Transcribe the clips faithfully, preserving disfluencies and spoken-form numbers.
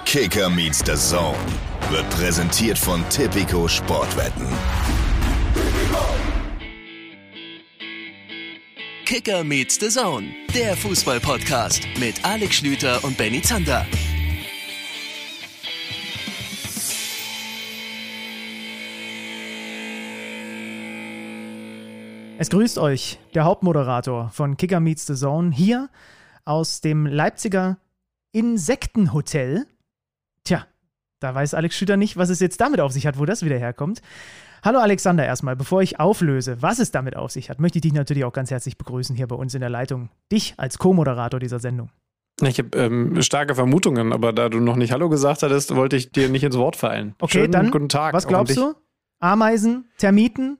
Kicker meets the Zone wird präsentiert von Tipico Sportwetten. Kicker meets the Zone, der Fußball-Podcast mit Alex Schlüter und Benny Zander. Es grüßt euch der Hauptmoderator von Kicker meets the Zone hier aus dem Leipziger Insektenhotel. Tja, da weiß Alex Schlüter nicht, was es jetzt damit auf sich hat, wo das wieder herkommt. Hallo Alexander erstmal, bevor ich auflöse, was es damit auf sich hat, möchte ich dich natürlich auch ganz herzlich begrüßen hier bei uns in der Leitung. Dich als Co-Moderator dieser Sendung. Ich habe ähm, starke Vermutungen, aber da du noch nicht Hallo gesagt hattest, wollte ich dir nicht ins Wort fallen. Okay, Schönen dann, guten Tag. Was glaubst du? Ameisen, Termiten?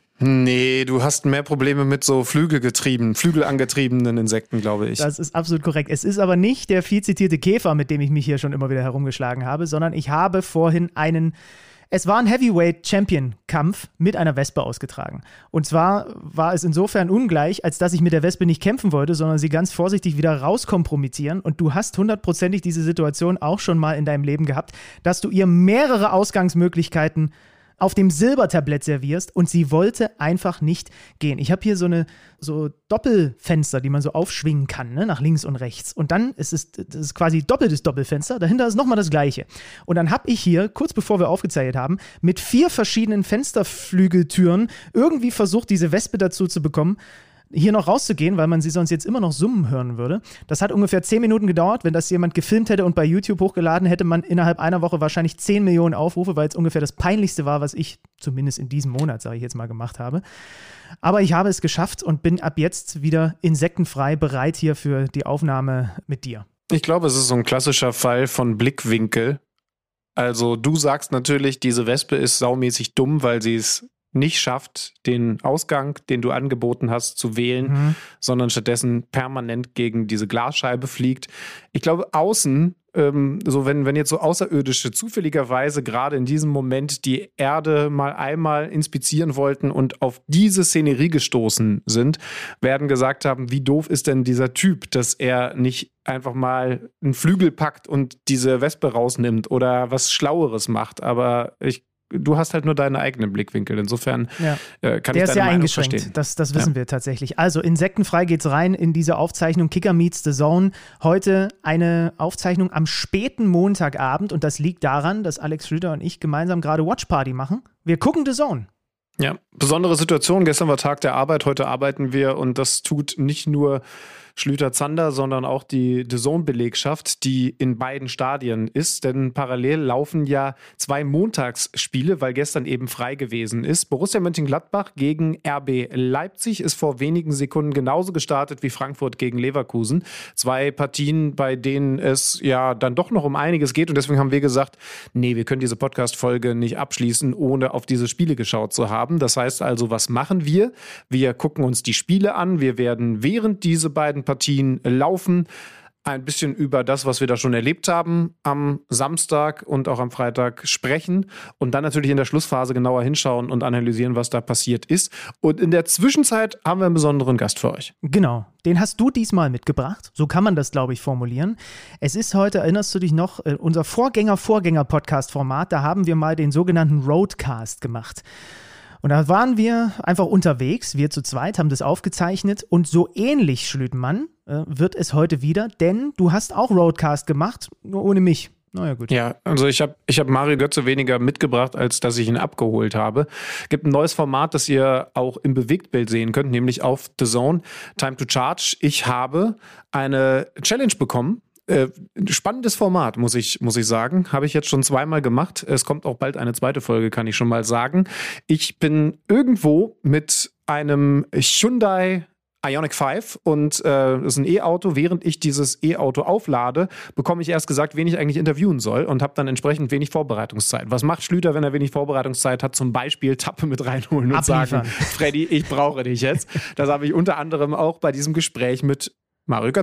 Nee, du hast mehr Probleme mit so Flügelgetrieben, flügelangetriebenen Insekten, glaube ich. Das ist absolut korrekt. Es ist aber nicht der viel zitierte Käfer, mit dem ich mich hier schon immer wieder herumgeschlagen habe, sondern ich habe vorhin einen, es war ein Heavyweight-Champion-Kampf mit einer Wespe ausgetragen. Und zwar war es insofern ungleich, als dass ich mit der Wespe nicht kämpfen wollte, sondern sie ganz vorsichtig wieder rauskompromittieren. Und du hast hundertprozentig diese Situation auch schon mal in deinem Leben gehabt, dass du ihr mehrere Ausgangsmöglichkeiten auf dem Silbertablett servierst und sie wollte einfach nicht gehen. Ich habe hier so eine so Doppelfenster, die man so aufschwingen kann, ne, nach links und rechts. Und dann ist es das ist quasi doppeltes Doppelfenster, dahinter ist nochmal das gleiche. Und dann habe ich hier, kurz bevor wir aufgezeichnet haben, mit vier verschiedenen Fensterflügeltüren irgendwie versucht, diese Wespe dazu zu bekommen, hier noch rauszugehen, weil man sie sonst jetzt immer noch summen hören würde. Das hat ungefähr zehn Minuten gedauert. Wenn das jemand gefilmt hätte und bei YouTube hochgeladen, hätte man innerhalb einer Woche wahrscheinlich zehn Millionen Aufrufe, weil es ungefähr das Peinlichste war, was ich zumindest in diesem Monat, sage ich jetzt mal, gemacht habe. Aber ich habe es geschafft und bin ab jetzt wieder insektenfrei bereit hier für die Aufnahme mit dir. Ich glaube, es ist so ein klassischer Fall von Blickwinkel. Also du sagst natürlich, diese Wespe ist saumäßig dumm, weil sie es nicht schafft, den Ausgang, den du angeboten hast, zu wählen, mhm. sondern stattdessen permanent gegen diese Glasscheibe fliegt. Ich glaube, außen, ähm, so wenn, wenn jetzt so Außerirdische zufälligerweise gerade in diesem Moment die Erde mal einmal inspizieren wollten und auf diese Szenerie gestoßen sind, werden gesagt haben, wie doof ist denn dieser Typ, dass er nicht einfach mal einen Flügel packt und diese Wespe rausnimmt oder was Schlaueres macht. Aber ich Du hast halt nur deine eigenen Blickwinkel. Insofern ja. äh, kann Der ich deine ist ja Meinung eingeschränkt. verstehen. Das, das wissen ja. wir tatsächlich. Also insektenfrei geht's rein in diese Aufzeichnung Kicker meets the Zone. Heute eine Aufzeichnung am späten Montagabend und das liegt daran, dass Alex Schlüter und ich gemeinsam gerade Watchparty machen. Wir gucken The Zone. Ja, besondere Situation. Gestern war Tag der Arbeit, heute arbeiten wir und das tut nicht nur Schlüter-Zander, sondern auch die The Zone-Belegschaft, die in beiden Stadien ist, denn parallel laufen ja zwei Montagsspiele, weil gestern eben frei gewesen ist. Borussia Mönchengladbach gegen R B Leipzig ist vor wenigen Sekunden genauso gestartet wie Frankfurt gegen Leverkusen. Zwei Partien, bei denen es ja dann doch noch um einiges geht und deswegen haben wir gesagt, nee, wir können diese Podcast-Folge nicht abschließen, ohne auf diese Spiele geschaut zu haben. Das heißt also, was machen wir? Wir gucken uns die Spiele an, wir werden während diese beiden Partien laufen, ein bisschen über das, was wir da schon erlebt haben, am Samstag und auch am Freitag sprechen und dann natürlich in der Schlussphase genauer hinschauen und analysieren, was da passiert ist. Und in der Zwischenzeit haben wir einen besonderen Gast für euch. Genau, den hast du diesmal mitgebracht. So kann man das, glaube ich, formulieren. Es ist heute, erinnerst du dich noch, unser Vorgänger-Vorgänger-Podcast-Format, da haben wir mal den sogenannten Roadcast gemacht. Und da waren wir einfach unterwegs, wir zu zweit, haben das aufgezeichnet und so ähnlich, Schlütmann, äh, wird es heute wieder, denn du hast auch Roadcast gemacht, nur ohne mich. Naja, gut. Ja, also ich habe ich hab Mario Götze weniger mitgebracht, als dass ich ihn abgeholt habe. Gibt ein neues Format, das ihr auch im Bewegtbild sehen könnt, nämlich auf The Zone, Time to Charge. Ich habe eine Challenge bekommen. Äh, spannendes Format, muss ich, muss ich sagen. Habe ich jetzt schon zweimal gemacht. Es kommt auch bald eine zweite Folge, kann ich schon mal sagen. Ich bin irgendwo mit einem Hyundai Ioniq fünf und äh, das ist ein E-Auto. Während ich dieses E-Auto auflade, bekomme ich erst gesagt, wen ich eigentlich interviewen soll und habe dann entsprechend wenig Vorbereitungszeit. Was macht Schlüter, wenn er wenig Vorbereitungszeit hat? Zum Beispiel Tappe mit reinholen und Abliefern. sagen, Freddy, ich brauche dich jetzt. Das habe ich unter anderem auch bei diesem Gespräch mit Mario Götze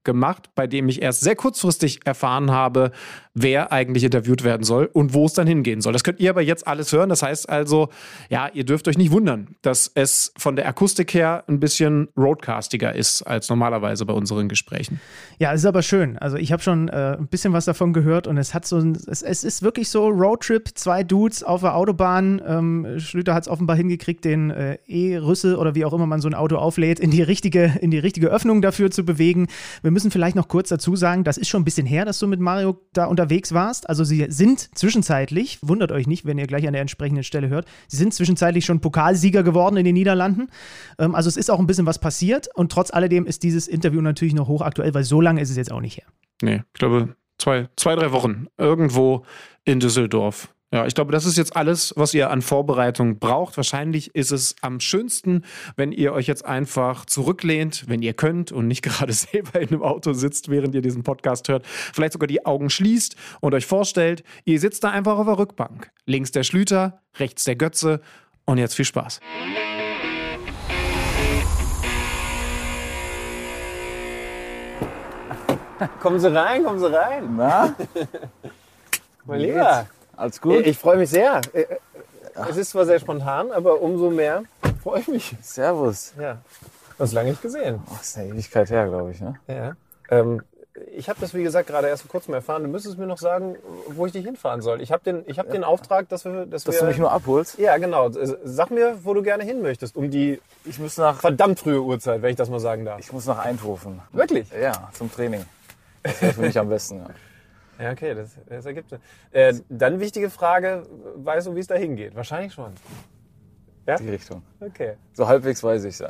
gemacht, bei dem ich erst sehr kurzfristig erfahren habe, wer eigentlich interviewt werden soll und wo es dann hingehen soll. Das könnt ihr aber jetzt alles hören. Das heißt also, ja, ihr dürft euch nicht wundern, dass es von der Akustik her ein bisschen roadcastiger ist als normalerweise bei unseren Gesprächen. Ja, es ist aber schön. Also ich habe schon äh, ein bisschen was davon gehört und es hat so ein, es, es ist wirklich so Roadtrip, zwei Dudes auf der Autobahn. Ähm, Schlüter hat es offenbar hingekriegt, den äh, E-Rüssel oder wie auch immer man so ein Auto auflädt, in die richtige, in die richtige Öffnung dafür zu bewegen. Wir müssen vielleicht noch kurz dazu sagen, das ist schon ein bisschen her, dass du mit Mario da unterwegs warst. Also sie sind zwischenzeitlich, wundert euch nicht, wenn ihr gleich an der entsprechenden Stelle hört, sie sind zwischenzeitlich schon Pokalsieger geworden in den Niederlanden. Ähm, also es ist auch ein bisschen was passiert und trotz alledem ist dieses Interview natürlich noch hochaktuell, weil so lange ist es jetzt auch nicht her. Nee, ich glaube zwei, zwei, drei Wochen irgendwo in Düsseldorf. Ja, ich glaube, das ist jetzt alles, was ihr an Vorbereitung braucht. Wahrscheinlich ist es am schönsten, wenn ihr euch jetzt einfach zurücklehnt, wenn ihr könnt und nicht gerade selber in einem Auto sitzt, während ihr diesen Podcast hört. Vielleicht sogar die Augen schließt und euch vorstellt, ihr sitzt da einfach auf der Rückbank. Links der Schlüter, rechts der Götze und jetzt viel Spaß. Kommen Sie rein, kommen Sie rein. Na? Mein Lieber. Alles gut? Ich freue mich sehr. Es ist zwar sehr spontan, aber umso mehr freue ich mich. Servus. Ja. Das ist lange nicht gesehen. Oh, das ist eine Ewigkeit her, glaube ich. Ne? Ja. Ähm, ich habe das, wie gesagt, gerade erst vor kurzem erfahren. Du müsstest mir noch sagen, wo ich dich hinfahren soll. Ich habe den, ich hab den Auftrag, dass wir... Dass, Dass wir, du mich nur abholst? Ja, genau. Sag mir, wo du gerne hin möchtest. Um die Ich muss nach, verdammt frühe Uhrzeit, wenn ich das mal sagen darf. ich muss nach Eindhoven. Wirklich? Ja, zum Training. Das wäre für mich am besten. Ja. Ja, okay, das, das ergibt Sinn. Äh, dann wichtige Frage, weißt du, wie es da hingeht? Wahrscheinlich schon. Ja? Die Richtung. Okay. So halbwegs weiß ich's, ja.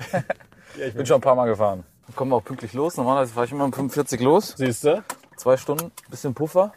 Ja, ich Bin schon ein paar Mal gefahren. Dann kommen wir auch pünktlich los. Normalerweise fahre ich immer um fünfundvierzig los. Siehst du? Zwei Stunden, bisschen Puffer.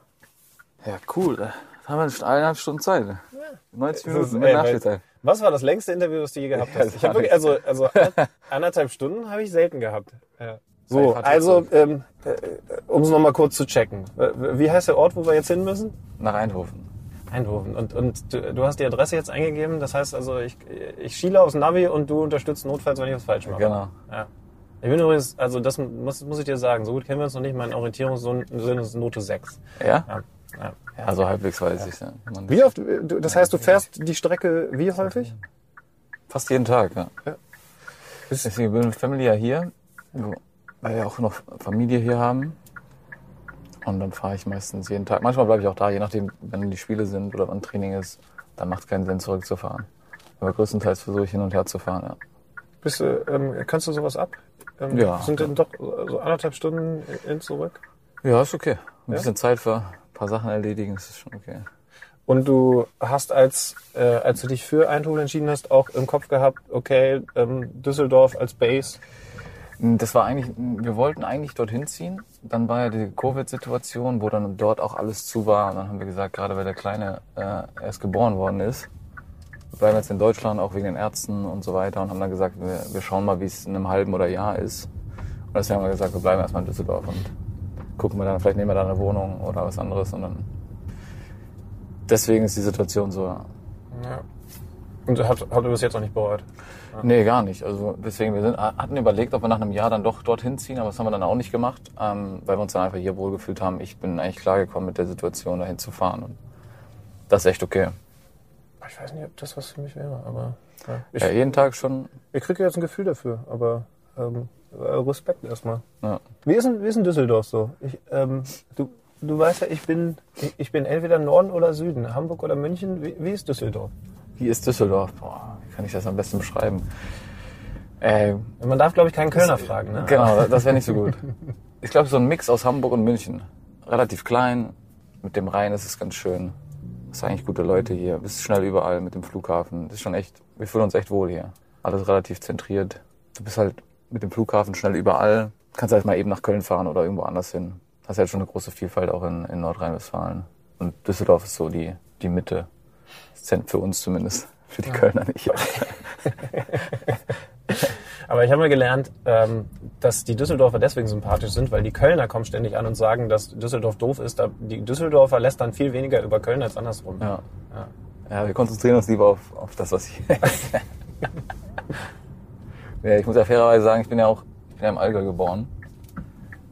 Ja, cool. Da haben wir eineinhalb Stunden Zeit. neunzig Das Minuten ist, mit ey, Nachspielzeit. Was war das längste Interview, das du je gehabt Ja, hast? Ich hab wirklich, also, also anderthalb Stunden habe ich selten gehabt. Ja. So, Zeit also, ähm, äh, um es nochmal kurz zu checken. Wie heißt der Ort, wo wir jetzt hin müssen? Nach Eindhoven. Eindhoven. Und, und du, du hast die Adresse jetzt eingegeben. Das heißt also, ich, ich schiele aufs Navi und du unterstützt notfalls, wenn ich was falsch mache. Genau. Ja. Ich bin übrigens, also das muss, muss ich dir sagen, so gut kennen wir uns noch nicht. Mein Orientierungssinn ist Note sechs. Ja? Ja. Ja. Ja, so halbwegs weiß ich's. Ja. Man- Wie oft, du, das heißt, du fährst die Strecke wie häufig? Fast jeden Tag, ja. Ja. Deswegen bin ich mit Family ja hier, weil wir auch noch Familie hier haben. Und dann fahre ich meistens jeden Tag. Manchmal bleibe ich auch da, je nachdem, wenn die Spiele sind oder wann Training ist. Dann macht es keinen Sinn, zurückzufahren. Aber größtenteils versuche ich hin und her zu fahren, ja. Bist du, ähm, kannst du sowas ab? Ähm, Ja. Sind denn doch so anderthalb Stunden in zurück? Ja, ist okay. Ein Ja? bisschen Zeit für ein paar Sachen erledigen, das ist schon okay. Und du hast, als, äh, als du dich für Eindhoven entschieden hast, auch im Kopf gehabt, okay, ähm, Düsseldorf als Base. Das war eigentlich, wir wollten eigentlich dorthin ziehen. Dann war ja die Covid-Situation, wo dann dort auch alles zu war. Und dann haben wir gesagt, gerade weil der Kleine äh, erst geboren worden ist, bleiben wir jetzt in Deutschland, auch wegen den Ärzten und so weiter. Und haben dann gesagt, wir, wir schauen mal, wie es in einem halben oder Jahr ist. Und deswegen haben wir gesagt, wir bleiben erstmal in Düsseldorf und gucken wir dann, vielleicht nehmen wir da eine Wohnung oder was anderes. Und dann deswegen ist die Situation so. Ja. Und hat, hat du bis jetzt auch nicht bereut? Ja. Nee, gar nicht. Also deswegen, wir sind, hatten überlegt, ob wir nach einem Jahr dann doch dorthin ziehen, aber das haben wir dann auch nicht gemacht, ähm, weil wir uns dann einfach hier wohlgefühlt haben. Ich bin eigentlich klargekommen mit der Situation, dahin zu fahren. Und das ist echt okay. Ich weiß nicht, ob das was für mich wäre, aber ja. Ich, Ja, jeden Tag schon. ich kriege jetzt ein Gefühl dafür, aber ähm, Respekt erstmal. Ja. Wie ist denn, wie ist denn Düsseldorf so? Ich, ähm, du, du weißt ja, ich bin, ich, ich bin entweder Norden oder Süden, Hamburg oder München. Wie, wie ist Düsseldorf? Wie ist Düsseldorf? Boah, wie kann ich das am besten beschreiben? Äh, Man darf, glaube ich, keinen Kölner fragen, ne? genau, das wäre nicht so gut. Ich glaube, so ein Mix aus Hamburg und München. Relativ klein, mit dem Rhein ist es ganz schön. Es sind eigentlich gute Leute hier. Bist schnell überall mit dem Flughafen. Das ist schon echt, wir fühlen uns echt wohl hier. Alles relativ zentriert. Du bist halt mit dem Flughafen schnell überall. Kannst halt mal eben nach Köln fahren oder irgendwo anders hin. Hast halt schon eine große Vielfalt auch in, in Nordrhein-Westfalen. Und Düsseldorf ist so die, die Mitte. Für uns zumindest. Für die Kölner nicht. Aber ich habe mal gelernt, ähm, dass die Düsseldorfer deswegen sympathisch sind, weil die Kölner kommen ständig an und sagen, dass Düsseldorf doof ist. Die Düsseldorfer lästern viel weniger über Köln als andersrum. Ja, Ja. ja wir konzentrieren uns lieber auf, auf das, was ich... ja, ich muss ja fairerweise sagen, ich bin ja auch ich bin ja im Allgäu geboren.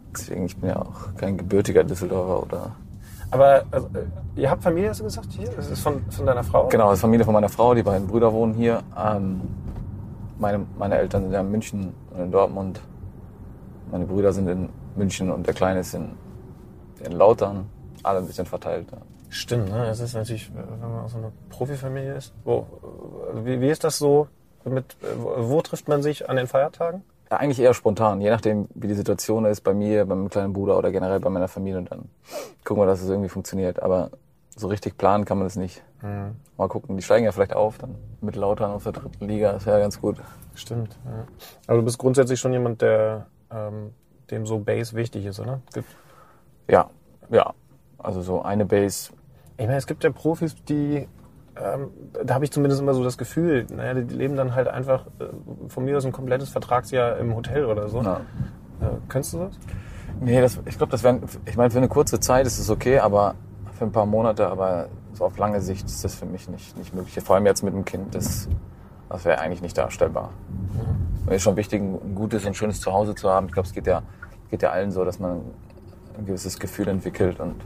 Deswegen, ich bin ja auch kein gebürtiger Düsseldorfer oder... Aber also, ihr habt Familie, hast du gesagt, hier? Das ist von, von deiner Frau? Genau, das ist Familie von meiner Frau, die beiden Brüder wohnen hier. Ähm, meine, meine Eltern sind ja in München und in Dortmund. Meine Brüder sind in München und der Kleine ist in, in Lautern. Alle ein bisschen verteilt. Ja. Stimmt, ne? Es ist natürlich, wenn man aus so einer Profifamilie ist. Wo, wie, wie ist das so? Mit, wo, wo trifft man sich an den Feiertagen? Ja, eigentlich eher spontan, je nachdem, wie die Situation ist, bei mir, bei meinem kleinen Bruder oder generell bei meiner Familie. Und dann gucken wir, dass es irgendwie funktioniert. Aber so richtig planen kann man das nicht. Mhm. Mal gucken, die steigen ja vielleicht auf, dann mit Lautern aus der dritten Liga, das wäre ja ganz gut. Stimmt, ja. Aber du bist grundsätzlich schon jemand, der ähm, dem so Base wichtig ist, oder? Gibt ja, ja. Also so eine Base. Ich meine, es gibt ja Profis, die, ähm, da habe ich zumindest immer so das Gefühl, naja, die leben dann halt einfach äh, von mir aus ein komplettes Vertragsjahr im Hotel oder so. Ja. Äh, kennst du das? Nee, das, ich glaube, das wäre, ich meine, für eine kurze Zeit ist es okay, aber für ein paar Monate, aber so auf lange Sicht ist das für mich nicht, nicht möglich. Vor allem jetzt mit dem Kind, das, das wäre eigentlich nicht darstellbar. Mhm. Es ist schon wichtig, ein gutes und schönes Zuhause zu haben. Ich glaube, es geht ja, geht ja allen so, dass man ein gewisses Gefühl entwickelt und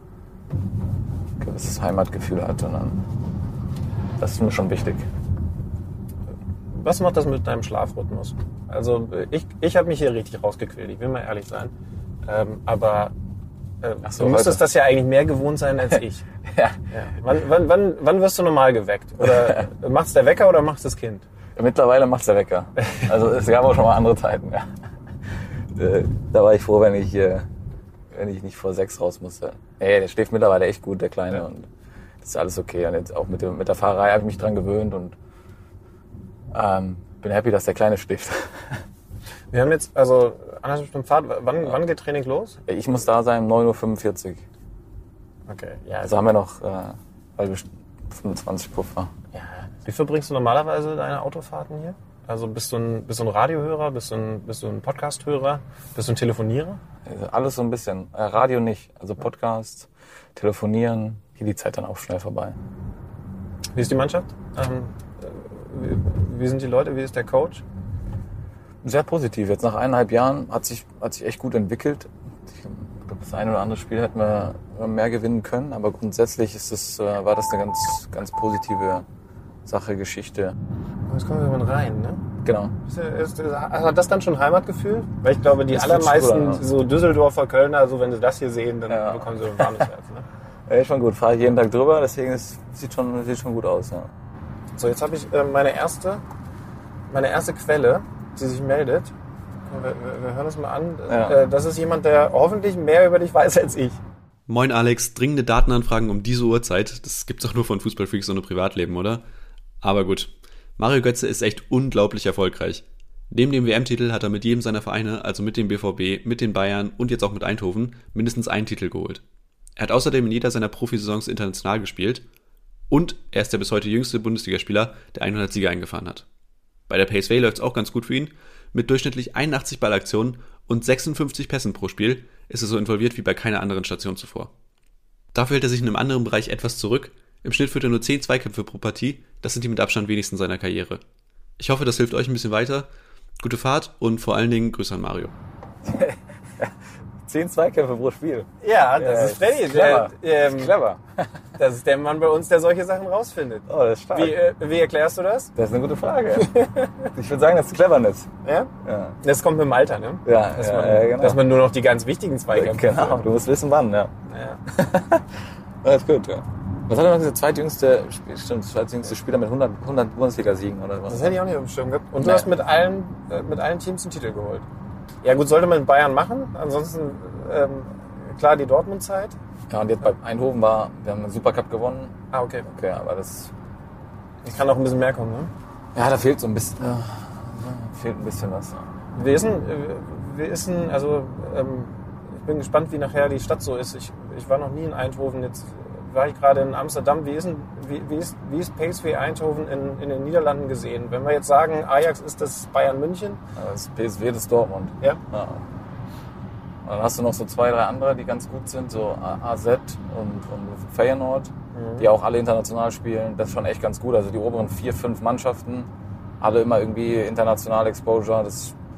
ein gewisses Heimatgefühl hat. Und dann, das ist mir schon wichtig. Was macht das mit deinem Schlafrhythmus? Also ich, ich habe mich hier richtig rausgequält, ich will mal ehrlich sein. Ähm, aber äh, Ach so, du müsstest heute. das ja eigentlich mehr gewohnt sein als ich. Ja. Ja. Wann, wann, wann, wann wirst du normal geweckt? Oder macht's der Wecker oder macht's das Kind? Mittlerweile macht's der Wecker. Also es gab auch schon mal andere Zeiten. Ja. Da war ich froh, wenn ich, wenn ich nicht vor sechs raus musste. Hey, der schläft mittlerweile echt gut, der Kleine. Ja. Und das ist alles okay. Und jetzt auch mit, dem, mit der Fahrerei habe ich mich dran gewöhnt und ähm, bin happy, dass der Kleine schläft. Wir haben jetzt, also anderthalb Stunden Fahrt, wann, ja. wann geht Training los? Ich muss da sein um neun Uhr fünfundvierzig. Okay, ja. Also haben wir noch äh, fünfundzwanzig Puffer. Ja. Wie verbringst du normalerweise deine Autofahrten hier? Also bist du ein, bist du ein Radiohörer, bist du ein, bist du ein Podcasthörer, bist du ein Telefonierer? Alles so ein bisschen. Äh, Radio nicht. Also Podcast, Telefonieren, geht die Zeit dann auch schnell vorbei. Wie ist die Mannschaft? Ähm, wie, wie sind die Leute? Wie ist der Coach? Sehr positiv. Jetzt nach eineinhalb Jahren hat sich, hat sich echt gut entwickelt. Ich glaube, das eine oder andere Spiel hätten wir mehr gewinnen können, aber grundsätzlich ist es, war das eine ganz, ganz positive Sache, Geschichte. Jetzt kommen wir mal rein, ne? Genau. Ist, ist, ist, hat das dann schon Heimatgefühl? Weil ich glaube, die das allermeisten cool, so Düsseldorfer, Kölner, also wenn sie das hier sehen, dann ja. bekommen sie ein warmes Herz. Ne? Ja, schon gut. Fahre ich jeden Tag drüber, deswegen ist, sieht schon, sieht schon gut aus. Ja. So, jetzt habe ich äh, meine erste, meine erste Quelle, die sich meldet. Wir, wir, wir hören das mal an. Ja. Äh, das ist jemand, der hoffentlich mehr über dich weiß als ich. Moin Alex, dringende Datenanfragen um diese Uhrzeit. Das gibt's doch nur von Fußballfreaks ohne Privatleben, oder? Aber gut. Mario Götze ist echt unglaublich erfolgreich. Neben dem W M-Titel hat er mit jedem seiner Vereine, also mit dem B V B, mit den Bayern und jetzt auch mit Eindhoven, mindestens einen Titel geholt. Er hat außerdem in jeder seiner Profisaisons international gespielt und er ist der bis heute jüngste Bundesligaspieler, der hundert Siege eingefahren hat. Bei der P S V läuft's auch ganz gut für ihn. Mit durchschnittlich einundachtzig Ballaktionen und sechsundfünfzig Pässen pro Spiel ist er so involviert wie bei keiner anderen Station zuvor. Dafür hält er sich in einem anderen Bereich etwas zurück. Im Schnitt führt er nur zehn Zweikämpfe pro Partie. Das sind die mit Abstand wenigsten seiner Karriere. Ich hoffe, das hilft euch ein bisschen weiter. Gute Fahrt und vor allen Dingen Grüße an Mario. Zehn Zweikämpfe pro Spiel. Ja, das ja, ist Freddy. Ist clever. Der, ähm, das ist clever. Das ist der Mann bei uns, der solche Sachen rausfindet. Oh, das ist stark. Wie, äh, wie erklärst du das? Das ist eine gute Frage. Ich würde sagen, das ist Cleverness. Ja? Ja. Das kommt mit dem Alter, ne? Ja, dass, ja, man, ja genau. dass man nur noch die ganz wichtigen Zweikämpfe Genau, führt. Du musst wissen, wann, ja. Ja. Das ist gut, ja. Was hat er noch gesagt? Zweitjüngste, stimmt, zweitjüngste Spieler mit hundert, hundert Bundesliga-Siegen oder was? Das hätte ich auch nicht auf dem Schirm gehabt. Und nee. du hast mit allen, äh, mit allen Teams einen Titel geholt. Ja gut, sollte man in Bayern machen. Ansonsten, ähm, klar, die Dortmund-Zeit. Ja, und jetzt bei Eindhoven war, wir haben einen Supercup gewonnen. Ah, okay. Okay, aber das... Das kann auch ein bisschen mehr kommen, ne? Ja, da fehlt so ein bisschen, ja, fehlt ein bisschen was. Wir ist denn, wir ist denn, also, ähm, ich bin gespannt, wie nachher die Stadt so ist. Ich, ich war noch nie in Eindhoven, jetzt war ich gerade in Amsterdam. Wie ist, denn, wie, wie ist, wie ist P S V Eindhoven in, in den Niederlanden gesehen? Wenn wir jetzt sagen, Ajax ist das Bayern München? Ja, das P S V, das ist Dortmund. Ja. ja. Dann hast du noch so zwei, drei andere, die ganz gut sind, so A Z und, und Feyenoord, mhm. die auch alle international spielen. Das ist schon echt ganz gut. Also die oberen vier, fünf Mannschaften, alle immer irgendwie international Exposure. Das,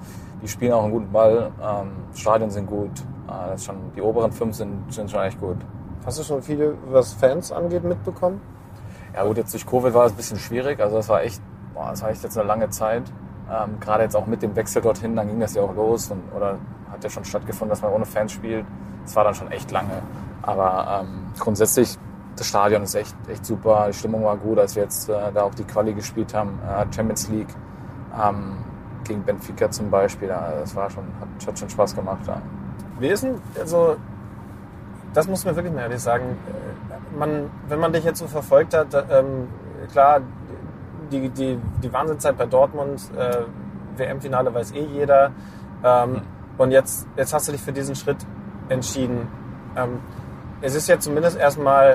die spielen auch einen guten Ball, ähm, Stadien sind gut, äh, das ist schon, die oberen fünf sind, sind schon echt gut. Hast du schon viele, was Fans angeht, mitbekommen? Ja gut, jetzt durch Covid war es ein bisschen schwierig, also das war echt, boah, das war echt jetzt eine lange Zeit. Ähm, gerade jetzt auch mit dem Wechsel dorthin, dann ging das ja auch los und, oder hat ja schon stattgefunden, dass man ohne Fans spielt. Das war dann schon echt lange. Aber ähm, grundsätzlich, das Stadion ist echt, echt super, die Stimmung war gut, als wir jetzt äh, da auch die Quali gespielt haben, äh, Champions League ähm, gegen Benfica zum Beispiel. Ja, das war schon, hat, hat schon Spaß gemacht. Ja. Wie ist denn, also, das muss man wirklich mal ehrlich sagen, man, wenn man dich jetzt so verfolgt hat, ähm, klar, die, die, die Wahnsinnszeit bei Dortmund, äh, W M-Finale weiß eh jeder, ähm, mhm. und jetzt, jetzt hast du dich für diesen Schritt entschieden. Ähm, es ist ja zumindest erstmal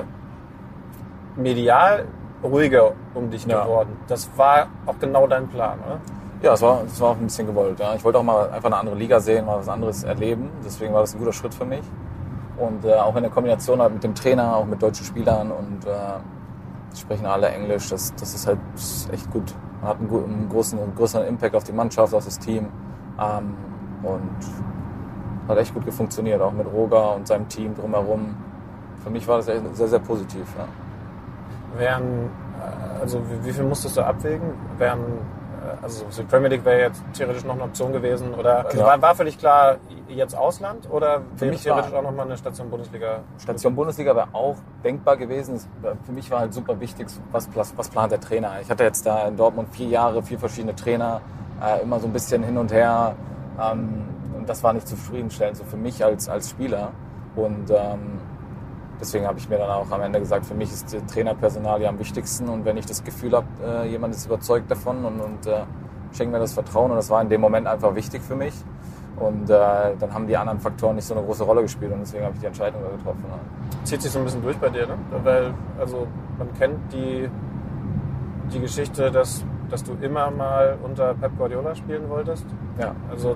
medial ruhiger um dich ja. geworden. Das war auch genau dein Plan, oder? Ja, es war, es war auch ein bisschen gewollt. Ja. Ich wollte auch mal einfach eine andere Liga sehen, mal was anderes erleben. Deswegen war das ein guter Schritt für mich. Und äh, auch in der Kombination halt mit dem Trainer, auch mit deutschen Spielern und äh, die sprechen alle Englisch. Das, das ist halt das ist echt gut. Man hat einen, einen, großen, einen größeren Impact auf die Mannschaft, auf das Team. Ähm, und hat echt gut funktioniert, auch mit Roger und seinem Team drumherum. Für mich war das echt sehr, sehr positiv. Ja. Wären, also wie, wie viel musstest du abwägen? Wären, also die Premier League wäre jetzt theoretisch noch eine Option gewesen, oder also war, war völlig klar jetzt Ausland, oder für wäre mich theoretisch war, auch nochmal eine Station Bundesliga? Station Bundesliga wäre auch denkbar gewesen. Für mich war halt super wichtig, was, was plant der Trainer. Ich hatte jetzt da in Dortmund vier Jahre, vier verschiedene Trainer, äh, immer so ein bisschen hin und her. Ähm, und das war nicht zufriedenstellend, so für mich als, als Spieler. Und ähm, deswegen habe ich mir dann auch am Ende gesagt, für mich ist das Trainerpersonal ja am wichtigsten. Und wenn ich das Gefühl habe, äh, jemand ist überzeugt davon und, und äh, schenkt mir das Vertrauen. Und das war in dem Moment einfach wichtig für mich. Und äh, dann haben die anderen Faktoren nicht so eine große Rolle gespielt. Und deswegen habe ich die Entscheidung da getroffen. Ja. Zieht sich so ein bisschen durch bei dir, ne? Weil, also man kennt die, die Geschichte, dass, dass du immer mal unter Pep Guardiola spielen wolltest. Ja. Also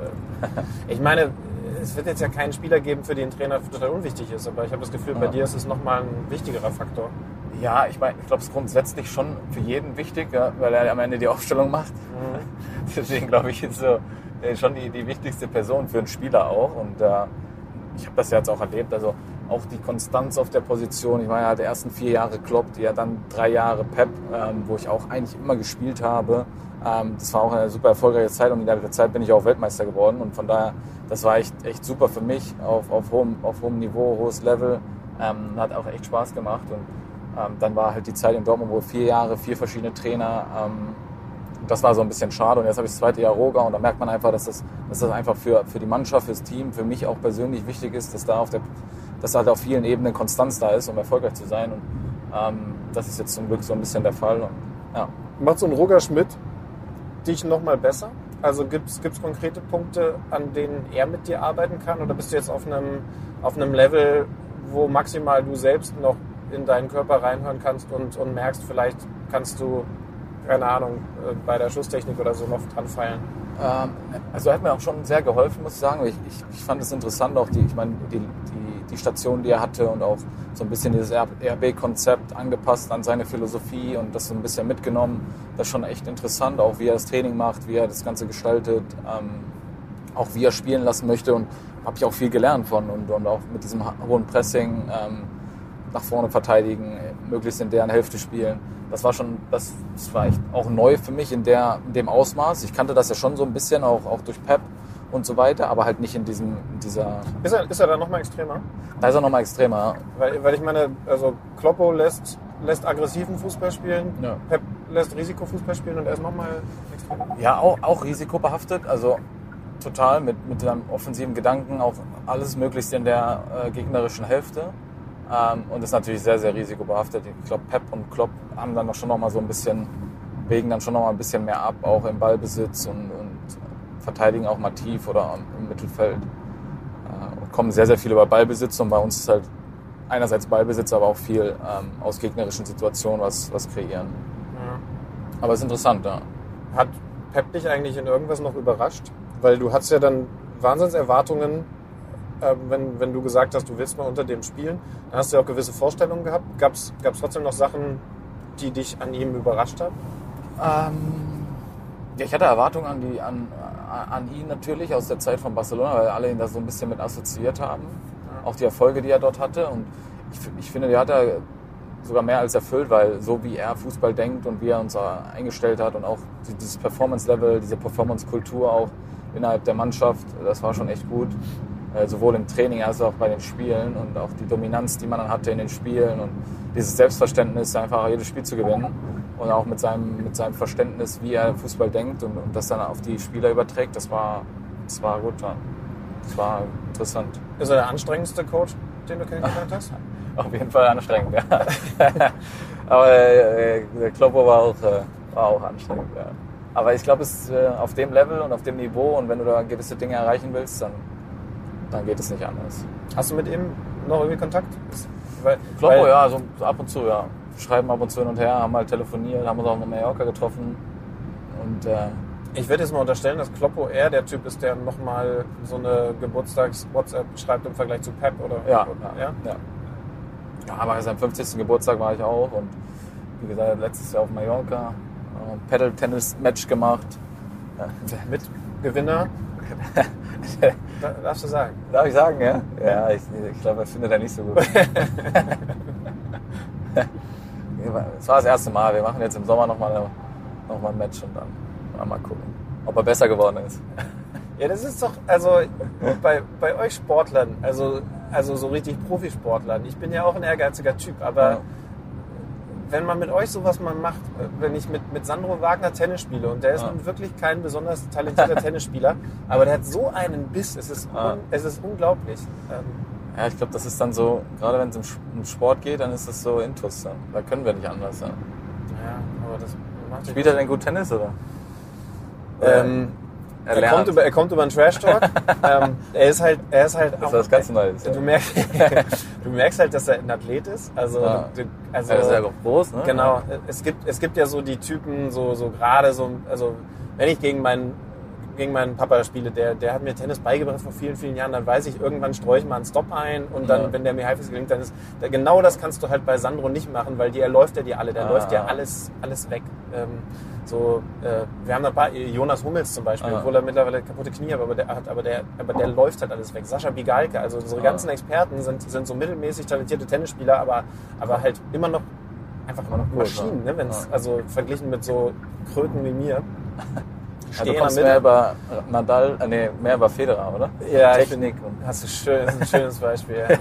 äh, ich meine, es wird jetzt ja keinen Spieler geben, für den ein Trainer total unwichtig ist, aber ich habe das Gefühl, ja. bei dir ist es nochmal ein wichtigerer Faktor. Ja, ich meine, ich glaube, es ist grundsätzlich schon für jeden wichtig, ja, weil er am Ende die Aufstellung macht. Mhm. Deswegen glaube ich, ist so äh, schon die, die wichtigste Person für einen Spieler auch. Und äh, ich habe das ja jetzt auch erlebt, also auch die Konstanz auf der Position. Ich war ja die ersten vier Jahre Klopp, ja dann drei Jahre Pep, ähm, wo ich auch eigentlich immer gespielt habe. Ähm, das war auch eine super erfolgreiche Zeit und in der Zeit bin ich auch Weltmeister geworden. Und von daher, das war echt, echt super für mich auf, auf, hohem, auf hohem Niveau, hohes Level. Ähm, hat auch echt Spaß gemacht. Und ähm, dann war halt die Zeit in Dortmund, wo vier Jahre, vier verschiedene Trainer. Ähm, das war so ein bisschen schade. Und jetzt habe ich das zweite Jahr Roger und da merkt man einfach, dass das, dass das einfach für, für die Mannschaft, fürs Team, für mich auch persönlich wichtig ist, dass da auf der dass halt auf vielen Ebenen Konstanz da ist, um erfolgreich zu sein. Und ähm, das ist jetzt zum Glück so ein bisschen der Fall. Und, ja. Macht so ein Roger Schmidt dich nochmal besser? Also gibt es konkrete Punkte, an denen er mit dir arbeiten kann? Oder bist du jetzt auf einem, auf einem Level, wo maximal du selbst noch in deinen Körper reinhören kannst und, und merkst, vielleicht kannst du, keine Ahnung, bei der Schusstechnik oder so noch dran feilen? Ähm, also er hat mir auch schon sehr geholfen, muss ich sagen. Ich, ich, ich fand es interessant, auch die, ich meine, die, die die Station, die er hatte und auch so ein bisschen dieses R B-Konzept angepasst an seine Philosophie und das so ein bisschen mitgenommen. Das ist schon echt interessant, auch wie er das Training macht, wie er das Ganze gestaltet, ähm, auch wie er spielen lassen möchte und habe ich auch viel gelernt von und, und auch mit diesem hohen Pressing ähm, nach vorne verteidigen, möglichst in deren Hälfte spielen. Das war schon, das, das war echt auch neu für mich in, der, in dem Ausmaß. Ich kannte das ja schon so ein bisschen, auch, auch durch Pep und so weiter, aber halt nicht in diesem, in dieser... Ist er, ist er da nochmal extremer? Da ist er nochmal extremer, ja. Weil, weil ich meine, also Kloppo lässt, lässt aggressiven Fußball spielen, ja. Pep lässt Risikofußball spielen und er ist nochmal extremer. Ja, auch, auch risikobehaftet, also total mit, mit einem offensiven Gedanken, auch alles möglichst in der äh, gegnerischen Hälfte. Ähm, und ist natürlich sehr, sehr risikobehaftet. Ich glaube, Pep und Klopp haben dann noch schon nochmal so ein bisschen, wägen dann schon nochmal ein bisschen mehr ab, auch im Ballbesitz und, und verteidigen auch mal tief oder im Mittelfeld. Äh, und kommen sehr, sehr viel über Ballbesitz und bei uns ist halt einerseits Ballbesitz, aber auch viel ähm, aus gegnerischen Situationen was, was kreieren. Ja. Aber es ist interessant, ja. Hat Pep dich eigentlich in irgendwas noch überrascht? Weil du hattest ja dann Wahnsinnserwartungen, äh, wenn, wenn du gesagt hast, du willst mal unter dem spielen. Dann hast du ja auch gewisse Vorstellungen gehabt. Gab es trotzdem noch Sachen, die dich an ihm überrascht haben? Ähm, ja, ich hatte Erwartungen an, die, an, an ihn natürlich aus der Zeit von Barcelona, weil alle ihn da so ein bisschen mit assoziiert haben. Auch die Erfolge, die er dort hatte. Und ich, ich finde, die hat er sogar mehr als erfüllt, weil so wie er Fußball denkt und wie er uns eingestellt hat und auch dieses Performance-Level, diese Performance-Kultur auch innerhalb der Mannschaft, das war schon echt gut. Sowohl im Training als auch bei den Spielen und auch die Dominanz, die man dann hatte in den Spielen und dieses Selbstverständnis, einfach jedes Spiel zu gewinnen und auch mit seinem, mit seinem Verständnis, wie er Fußball denkt und, und das dann auf die Spieler überträgt, das war, das war gut. Das war interessant. Ist er der anstrengendste Coach, den du kennengelernt hast? Auf jeden Fall anstrengend, ja. Aber äh, der Kloppo war auch, äh, war auch anstrengend, ja. Aber ich glaube, es ist äh, auf dem Level und auf dem Niveau und wenn du da gewisse Dinge erreichen willst, dann, dann geht es nicht anders. Hast du mit ihm noch irgendwie Kontakt? Weil, Kloppo, weil, ja, so ab und zu, ja. Wir schreiben ab und zu hin und her, haben mal telefoniert, haben uns auch in Mallorca getroffen und äh, ich würde jetzt mal unterstellen, dass Kloppo eher der Typ ist, der nochmal so eine Geburtstags-WhatsApp schreibt im Vergleich zu Pep, oder? Ja, ja. ja? ja. Ja, aber bei seinem fünfzigsten Geburtstag war ich auch und wie gesagt, letztes Jahr auf Mallorca ein Paddle-Tennis-Match gemacht. Ja. Mit Gewinner? Darfst du sagen? Darf ich sagen, ja? Ja, ich, ich glaube, er findet er nicht so gut. Es war das erste Mal, wir machen jetzt im Sommer nochmal noch mal ein Match und dann mal gucken, ob er besser geworden ist. Ja, das ist doch, also bei, bei euch Sportlern, also, also so richtig Profisportlern, ich bin ja auch ein ehrgeiziger Typ, aber ja. Wenn man mit euch sowas mal macht, wenn ich mit, mit Sandro Wagner Tennis spiele und der ist ja. nun wirklich kein besonders talentierter Tennisspieler, aber der hat so einen Biss, es ist, ja. un, es ist unglaublich. Ja, ich glaube, das ist dann so, gerade wenn es um Sport geht, dann ist das so Intus, dann. Da können wir nicht anders. Ja, ja aber das macht Spielt er denn gut Tennis, oder? Ähm, er, er, kommt über, er kommt über einen Trash-Talk. ähm, er ist halt, er ist halt das auch... Das ist ganz Neues. Du, ja. merkst, du merkst halt, dass er ein Athlet ist. Also, ja. du, also er ist ja auch groß, ne? Genau. Es gibt, es gibt ja so die Typen, so, so gerade so... Also, wenn ich gegen meinen, gegen meinen Papa spiele, der, der hat mir Tennis beigebracht vor vielen, vielen Jahren, dann weiß ich, irgendwann streue ich mal einen Stop ein und dann, ja. wenn der mir halbwegs gelingt, dann ist... Genau das kannst du halt bei Sandro nicht machen, weil die, er läuft ja dir alle. Der ah. läuft ja alles, alles weg. Ähm, So, äh, wir haben ein paar, Jonas Hummels zum Beispiel, ah. obwohl er mittlerweile kaputte Knie hat, aber der, hat, aber der, aber der läuft halt alles weg. Sascha Bigalke, also unsere ah. ganzen Experten sind, sind so mittelmäßig talentierte Tennisspieler, aber, aber halt immer noch einfach immer noch Maschinen, ne? Wenn's, ah. also verglichen mit so Kröten wie mir. Also du kommst mehr über Nadal, äh, nee, mehr über Federer, oder? Ja, Technik. Ich, und hast du schön, das ist ein schönes Beispiel. Ja.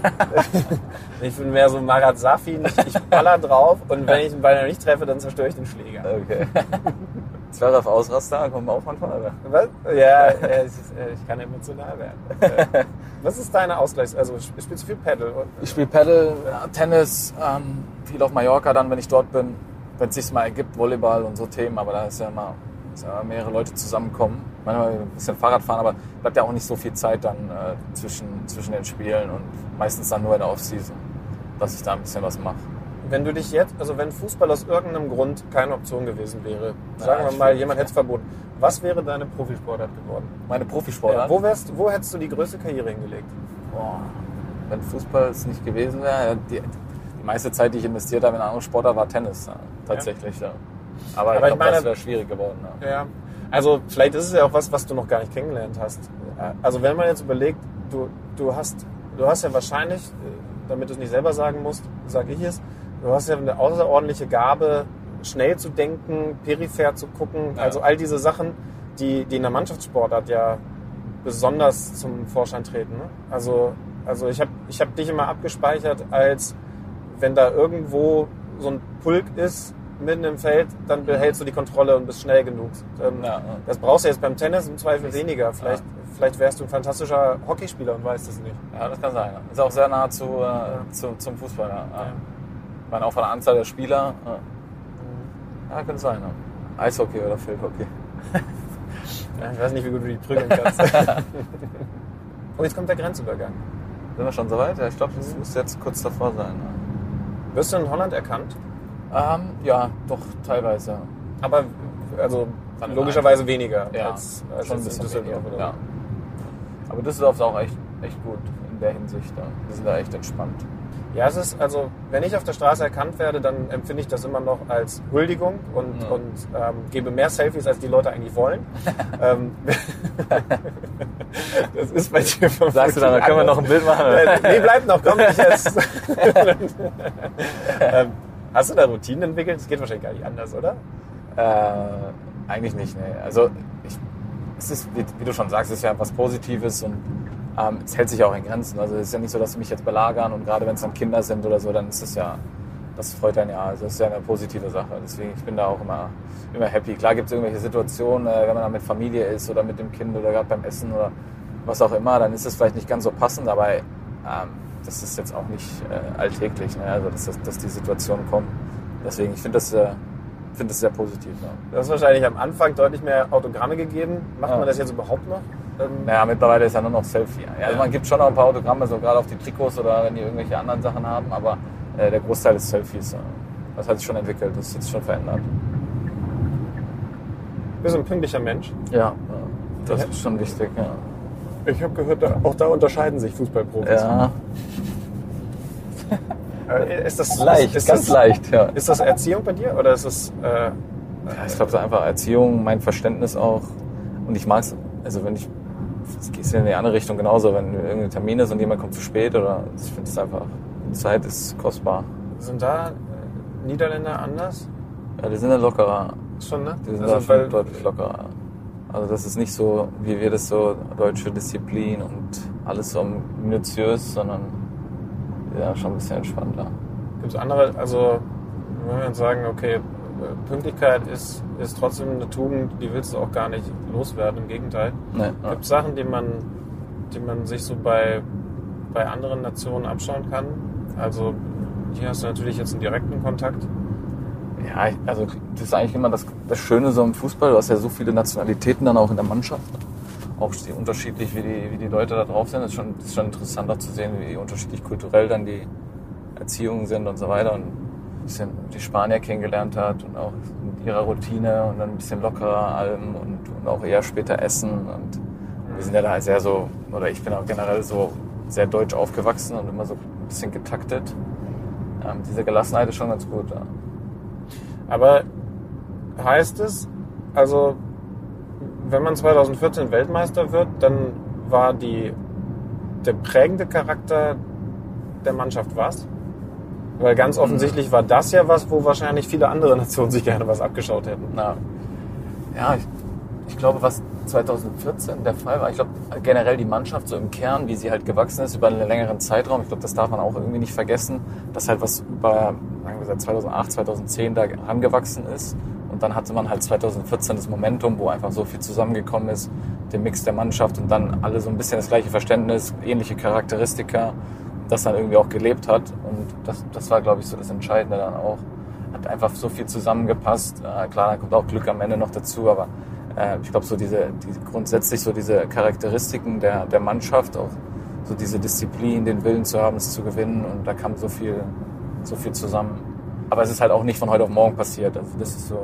Ich bin mehr so Marat Safin, ich, ich baller drauf und wenn ich den Ball noch nicht treffe, dann zerstöre ich den Schläger. Okay. Zverev Ausraster, kommen wir auch manchmal, oder? Was? Ja, ich, ich kann emotional werden. Was ist deine Ausgleichs-, also spielst du viel Paddle? Ich spiele Paddle, Tennis, ähm, viel auf Mallorca dann, wenn ich dort bin, wenn es sich mal ergibt, Volleyball und so Themen, aber da ist ja immer... Ja, mehrere Leute zusammenkommen, manchmal ein bisschen Fahrrad fahren, aber bleibt ja auch nicht so viel Zeit dann äh, zwischen, zwischen den Spielen und meistens dann nur in der Off-Season, dass ich da ein bisschen was mache. Wenn du dich jetzt, also wenn Fußball aus irgendeinem Grund keine Option gewesen wäre, ja, sagen wir mal, jemand hätte es verboten, was wäre deine Profisportart geworden? Meine Profisportart? Ja, wo, wärst, wo hättest du die größte Karriere hingelegt? Boah, wenn Fußball es nicht gewesen wäre, die, die meiste Zeit, die ich investiert habe in eine andere Sportart, war Tennis, ja, tatsächlich, ja. ja. Aber, Aber ich glaube, das wäre schwierig geworden. Ja. ja, also vielleicht ist es ja auch was, was du noch gar nicht kennengelernt hast. Also wenn man jetzt überlegt, du, du, hast, du hast ja wahrscheinlich, damit du es nicht selber sagen musst, sage ich es, du hast ja eine außerordentliche Gabe, schnell zu denken, peripher zu gucken. Ja. Also all diese Sachen, die, die in der Mannschaftssportart ja besonders zum Vorschein treten. Ne? Also, also ich habe ich hab dich immer abgespeichert, als wenn da irgendwo so ein Pulk ist, mitten im Feld, dann behältst du die Kontrolle und bist schnell genug. Ähm, ja, ja. Das brauchst du jetzt beim Tennis im Zweifel weniger. Vielleicht, ja. vielleicht wärst du ein fantastischer Hockeyspieler und weißt es nicht. Ja, das kann sein. Ist auch sehr nah zu, äh, ja. zu, zum Fußball. Ja. Ja. Ich meine, auch von der Anzahl der Spieler. Ja, ja könnte sein. Ja. Eishockey oder Feldhockey. Ja, ich weiß nicht, wie gut du die prügeln kannst. Und jetzt kommt der Grenzübergang. Sind wir schon soweit? Ja, ich glaube, das muss jetzt kurz davor sein. Ja. Wirst du in Holland erkannt? Ähm, ja, doch, teilweise. Aber also logischerweise weniger ja, als, als schon ein bisschen Düsseldorf. Oder ja. Aber Düsseldorf ist auch echt, echt gut in der Hinsicht. Ja. Wir sind da echt entspannt. Ja, es ist, also, wenn ich auf der Straße erkannt werde, dann empfinde ich das immer noch als Huldigung und, mhm. und ähm, gebe mehr Selfies, als die Leute eigentlich wollen. ähm, das ist bei dir vom Sagst du dann, da können wir noch ein Bild machen? Nee, bleib noch, komm nicht jetzt. ähm, hast du da Routinen entwickelt? Das geht wahrscheinlich gar nicht anders, oder? Äh, eigentlich nicht, nee. Also, ich, es ist, wie, wie du schon sagst, es ist ja was Positives und Ähm, es hält sich auch in Grenzen. Also es ist ja nicht so, dass sie mich jetzt belagern und gerade wenn es dann Kinder sind oder so, dann ist es ja, das freut einen ja. Also das ist ja eine positive Sache. Deswegen, ich bin da auch immer, immer happy. Klar gibt es irgendwelche Situationen, äh, wenn man dann mit Familie ist oder mit dem Kind oder gerade beim Essen oder was auch immer, dann ist es vielleicht nicht ganz so passend, aber ähm, das ist jetzt auch nicht äh, alltäglich, ne? Also dass, dass, dass die Situationen kommen. Deswegen, ich finde das, äh, find das sehr positiv. Ja. Du hast wahrscheinlich am Anfang deutlich mehr Autogramme gegeben. Macht ja. man das jetzt überhaupt noch? Naja, mittlerweile ist ja nur noch Selfie. Ja, also man gibt schon noch ein paar Autogramme, so gerade auf die Trikots oder wenn die irgendwelche anderen Sachen haben, aber äh, der Großteil ist Selfies. Das hat sich schon entwickelt, das ist jetzt schon verändert. Bist du ein pünktlicher Mensch? Ja, das ja. ist schon wichtig, ja. Ich habe gehört, auch da unterscheiden sich Fußballprofis. Ja. ist das leicht, ist ganz das, leicht, ja. Ist das Erziehung bei dir oder ist es... Äh, ja, ich glaube, es ist einfach Erziehung, mein Verständnis auch und ich mag es, also wenn ich es geht in die andere Richtung genauso, wenn irgendein Termin ist und jemand kommt zu spät oder ich finde es einfach, die Zeit ist kostbar. Sind da Niederländer anders? Ja, die sind ja lockerer. Schon, ne? Die sind also da schon deutlich lockerer. Also das ist nicht so, wie wir das so, deutsche Disziplin und alles so minutiös, sondern ja, schon ein bisschen entspannter. Gibt es andere, also wenn wir jetzt sagen, okay, Pünktlichkeit ist, ist trotzdem eine Tugend, die willst du auch gar nicht loswerden, im Gegenteil. Nee, ja. Gibt es Sachen, die man, die man sich so bei, bei anderen Nationen abschauen kann? Also hier hast du natürlich jetzt einen direkten Kontakt. Ja, also das ist eigentlich immer das, das Schöne so im Fußball. Du hast ja so viele Nationalitäten dann auch in der Mannschaft. Auch unterschiedlich, wie die, wie die Leute da drauf sind. Das ist schon, das ist schon interessant auch zu sehen, wie unterschiedlich kulturell dann die Erziehungen sind und so weiter. Und ein bisschen die Spanier kennengelernt hat und auch mit ihrer Routine und dann ein bisschen lockerer allem und, und auch eher später essen. Und wir sind ja da sehr so, oder ich bin auch generell so sehr deutsch aufgewachsen und immer so ein bisschen getaktet. Ähm, diese Gelassenheit ist schon ganz gut. Ja. Aber heißt es, also wenn man zwanzig vierzehn Weltmeister wird, dann war die, der prägende Charakter der Mannschaft was? Weil ganz offensichtlich war das ja was, wo wahrscheinlich viele andere Nationen sich gerne was abgeschaut hätten. Na, ja, ich, ich glaube, was zwanzig vierzehn der Fall war, ich glaube generell die Mannschaft so im Kern, wie sie halt gewachsen ist über einen längeren Zeitraum, ich glaube, das darf man auch irgendwie nicht vergessen, dass halt was über, sagen wir seit zweitausendacht, zweitausendzehn da angewachsen ist. Und dann hatte man halt zwanzig vierzehn das Momentum, wo einfach so viel zusammengekommen ist, der Mix der Mannschaft und dann alle so ein bisschen das gleiche Verständnis, ähnliche Charakteristika, das dann irgendwie auch gelebt hat. Und das, das war, glaube ich, so das Entscheidende dann auch. Hat einfach so viel zusammengepasst. Äh, klar, da kommt auch Glück am Ende noch dazu, aber äh, ich glaube, so diese, diese grundsätzlich so diese Charakteristiken der, der Mannschaft, auch so diese Disziplin, den Willen zu haben, es zu gewinnen, und da kam so viel, so viel zusammen. Aber es ist halt auch nicht von heute auf morgen passiert. Also das ist so.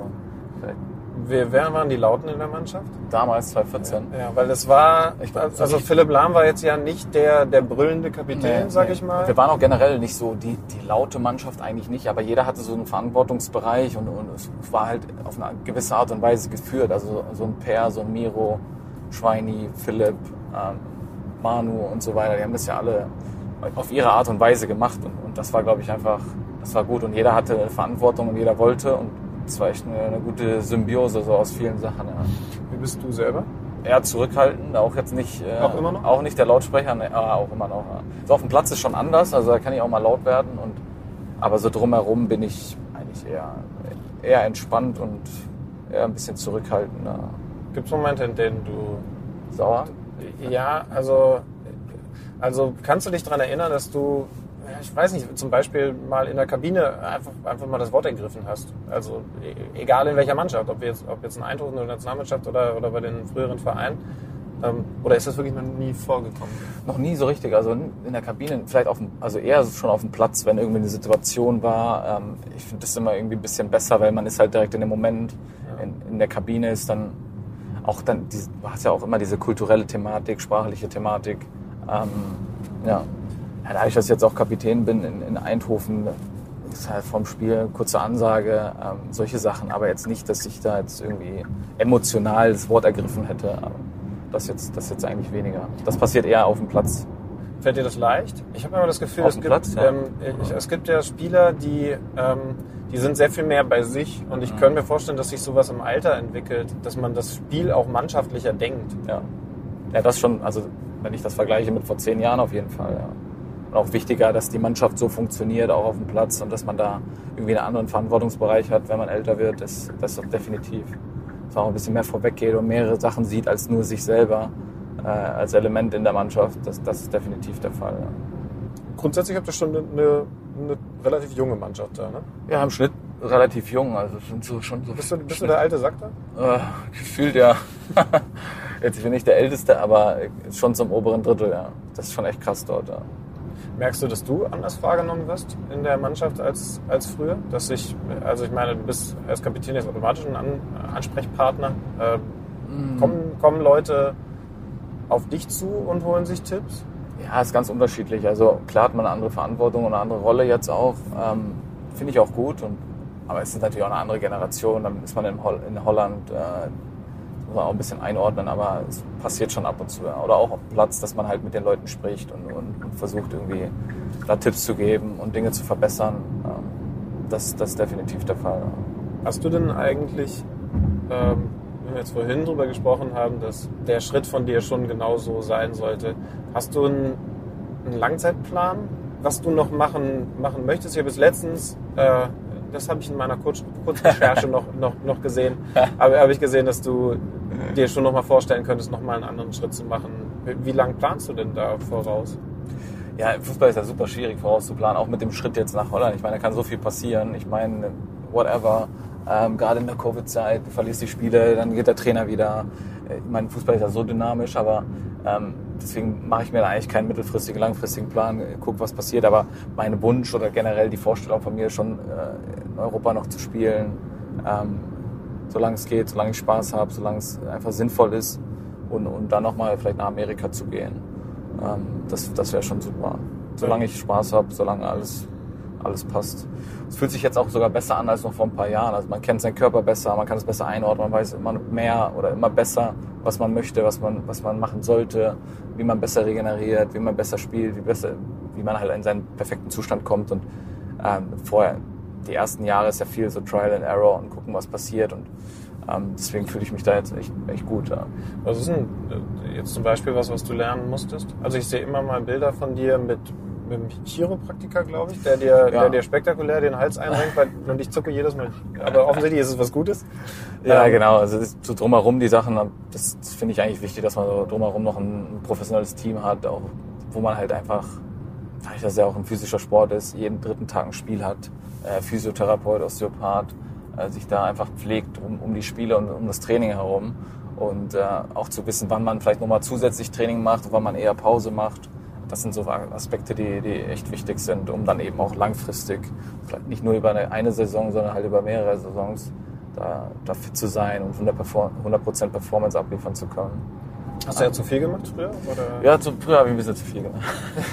Wer, wer waren die Lauten in der Mannschaft? Damals, zwanzig vierzehn. Ja, ja, weil das war, ich, also Philipp Lahm war jetzt ja nicht der, der brüllende Kapitän, nee, sag nee. ich mal. Wir waren auch generell nicht so die, die laute Mannschaft, eigentlich nicht, aber jeder hatte so einen Verantwortungsbereich und, und es war halt auf eine gewisse Art und Weise geführt. Also so ein Per, so ein Miro, Schweini, Philipp, ähm, Manu und so weiter, die haben das ja alle auf ihre Art und Weise gemacht und, und das war, glaube ich, einfach, das war gut und jeder hatte eine Verantwortung und jeder wollte und es war echt eine, eine gute Symbiose so aus vielen Sachen. Ja. Wie bist du selber? Eher zurückhaltend, auch jetzt nicht, äh, auch immer noch? Auch nicht der Lautsprecher, ne, ah, auch immer noch. Ja. So auf dem Platz ist schon anders, also da kann ich auch mal laut werden und aber so drumherum bin ich eigentlich eher, eher entspannt und eher ein bisschen zurückhaltender. Gibt es Momente, in denen du sauer? Ja, also also kannst du dich daran erinnern, dass du, ich weiß nicht, zum Beispiel mal in der Kabine einfach, einfach mal das Wort ergriffen hast. Also egal in welcher Mannschaft, ob jetzt, ob jetzt in Eindhoven oder Nationalmannschaft oder, oder bei den früheren Vereinen. Ähm, oder ist das wirklich noch nie vorgekommen? Noch nie so richtig. Also in der Kabine, vielleicht auf dem, also eher schon auf dem Platz, wenn irgendwie eine Situation war. Ähm, ich finde das immer irgendwie ein bisschen besser, weil man ist halt direkt in dem Moment, ja. in, in der Kabine ist dann auch dann, die, du hast ja auch immer diese kulturelle Thematik, sprachliche Thematik. Ähm, ja. Ja, Ja, da ich jetzt auch Kapitän bin in, in Eindhoven, ist halt vom Spiel kurze Ansage, ähm, solche Sachen, aber jetzt nicht, dass ich da jetzt irgendwie emotional das Wort ergriffen hätte. Aber das jetzt, das jetzt eigentlich weniger. Das passiert eher auf dem Platz. Fällt dir das leicht? Ich habe immer das Gefühl, Auf es dem gibt, Platz, ja. ähm, ich, es gibt ja Spieler, die, ähm, die sind sehr viel mehr bei sich und ich Mhm. könnte mir vorstellen, dass sich sowas im Alter entwickelt, dass man das Spiel auch mannschaftlicher denkt. Ja. Ja, das schon, also wenn ich das vergleiche mit vor zehn Jahren auf jeden Fall, ja. Und auch wichtiger, dass die Mannschaft so funktioniert, auch auf dem Platz und dass man da irgendwie einen anderen Verantwortungsbereich hat, wenn man älter wird, das, das ist definitiv. Dass man auch ein bisschen mehr vorweggeht und mehrere Sachen sieht als nur sich selber äh, als Element in der Mannschaft, das, das ist definitiv der Fall. Ja. Grundsätzlich habt ihr schon eine, eine relativ junge Mannschaft da, ne? Ja, im Schnitt relativ jung, also sind so schon so. Bist du, bist du der alte Sack da? Äh, gefühlt ja. Jetzt ich bin nicht der Älteste, aber schon zum oberen Drittel, ja. Das ist schon echt krass dort, ja. Merkst du, dass du anders wahrgenommen wirst in der Mannschaft als, als früher? Dass ich, also ich meine, du bist als Kapitän jetzt automatisch ein An Ansprechpartner. Äh, mm. kommen, kommen Leute auf dich zu und holen sich Tipps? Ja, ist ganz unterschiedlich. Also klar hat man eine andere Verantwortung und eine andere Rolle jetzt auch. Ähm, Finde ich auch gut. Und, aber es ist natürlich auch eine andere Generation. Dann ist man in, Holl in Holland, äh, muss man auch ein bisschen einordnen, aber es passiert schon ab und zu. Ja. Oder auch auf dem Platz, dass man halt mit den Leuten spricht und, und, und versucht irgendwie da Tipps zu geben und Dinge zu verbessern. Ähm, das, das ist definitiv der Fall. Ja. Hast du denn eigentlich, ähm, wenn wir jetzt vorhin drüber gesprochen haben, dass der Schritt von dir schon genauso sein sollte, hast du einen, einen Langzeitplan, was du noch machen, machen möchtest? Ich habe bis letztens, äh, das habe ich in meiner Kurz Kurzrecherche noch, noch, noch gesehen, aber habe ich gesehen, dass du dir schon noch mal vorstellen könntest, noch mal einen anderen Schritt zu machen. Wie, wie lang planst du denn da voraus? Ja, Fußball ist ja super schwierig vorauszuplanen, auch mit dem Schritt jetzt nach Holland. Ich meine, da kann so viel passieren. Ich meine, whatever. Ähm, gerade in der Covid-Zeit, du verlierst die Spiele, dann geht der Trainer wieder. Ich meine, Fußball ist ja so dynamisch, aber ähm, deswegen mache ich mir da eigentlich keinen mittelfristigen, langfristigen Plan, guck, was passiert. Aber mein Wunsch oder generell die Vorstellung von mir ist schon, äh, in Europa noch zu spielen, ähm, solange es geht, solange ich Spaß habe, solange es einfach sinnvoll ist und, und dann nochmal vielleicht nach Amerika zu gehen. Ähm, das das wäre schon super. Solange ich Spaß habe, solange alles, alles passt. Es fühlt sich jetzt auch sogar besser an als noch vor ein paar Jahren. Also man kennt seinen Körper besser, man kann es besser einordnen, man weiß immer mehr oder immer besser, was man möchte, was man, was man machen sollte, wie man besser regeneriert, wie man besser spielt, wie, besser, wie man halt in seinen perfekten Zustand kommt. Und ähm, vorher, die ersten Jahre ist ja viel so Trial and Error und gucken, was passiert. Und ähm, deswegen fühle ich mich da jetzt echt, echt gut. Ja. Was ist denn jetzt zum Beispiel was, was du lernen musstest? Also ich sehe immer mal Bilder von dir mit mit einem Chiropraktiker, glaube ich, der dir, ja. der dir spektakulär den Hals einrenkt, weil, und ich zucke jedes Mal. Aber offensichtlich ist es was Gutes. Ja, ähm, genau. Also das, so drumherum die Sachen, das, das finde ich eigentlich wichtig, dass man so drumherum noch ein, ein professionelles Team hat, auch, wo man halt einfach, dadurch, dass es ja auch ein physischer Sport ist, jeden dritten Tag ein Spiel hat, äh, Physiotherapeut, Osteopath, äh, sich da einfach pflegt um, um die Spiele und um das Training herum und äh, auch zu wissen, wann man vielleicht nochmal zusätzlich Training macht, wann man eher Pause macht. Das sind so Aspekte, die, die echt wichtig sind, um dann eben auch langfristig, vielleicht nicht nur über eine, eine Saison, sondern halt über mehrere Saisons, da, da fit zu sein und hundert Prozent Performance abliefern zu können. Hast du ja zu viel gemacht früher? Oder? Ja, zu, früher habe ich ein bisschen zu viel gemacht.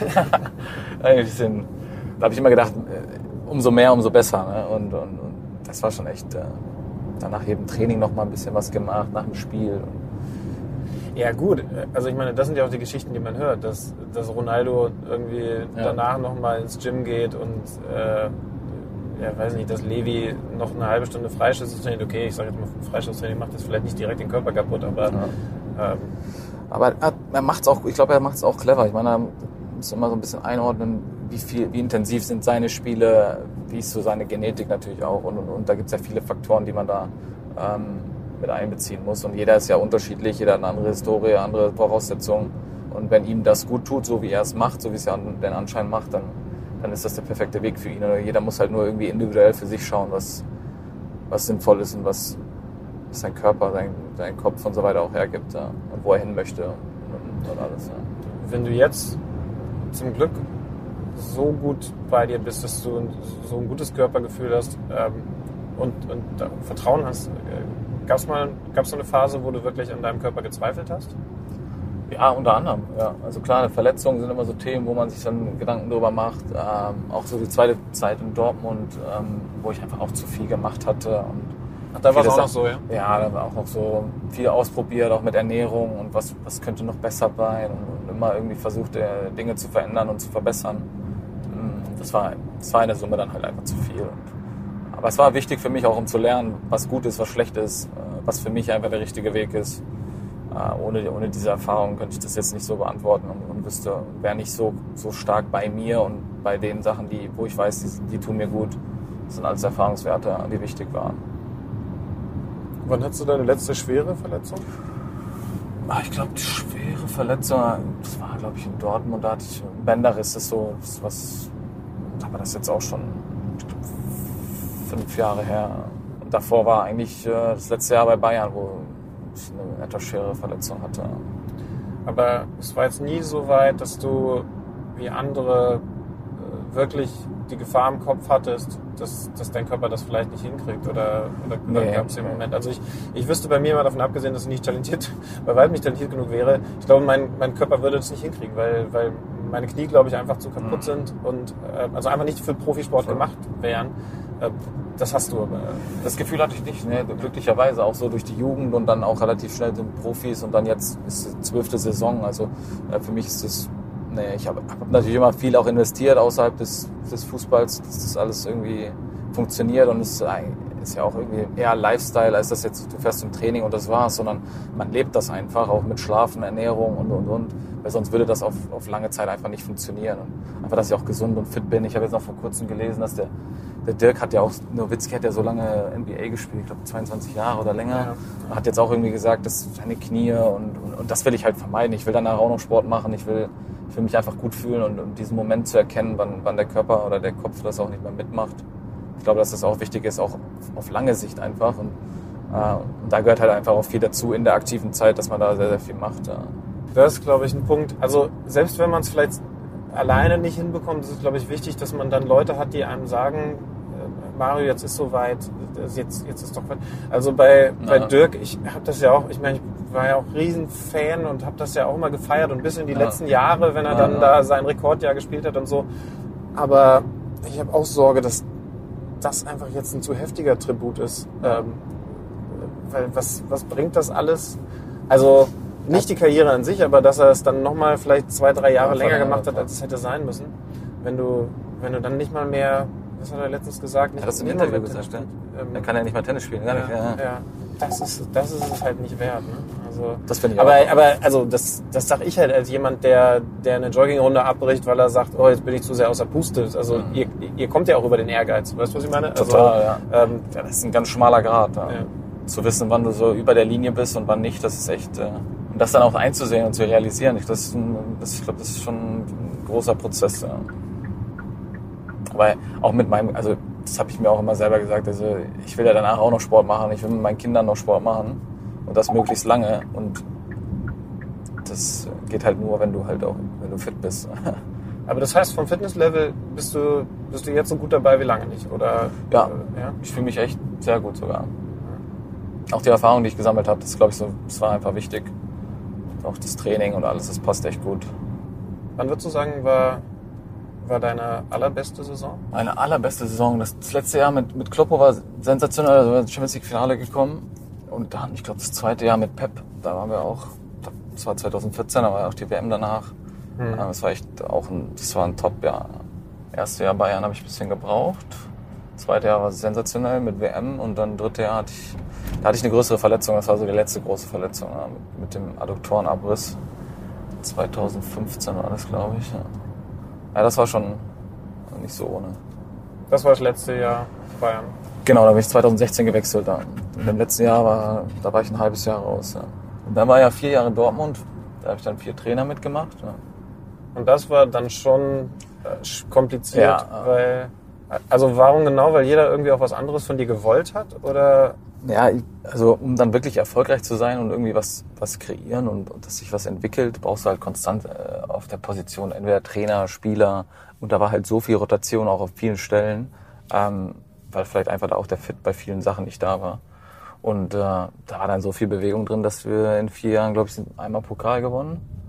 Ein bisschen, da habe ich immer gedacht, umso mehr, umso besser. Ne? Und, und, und das war schon echt, äh, danach jedem Training noch mal ein bisschen was gemacht, nach dem Spiel. Und, ja gut, also ich meine, das sind ja auch die Geschichten, die man hört, dass, dass Ronaldo irgendwie ja. danach nochmal ins Gym geht und äh, ja, weiß nicht, dass Levi noch eine halbe Stunde Freistoßtraining, okay, ich sage jetzt mal, Freistoßtraining macht das vielleicht nicht direkt den Körper kaputt, aber ja. ähm, aber er, er macht's auch, ich glaube, er macht es auch clever. Ich meine, er muss immer so ein bisschen einordnen, wie viel, wie intensiv sind seine Spiele, wie ist so seine Genetik natürlich auch und, und, und da gibt es ja viele Faktoren, die man da ähm, mit einbeziehen muss. Und jeder ist ja unterschiedlich, jeder hat eine andere Historie, andere Voraussetzungen. Und wenn ihm das gut tut, so wie er es macht, so wie es ja den Anschein macht, dann, dann ist das der perfekte Weg für ihn. Oder jeder muss halt nur irgendwie individuell für sich schauen, was, was sinnvoll ist und was, was sein Körper, sein, sein Kopf und so weiter auch hergibt. Ja. Und wo er hin möchte und, und alles. Ja. Wenn du jetzt zum Glück so gut bei dir bist, dass du so ein gutes Körpergefühl hast ähm, und, und Vertrauen hast, äh, Gab es mal gab's so eine Phase, wo du wirklich an deinem Körper gezweifelt hast? Ja, unter anderem. Ja. Also klar, Verletzungen sind immer so Themen, wo man sich dann Gedanken drüber macht. Ähm, auch so die zweite Zeit in Dortmund, ähm, wo ich einfach auch zu viel gemacht hatte. Und Ach, da war es auch Sachen, noch so, ja? Ja, da war auch noch so viel ausprobiert, auch mit Ernährung und was, was könnte noch besser sein und, und immer irgendwie versucht, äh, Dinge zu verändern und zu verbessern. Das war, das war in der Summe dann halt einfach zu viel. Und, aber es war wichtig für mich auch, um zu lernen, was gut ist, was schlecht ist, was für mich einfach der richtige Weg ist. Ohne, ohne diese Erfahrung könnte ich das jetzt nicht so beantworten und, und wüsste, wäre nicht so, so stark bei mir und bei den Sachen, die, wo ich weiß, die, die tun mir gut. Das sind alles Erfahrungswerte, die wichtig waren. Wann hattest du deine letzte schwere Verletzung? Ach, ich glaube, die schwere Verletzung, das war, glaube ich, in Dortmund, da hatte ich einen Bänderriss, das ist so, das was, aber das ist jetzt auch schon ich glaub, fünf Jahre her. Und davor war eigentlich äh, das letzte Jahr bei Bayern, wo ich eine etwas schwere Verletzung hatte. Aber es war jetzt nie so weit, dass du wie andere äh, wirklich die Gefahr im Kopf hattest, dass, dass dein Körper das vielleicht nicht hinkriegt oder, oder, Nee, oder gab es den nee. Moment? Also ich, ich wüsste bei mir mal davon abgesehen, dass ich nicht talentiert, bei weitem nicht talentiert genug wäre. Ich glaube, mein, mein Körper würde das nicht hinkriegen, weil, weil meine Knie, glaube ich, einfach zu kaputt Mhm. sind und äh, also einfach nicht für Profisport Voll. gemacht wären. Äh, das hast du aber. Das Gefühl hatte ich nicht, ne? Glücklicherweise auch so durch die Jugend und dann auch relativ schnell den Profis und dann jetzt ist die zwölfte Saison. Also äh, für mich ist das, ne, ich habe hab natürlich immer viel auch investiert außerhalb des, des Fußballs, dass das alles irgendwie funktioniert und es ist ja auch irgendwie eher Lifestyle, als das jetzt, du fährst zum Training und das war's, sondern man lebt das einfach, auch mit Schlafen, Ernährung und und und, weil sonst würde das auf, auf lange Zeit einfach nicht funktionieren. Und einfach, dass ich auch gesund und fit bin. Ich habe jetzt noch vor kurzem gelesen, dass der Der Dirk hat ja auch, Nowitzki hat ja so lange N B A gespielt, ich glaube zweiundzwanzig Jahre oder länger. Ja. Hat jetzt auch irgendwie gesagt, dass seine Knie und, und, und das will ich halt vermeiden. Ich will danach auch noch Sport machen. Ich will, ich will mich einfach gut fühlen und, und diesen Moment zu erkennen, wann, wann der Körper oder der Kopf das auch nicht mehr mitmacht. Ich glaube, dass das auch wichtig ist, auch auf lange Sicht einfach. Und, äh, und da gehört halt einfach auch viel dazu in der aktiven Zeit, dass man da sehr, sehr viel macht. Ja. Das ist, glaube ich, ein Punkt. Also selbst wenn man es vielleicht alleine nicht hinbekommt, ist es, glaube ich, wichtig, dass man dann Leute hat, die einem sagen, Mario, jetzt ist soweit, jetzt, jetzt ist doch was. Also bei, ja. bei Dirk, ich habe das ja auch, ich meine, ich war ja auch Riesenfan und habe das ja auch immer gefeiert und bis in die ja. letzten Jahre, wenn er ja, dann ja. da sein Rekordjahr gespielt hat und so. Aber ich habe auch Sorge, dass das einfach jetzt ein zu heftiger Tribut ist. Ähm, weil was, was bringt das alles? Also nicht die Karriere an sich, aber dass er es dann nochmal vielleicht zwei, drei Jahre ja, länger gemacht hat, als es hätte sein müssen. Wenn du, wenn du dann nicht mal mehr, was hat er letztens gesagt? Nicht hat das im Interview gesagt, ja. Ähm, er kann ja nicht mal Tennis spielen, gar ja, nicht. Ja, ja. Das ist, das ist es halt nicht wert. Ne? Also, das finde ich aber, auch. Aber also das, das sag ich halt als jemand, der, der eine Joggingrunde abbricht, weil er sagt, oh, jetzt bin ich zu sehr außer Puste. Also mhm. ihr, ihr kommt ja auch über den Ehrgeiz. Weißt du, was ich meine? Total, also, ja. Ähm, ja. Das ist ein ganz schmaler Grad. Ja. Ja. Zu wissen, wann du so über der Linie bist und wann nicht, das ist echt... Äh, und das dann auch einzusehen und zu realisieren, ich, das ist ein, das, ich glaube, das ist schon ein großer Prozess. Ja. Aber auch mit meinem... also das habe ich mir auch immer selber gesagt, also ich will ja danach auch noch Sport machen, ich will mit meinen Kindern noch Sport machen und das möglichst lange und das geht halt nur, wenn du halt auch, wenn du fit bist. Aber das heißt, vom Fitnesslevel bist du, bist du jetzt so gut dabei wie lange nicht, oder? Ja, äh, ja? Ich fühle mich echt sehr gut sogar. Auch die Erfahrung, die ich gesammelt habe, das glaube ich so, das war einfach wichtig. Auch das Training und alles, das passt echt gut. Wann würdest du sagen, war war deine allerbeste Saison? Meine allerbeste Saison. Das, das letzte Jahr mit, mit Kloppo war sensationell. Also wir sind ins Champions League Finale gekommen. Und dann, ich glaube, das zweite Jahr mit Pep, da waren wir auch, das war zwanzig vierzehn, da war auch die W M danach. Hm. Das war echt auch ein, das war ein Top-Jahr. Erste Jahr Bayern habe ich ein bisschen gebraucht. Zweite Jahr war sensationell mit W M. Und dann dritte Jahr hatte ich, da hatte ich eine größere Verletzung. Das war so die letzte große Verletzung, ja, mit, mit dem Adduktorenabriss. zwanzig fünfzehn war das, glaube ich. Ja. Ja, das war schon nicht so ohne. Das war das letzte Jahr Bayern? Genau, da bin ich zwanzig sechzehn gewechselt. Da. Und im letzten Jahr war, da war ich ein halbes Jahr raus. Ja. Und dann war ja vier Jahre in Dortmund, da habe ich dann vier Trainer mitgemacht. Ja. Und das war dann schon äh, kompliziert, ja, weil, also warum genau? Weil jeder irgendwie auch was anderes von dir gewollt hat, oder? Ja, also um dann wirklich erfolgreich zu sein und irgendwie was, was kreieren und, und dass sich was entwickelt, brauchst du halt konstant äh, auf der Position, entweder Trainer, Spieler, und da war halt so viel Rotation auch auf vielen Stellen, ähm, weil vielleicht einfach da auch der Fit bei vielen Sachen nicht da war. Und äh, da war dann so viel Bewegung drin, dass wir in vier Jahren, glaube ich, sind einmal Pokal gewonnen.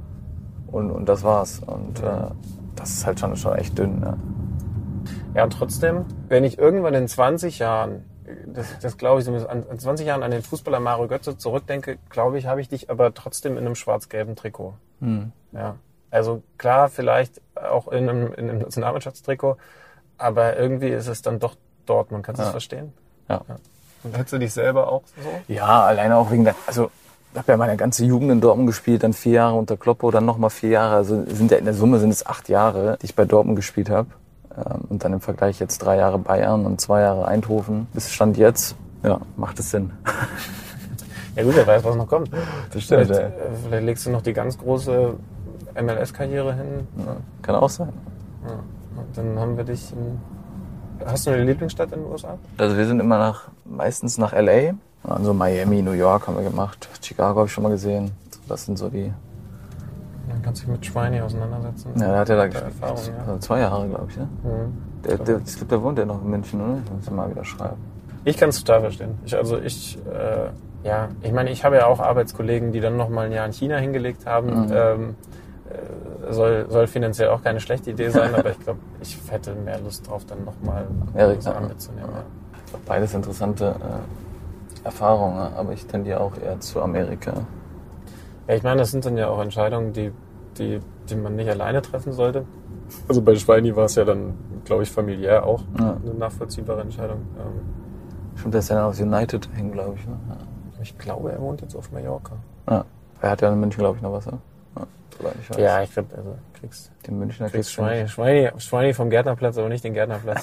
Und, und das war's. Und äh, das ist halt schon, schon echt dünn. Ne? Ja, und trotzdem, wenn ich irgendwann in zwanzig Jahren, das, das glaube ich, so an, an zwanzig Jahren an den Fußballer Mario Götze zurückdenke, glaube ich, habe ich dich aber trotzdem in einem schwarz-gelben Trikot. Hm. Ja. Also klar, vielleicht auch in einem, in einem Nationalmannschaftstrikot, aber irgendwie ist es dann doch Dortmund. Kannst du das ja. verstehen? Ja. ja. Und hättest du dich selber auch so? Ja, alleine auch wegen der, also ich habe ja meine ganze Jugend in Dortmund gespielt, dann vier Jahre unter Kloppo, dann nochmal vier Jahre. Also sind ja in der Summe sind es acht Jahre, die ich bei Dortmund gespielt habe. Und dann im Vergleich jetzt drei Jahre Bayern und zwei Jahre Eindhoven. Bis Stand jetzt, ja, macht es Sinn. Ja gut, wer weiß, was noch kommt. Das stimmt, vielleicht, ja. vielleicht legst du noch die ganz große M L S-Karriere hin. Ja, kann auch sein. Ja. Und dann haben wir dich in... Hast du eine Lieblingsstadt in den U S A? Also wir sind immer nach, meistens nach L A. Also Miami, New York haben wir gemacht. Chicago habe ich schon mal gesehen. Das sind so die... Dann kannst du dich mit Schweini auseinandersetzen. Ja, der hat ja da gespielt. Erfahrung, ja. Also zwei Jahre, glaube ich. Ne? Mhm. Der, der, ich glaube, der wohnt ja noch in München, oder? Ich muss ja mal wieder schreiben. Ich kann es total verstehen. Ich, also ich, äh, ja, ich meine, ich habe ja auch Arbeitskollegen, die dann noch mal ein Jahr in China hingelegt haben. Mhm. Ähm, äh, soll, soll finanziell auch keine schlechte Idee sein, aber ich glaube, ich hätte mehr Lust drauf, dann noch mal Amerika mitzunehmen. Ja. Ich glaube, beides interessante äh, Erfahrungen, aber ich tendiere auch eher zu Amerika. Ja, ich meine, das sind dann ja auch Entscheidungen, die, die, die man nicht alleine treffen sollte. Also bei Schweini war es ja dann, glaube ich, familiär auch ja. eine nachvollziehbare Entscheidung. Ähm, Stimmt, der ist ja dann auf United hängen, glaube ich. Ne? Ja. Ich glaube, er wohnt jetzt auf Mallorca. Ja. Er hat ja in München, glaube ich, noch was. Ne? Ja, ich weiß. Ja, ich glaube, also kriegst den Münchner kriegst kriegst Schweini, Schweini, Schweini vom Gärtnerplatz, aber nicht den Gärtnerplatz.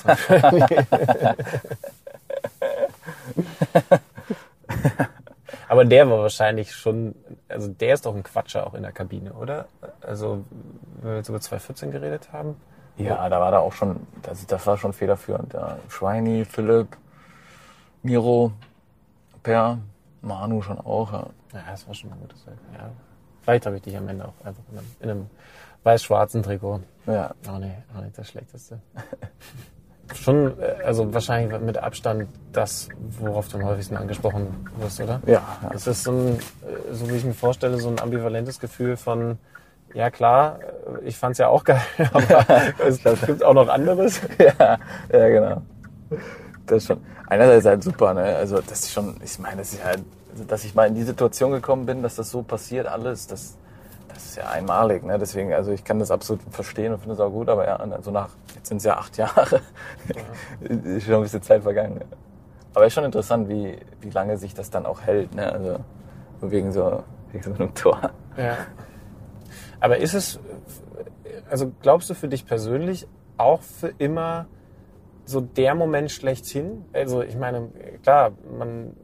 Aber der war wahrscheinlich schon, also der ist doch ein Quatscher auch in der Kabine, oder? Also, wenn wir jetzt über zwanzig vierzehn geredet haben. Ja, da war da auch schon, das, das war schon federführend. Ja. Schweini, Philipp, Miro, Per, Manu schon auch. Ja, ja das war schon mal ein gutes Werk. Ja. Vielleicht habe ich dich am Ende auch einfach in einem, in einem weiß-schwarzen Trikot. Ja. Oh nee, auch nicht das Schlechteste. Schon, also wahrscheinlich mit Abstand das, worauf du am häufigsten angesprochen wirst, oder? Ja. ja. Es ist so ein, so wie ich mir vorstelle, so ein ambivalentes Gefühl von, ja klar, ich fand's ja auch geil, aber es gibt auch noch anderes. Ja, ja, genau. Das ist schon, einerseits halt super, ne? Also, das ist schon, ich meine, das ist halt, dass ich mal in die Situation gekommen bin, dass das so passiert alles, das, das ist ja einmalig, ne? Deswegen, also ich kann das absolut verstehen und finde es auch gut, aber ja, also nach, jetzt sind es ja acht Jahre, ja. Ist schon ein bisschen Zeit vergangen. Ne? Aber ist schon interessant, wie, wie lange sich das dann auch hält, ne? Also, wegen so, wegen so einem Tor. Ja. Aber ist es, also glaubst du für dich persönlich auch für immer so der Moment schlechthin? Also ich meine, klar, man,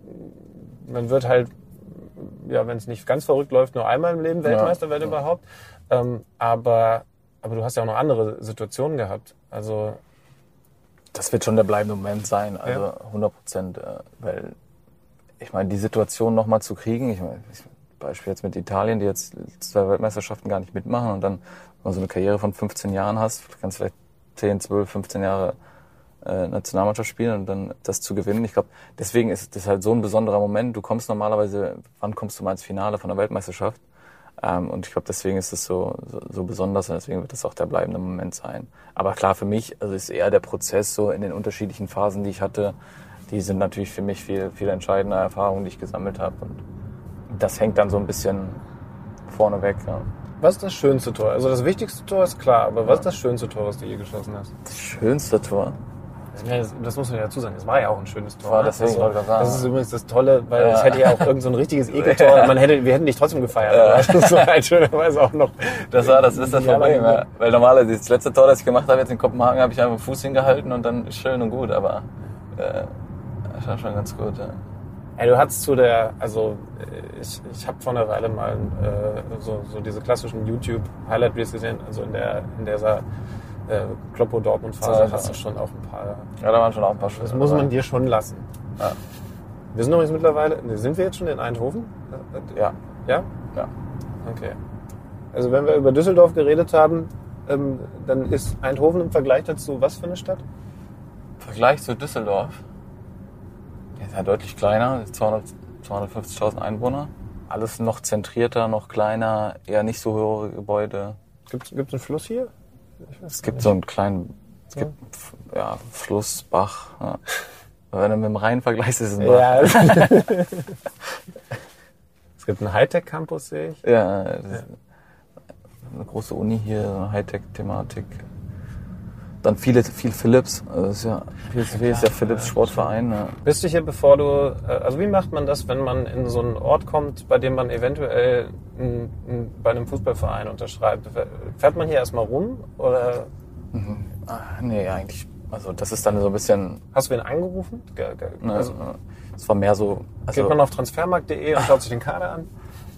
man wird halt, ja, wenn es nicht ganz verrückt läuft, nur einmal im Leben Weltmeister ja, werden ja. überhaupt. Ähm, aber, aber du hast ja auch noch andere Situationen gehabt. Also das wird schon der bleibende Moment sein, also ja. hundert Prozent. Äh, weil ich meine, die Situation nochmal zu kriegen, ich meine, Beispiel jetzt mit Italien, die jetzt zwei Weltmeisterschaften gar nicht mitmachen und dann, wenn man so eine Karriere von fünfzehn Jahren hast, kannst du vielleicht zehn, zwölf, fünfzehn Jahre äh, Nationalmannschaft spielen und dann das zu gewinnen. Ich glaube, deswegen ist das halt so ein besonderer Moment. Du kommst normalerweise, wann kommst du mal ins Finale von der Weltmeisterschaft? Ähm, und ich glaube, deswegen ist es so, so, so besonders und deswegen wird das auch der bleibende Moment sein. Aber klar, für mich, also ist eher der Prozess so in den unterschiedlichen Phasen, die ich hatte, die sind natürlich für mich viel, viel entscheidender Erfahrungen, die ich gesammelt habe und das hängt dann so ein bisschen vorne weg. Ja. Was ist das schönste Tor? Also das wichtigste Tor ist klar, aber was ist das schönste Tor, was du je geschossen hast? Das schönste Tor? Das, das muss man ja dazu sagen, es war ja auch ein schönes Tor. War deswegen also, wollte ich sagen. Das ist übrigens das Tolle, weil ja. es hätte ja auch irgend so ein richtiges Ekeltor, man hätte, wir hätten dich trotzdem gefeiert. Ja. Das war halt schönerweise auch noch. Das war, das ist das Problem, ja. Weil normalerweise das letzte Tor, das ich gemacht habe jetzt in Kopenhagen, habe ich einfach den Fuß hingehalten und dann schön und gut, aber äh, das war schon ganz gut, ja. Ja, du hattest zu der, also ich, ich habe vor einer Weile mal äh, so, so diese klassischen YouTube-Highlight-Reels gesehen, also in der in dieser äh, Kloppo-Dortmund-Phase ja, hast du schon auch ein paar. Ja, da waren schon auch ein paar Schüsse. Das muss man dir schon lassen. Ja. Wir sind doch jetzt mittlerweile, sind wir jetzt schon in Eindhoven? Ja. Ja? Ja. Okay. Also wenn wir über Düsseldorf geredet haben, ähm, dann ist Eindhoven im Vergleich dazu was für eine Stadt? Im Vergleich zu Düsseldorf? Ja, ist ja deutlich kleiner, zweihundert, zweihundertfünfzigtausend Einwohner. alles noch zentrierter, noch kleiner, eher nicht so höhere Gebäude. Gibt es einen Fluss hier? Es gibt so einen kleinen, es gibt, ja, Fluss, Bach. Ja. Wenn du mit dem Rhein vergleichst, ist es ein Bach. Ja. Es gibt einen Hightech-Campus, sehe ich. Ja, das ist eine große Uni hier, so eine Hightech-Thematik. Dann viele, viel Philips. Also das ist ja, P S V ist ja Philips Sportverein. Ja. Bist du hier, bevor du, also wie macht man das, wenn man in so einen Ort kommt, bei dem man eventuell ein, ein, bei einem Fußballverein unterschreibt? Fährt man hier erstmal rum oder? Mhm. Ach, nee, eigentlich, also das ist dann so ein bisschen... Hast du ihn angerufen? Also, es war mehr so... Also, geht man auf transfermarkt punkt de und schaut sich den Kader an?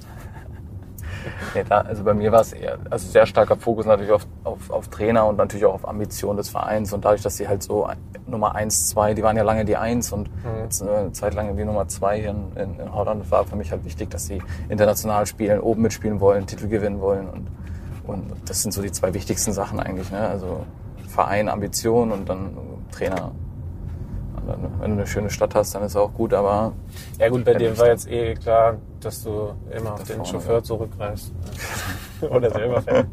Nee, da, also bei mir war es eher, also sehr starker Fokus natürlich auf, auf, auf Trainer und natürlich auch auf Ambitionen des Vereins und dadurch, dass sie halt so Nummer eins, zwei, die waren ja lange die eins und mhm. jetzt eine Zeit lang die Nummer zwei hier in, in, in Holland, war für mich halt wichtig, dass sie international spielen, oben mitspielen wollen, Titel gewinnen wollen und, und das sind so die zwei wichtigsten Sachen eigentlich, ne? Also Verein, Ambition und dann Trainer. Wenn du eine schöne Stadt hast, dann ist es auch gut, aber... Ja gut, bei dir war jetzt eh klar, dass du immer auf den Chauffeur zurückgreifst. Oder selber fährst.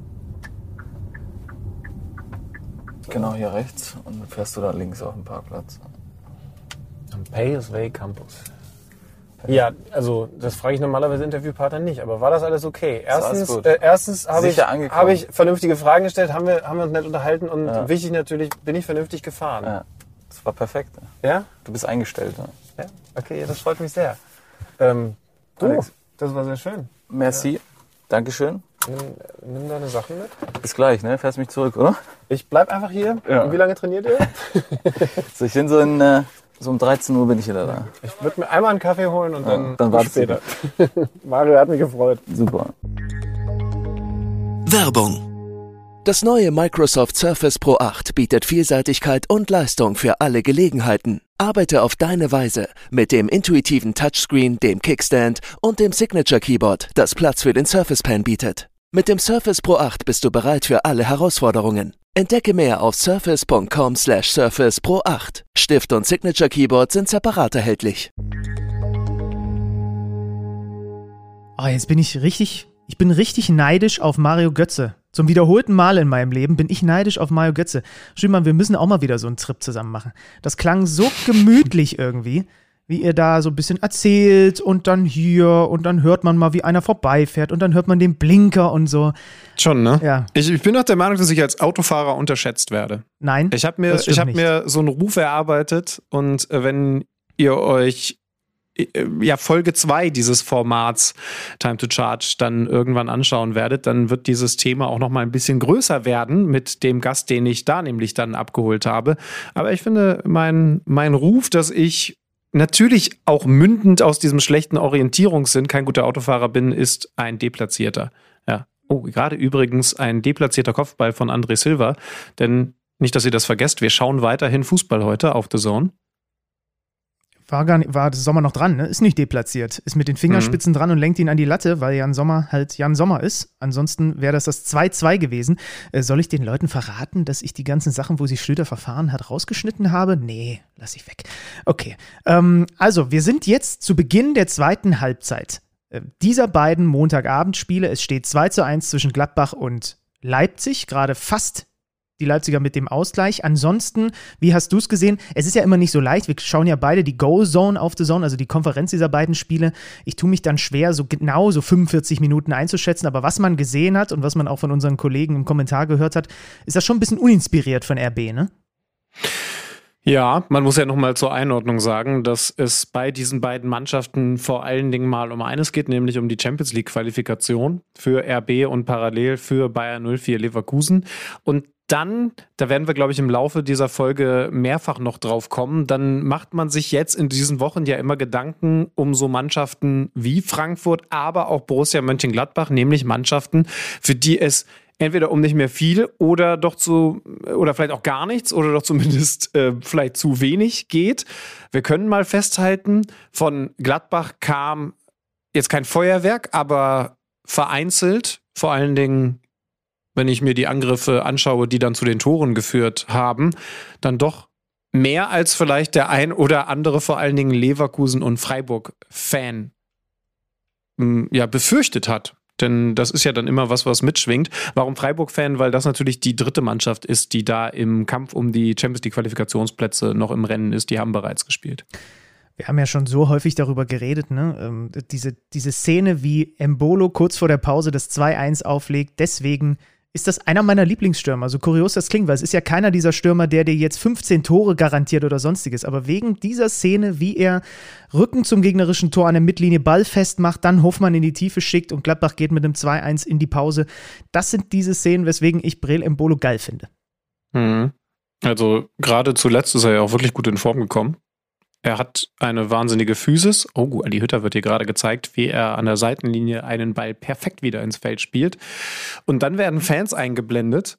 Genau, hier rechts und dann fährst du da links auf dem Parkplatz. Am P S V Campus. Ja, also das frage ich normalerweise Interviewpartner nicht, aber war das alles okay? Erstens, alles äh, erstens habe ich, angekommen. hab ich vernünftige Fragen gestellt, haben wir, haben wir uns nett unterhalten und ja. wichtig natürlich, bin ich vernünftig gefahren. Ja. Das war perfekt. Ja? Du bist eingestellt. Ja, ja? Okay, das freut mich sehr. Ähm, du, Alex, das war sehr schön. Merci. Ja. Dankeschön. Nimm, nimm deine Sachen mit. Bis gleich, ne? Fährst mich zurück, oder? Ich bleib einfach hier. Ja. Und wie lange trainiert ihr? So, ich bin so in, äh, so um dreizehn Uhr bin ich wieder da. Ich würde mir einmal einen Kaffee holen und dann, ja, dann war's später. Mario hat mich gefreut. Super. Werbung. Das neue Microsoft Surface Pro acht bietet Vielseitigkeit und Leistung für alle Gelegenheiten. Arbeite auf deine Weise mit dem intuitiven Touchscreen, dem Kickstand und dem Signature Keyboard, das Platz für den Surface Pen bietet. Mit dem Surface Pro acht bist du bereit für alle Herausforderungen. Entdecke mehr auf surface punkt com slash surface pro acht. Stift und Signature Keyboard sind separat erhältlich. Oh, jetzt bin ich richtig, ich bin richtig neidisch auf Mario Götze. Zum wiederholten Mal in meinem Leben bin ich neidisch auf Mario Götze. Schümann, wir müssen auch mal wieder so einen Trip zusammen machen. Das klang so gemütlich irgendwie, wie ihr da so ein bisschen erzählt und dann hier und dann hört man mal, wie einer vorbeifährt und dann hört man den Blinker und so. Schon, ne? Ja. Ich, ich bin doch der Meinung, dass ich als Autofahrer unterschätzt werde. Nein, Ich habe mir, das stimmt ich hab nicht. mir so einen Ruf erarbeitet und äh, wenn ihr euch ja Folge zwei dieses Formats Time to Charge dann irgendwann anschauen werdet, dann wird dieses Thema auch noch mal ein bisschen größer werden mit dem Gast, den ich da nämlich dann abgeholt habe. Aber ich finde, mein, mein Ruf, dass ich natürlich auch mündend aus diesem schlechten Orientierungssinn kein guter Autofahrer bin, ist ein deplatzierter. Ja. Oh, gerade übrigens ein deplatzierter Kopfball von André Silva, denn nicht, dass ihr das vergesst, wir schauen weiterhin Fußball heute auf The Zone. War gar nicht, war das Sommer noch dran, ne? Ist nicht deplatziert. Ist mit den Fingerspitzen mhm. dran und lenkt ihn an die Latte, weil Jan Sommer halt Jan Sommer ist. Ansonsten wäre das das zwei zwei gewesen. Äh, soll ich den Leuten verraten, dass ich die ganzen Sachen, wo sich Schlüter verfahren hat, rausgeschnitten habe? Nee, lass ich weg. Okay. Ähm, also, wir sind jetzt zu Beginn der zweiten Halbzeit äh, dieser beiden Montagabendspiele. Es steht zwei zu eins zwischen Gladbach und Leipzig, gerade fast die Leipziger mit dem Ausgleich. Ansonsten, wie hast du es gesehen? Es ist ja immer nicht so leicht. Wir schauen ja beide die Goal-Zone auf The Zone, also die Konferenz dieser beiden Spiele. Ich tue mich dann schwer, so genau so fünfundvierzig Minuten einzuschätzen. Aber was man gesehen hat und was man auch von unseren Kollegen im Kommentar gehört hat, ist das schon ein bisschen uninspiriert von R B, ne? Ja, man muss ja nochmal zur Einordnung sagen, dass es bei diesen beiden Mannschaften vor allen Dingen mal um eines geht, nämlich um die Champions League-Qualifikation für R B und parallel für Bayer null vier Leverkusen. Und dann, da werden wir, glaube ich, im Laufe dieser Folge mehrfach noch drauf kommen, dann macht man sich jetzt in diesen Wochen ja immer Gedanken um so Mannschaften wie Frankfurt, aber auch Borussia Mönchengladbach, nämlich Mannschaften, für die es entweder um nicht mehr viel oder doch zu, oder vielleicht auch gar nichts oder doch zumindest äh, vielleicht zu wenig geht. Wir können mal festhalten, von Gladbach kam jetzt kein Feuerwerk, aber vereinzelt, vor allen Dingen, wenn ich mir die Angriffe anschaue, die dann zu den Toren geführt haben, dann doch mehr als vielleicht der ein oder andere, vor allen Dingen Leverkusen- und Freiburg-Fan mh, ja, befürchtet hat. Denn das ist ja dann immer was, was mitschwingt. Warum Freiburg-Fan? Weil das natürlich die dritte Mannschaft ist, die da im Kampf um die Champions-League-Qualifikationsplätze noch im Rennen ist. Die haben bereits gespielt. Wir haben ja schon so häufig darüber geredet, ne? Ähm, diese, diese Szene, wie Embolo kurz vor der Pause das zwei eins auflegt. Deswegen ist das einer meiner Lieblingsstürmer. So kurios das klingt, weil es ist ja keiner dieser Stürmer, der dir jetzt fünfzehn Tore garantiert oder sonstiges. Aber wegen dieser Szene, wie er Rücken zum gegnerischen Tor an der Mittellinie Ball festmacht, dann Hofmann in die Tiefe schickt und Gladbach geht mit einem zwei eins in die Pause. Das sind diese Szenen, weswegen ich Breel Embolo geil finde. Mhm. Also gerade zuletzt ist er ja auch wirklich gut in Form gekommen. Er hat eine wahnsinnige Physis. Oh, Adi Hütter wird hier gerade gezeigt, wie er an der Seitenlinie einen Ball perfekt wieder ins Feld spielt. Und dann werden Fans eingeblendet,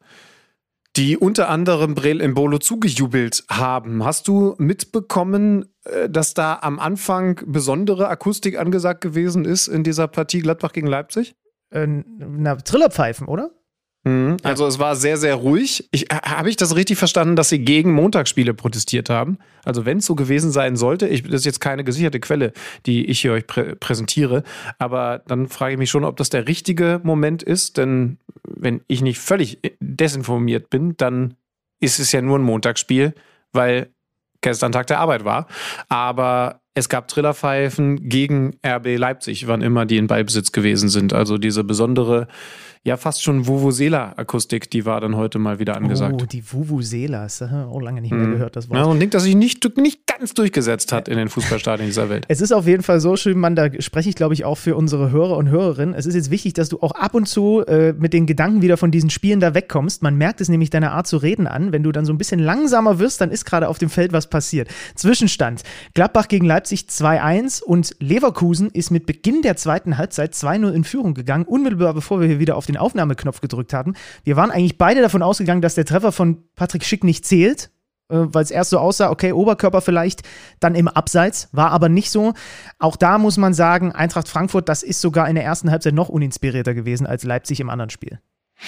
die unter anderem Breel Embolo zugejubelt haben. Hast du mitbekommen, dass da am Anfang besondere Akustik angesagt gewesen ist in dieser Partie Gladbach gegen Leipzig? Äh, na, Trillerpfeifen, oder? Mhm. Also ja. Es war sehr, sehr ruhig. Ich, habe ich das richtig verstanden, dass sie gegen Montagsspiele protestiert haben? Also wenn es so gewesen sein sollte, ich, das ist jetzt keine gesicherte Quelle, die ich hier euch prä- präsentiere, aber dann frage ich mich schon, ob das der richtige Moment ist, denn wenn ich nicht völlig desinformiert bin, dann ist es ja nur ein Montagsspiel, weil gestern Tag der Arbeit war. Aber es gab Trillerpfeifen gegen R B Leipzig, wann immer die in Ballbesitz gewesen sind. Also diese besondere, ja fast schon Vuvuzela-Akustik, die war dann heute mal wieder angesagt. Oh, die Vuvuzelas, auch lange nicht mehr mhm. gehört, das Wort. Ja, und ein Ding, das sich nicht, nicht ganz durchgesetzt hat in den Fußballstadien dieser Welt. Es ist auf jeden Fall so schön, Mann, da spreche ich, glaube ich, auch für unsere Hörer und Hörerinnen. Es ist jetzt wichtig, dass du auch ab und zu äh, mit den Gedanken wieder von diesen Spielen da wegkommst. Man merkt es nämlich deiner Art zu reden an. Wenn du dann so ein bisschen langsamer wirst, dann ist gerade auf dem Feld was passiert. Zwischenstand: Gladbach gegen Leipzig zwei eins und Leverkusen ist mit Beginn der zweiten Halbzeit zwei null in Führung gegangen, unmittelbar bevor wir hier wieder auf den Aufnahmeknopf gedrückt haben. Wir waren eigentlich beide davon ausgegangen, dass der Treffer von Patrick Schick nicht zählt, äh, weil es erst so aussah, okay, Oberkörper vielleicht, dann im Abseits, war aber nicht so. Auch da muss man sagen, Eintracht Frankfurt, das ist sogar in der ersten Halbzeit noch uninspirierter gewesen als Leipzig im anderen Spiel.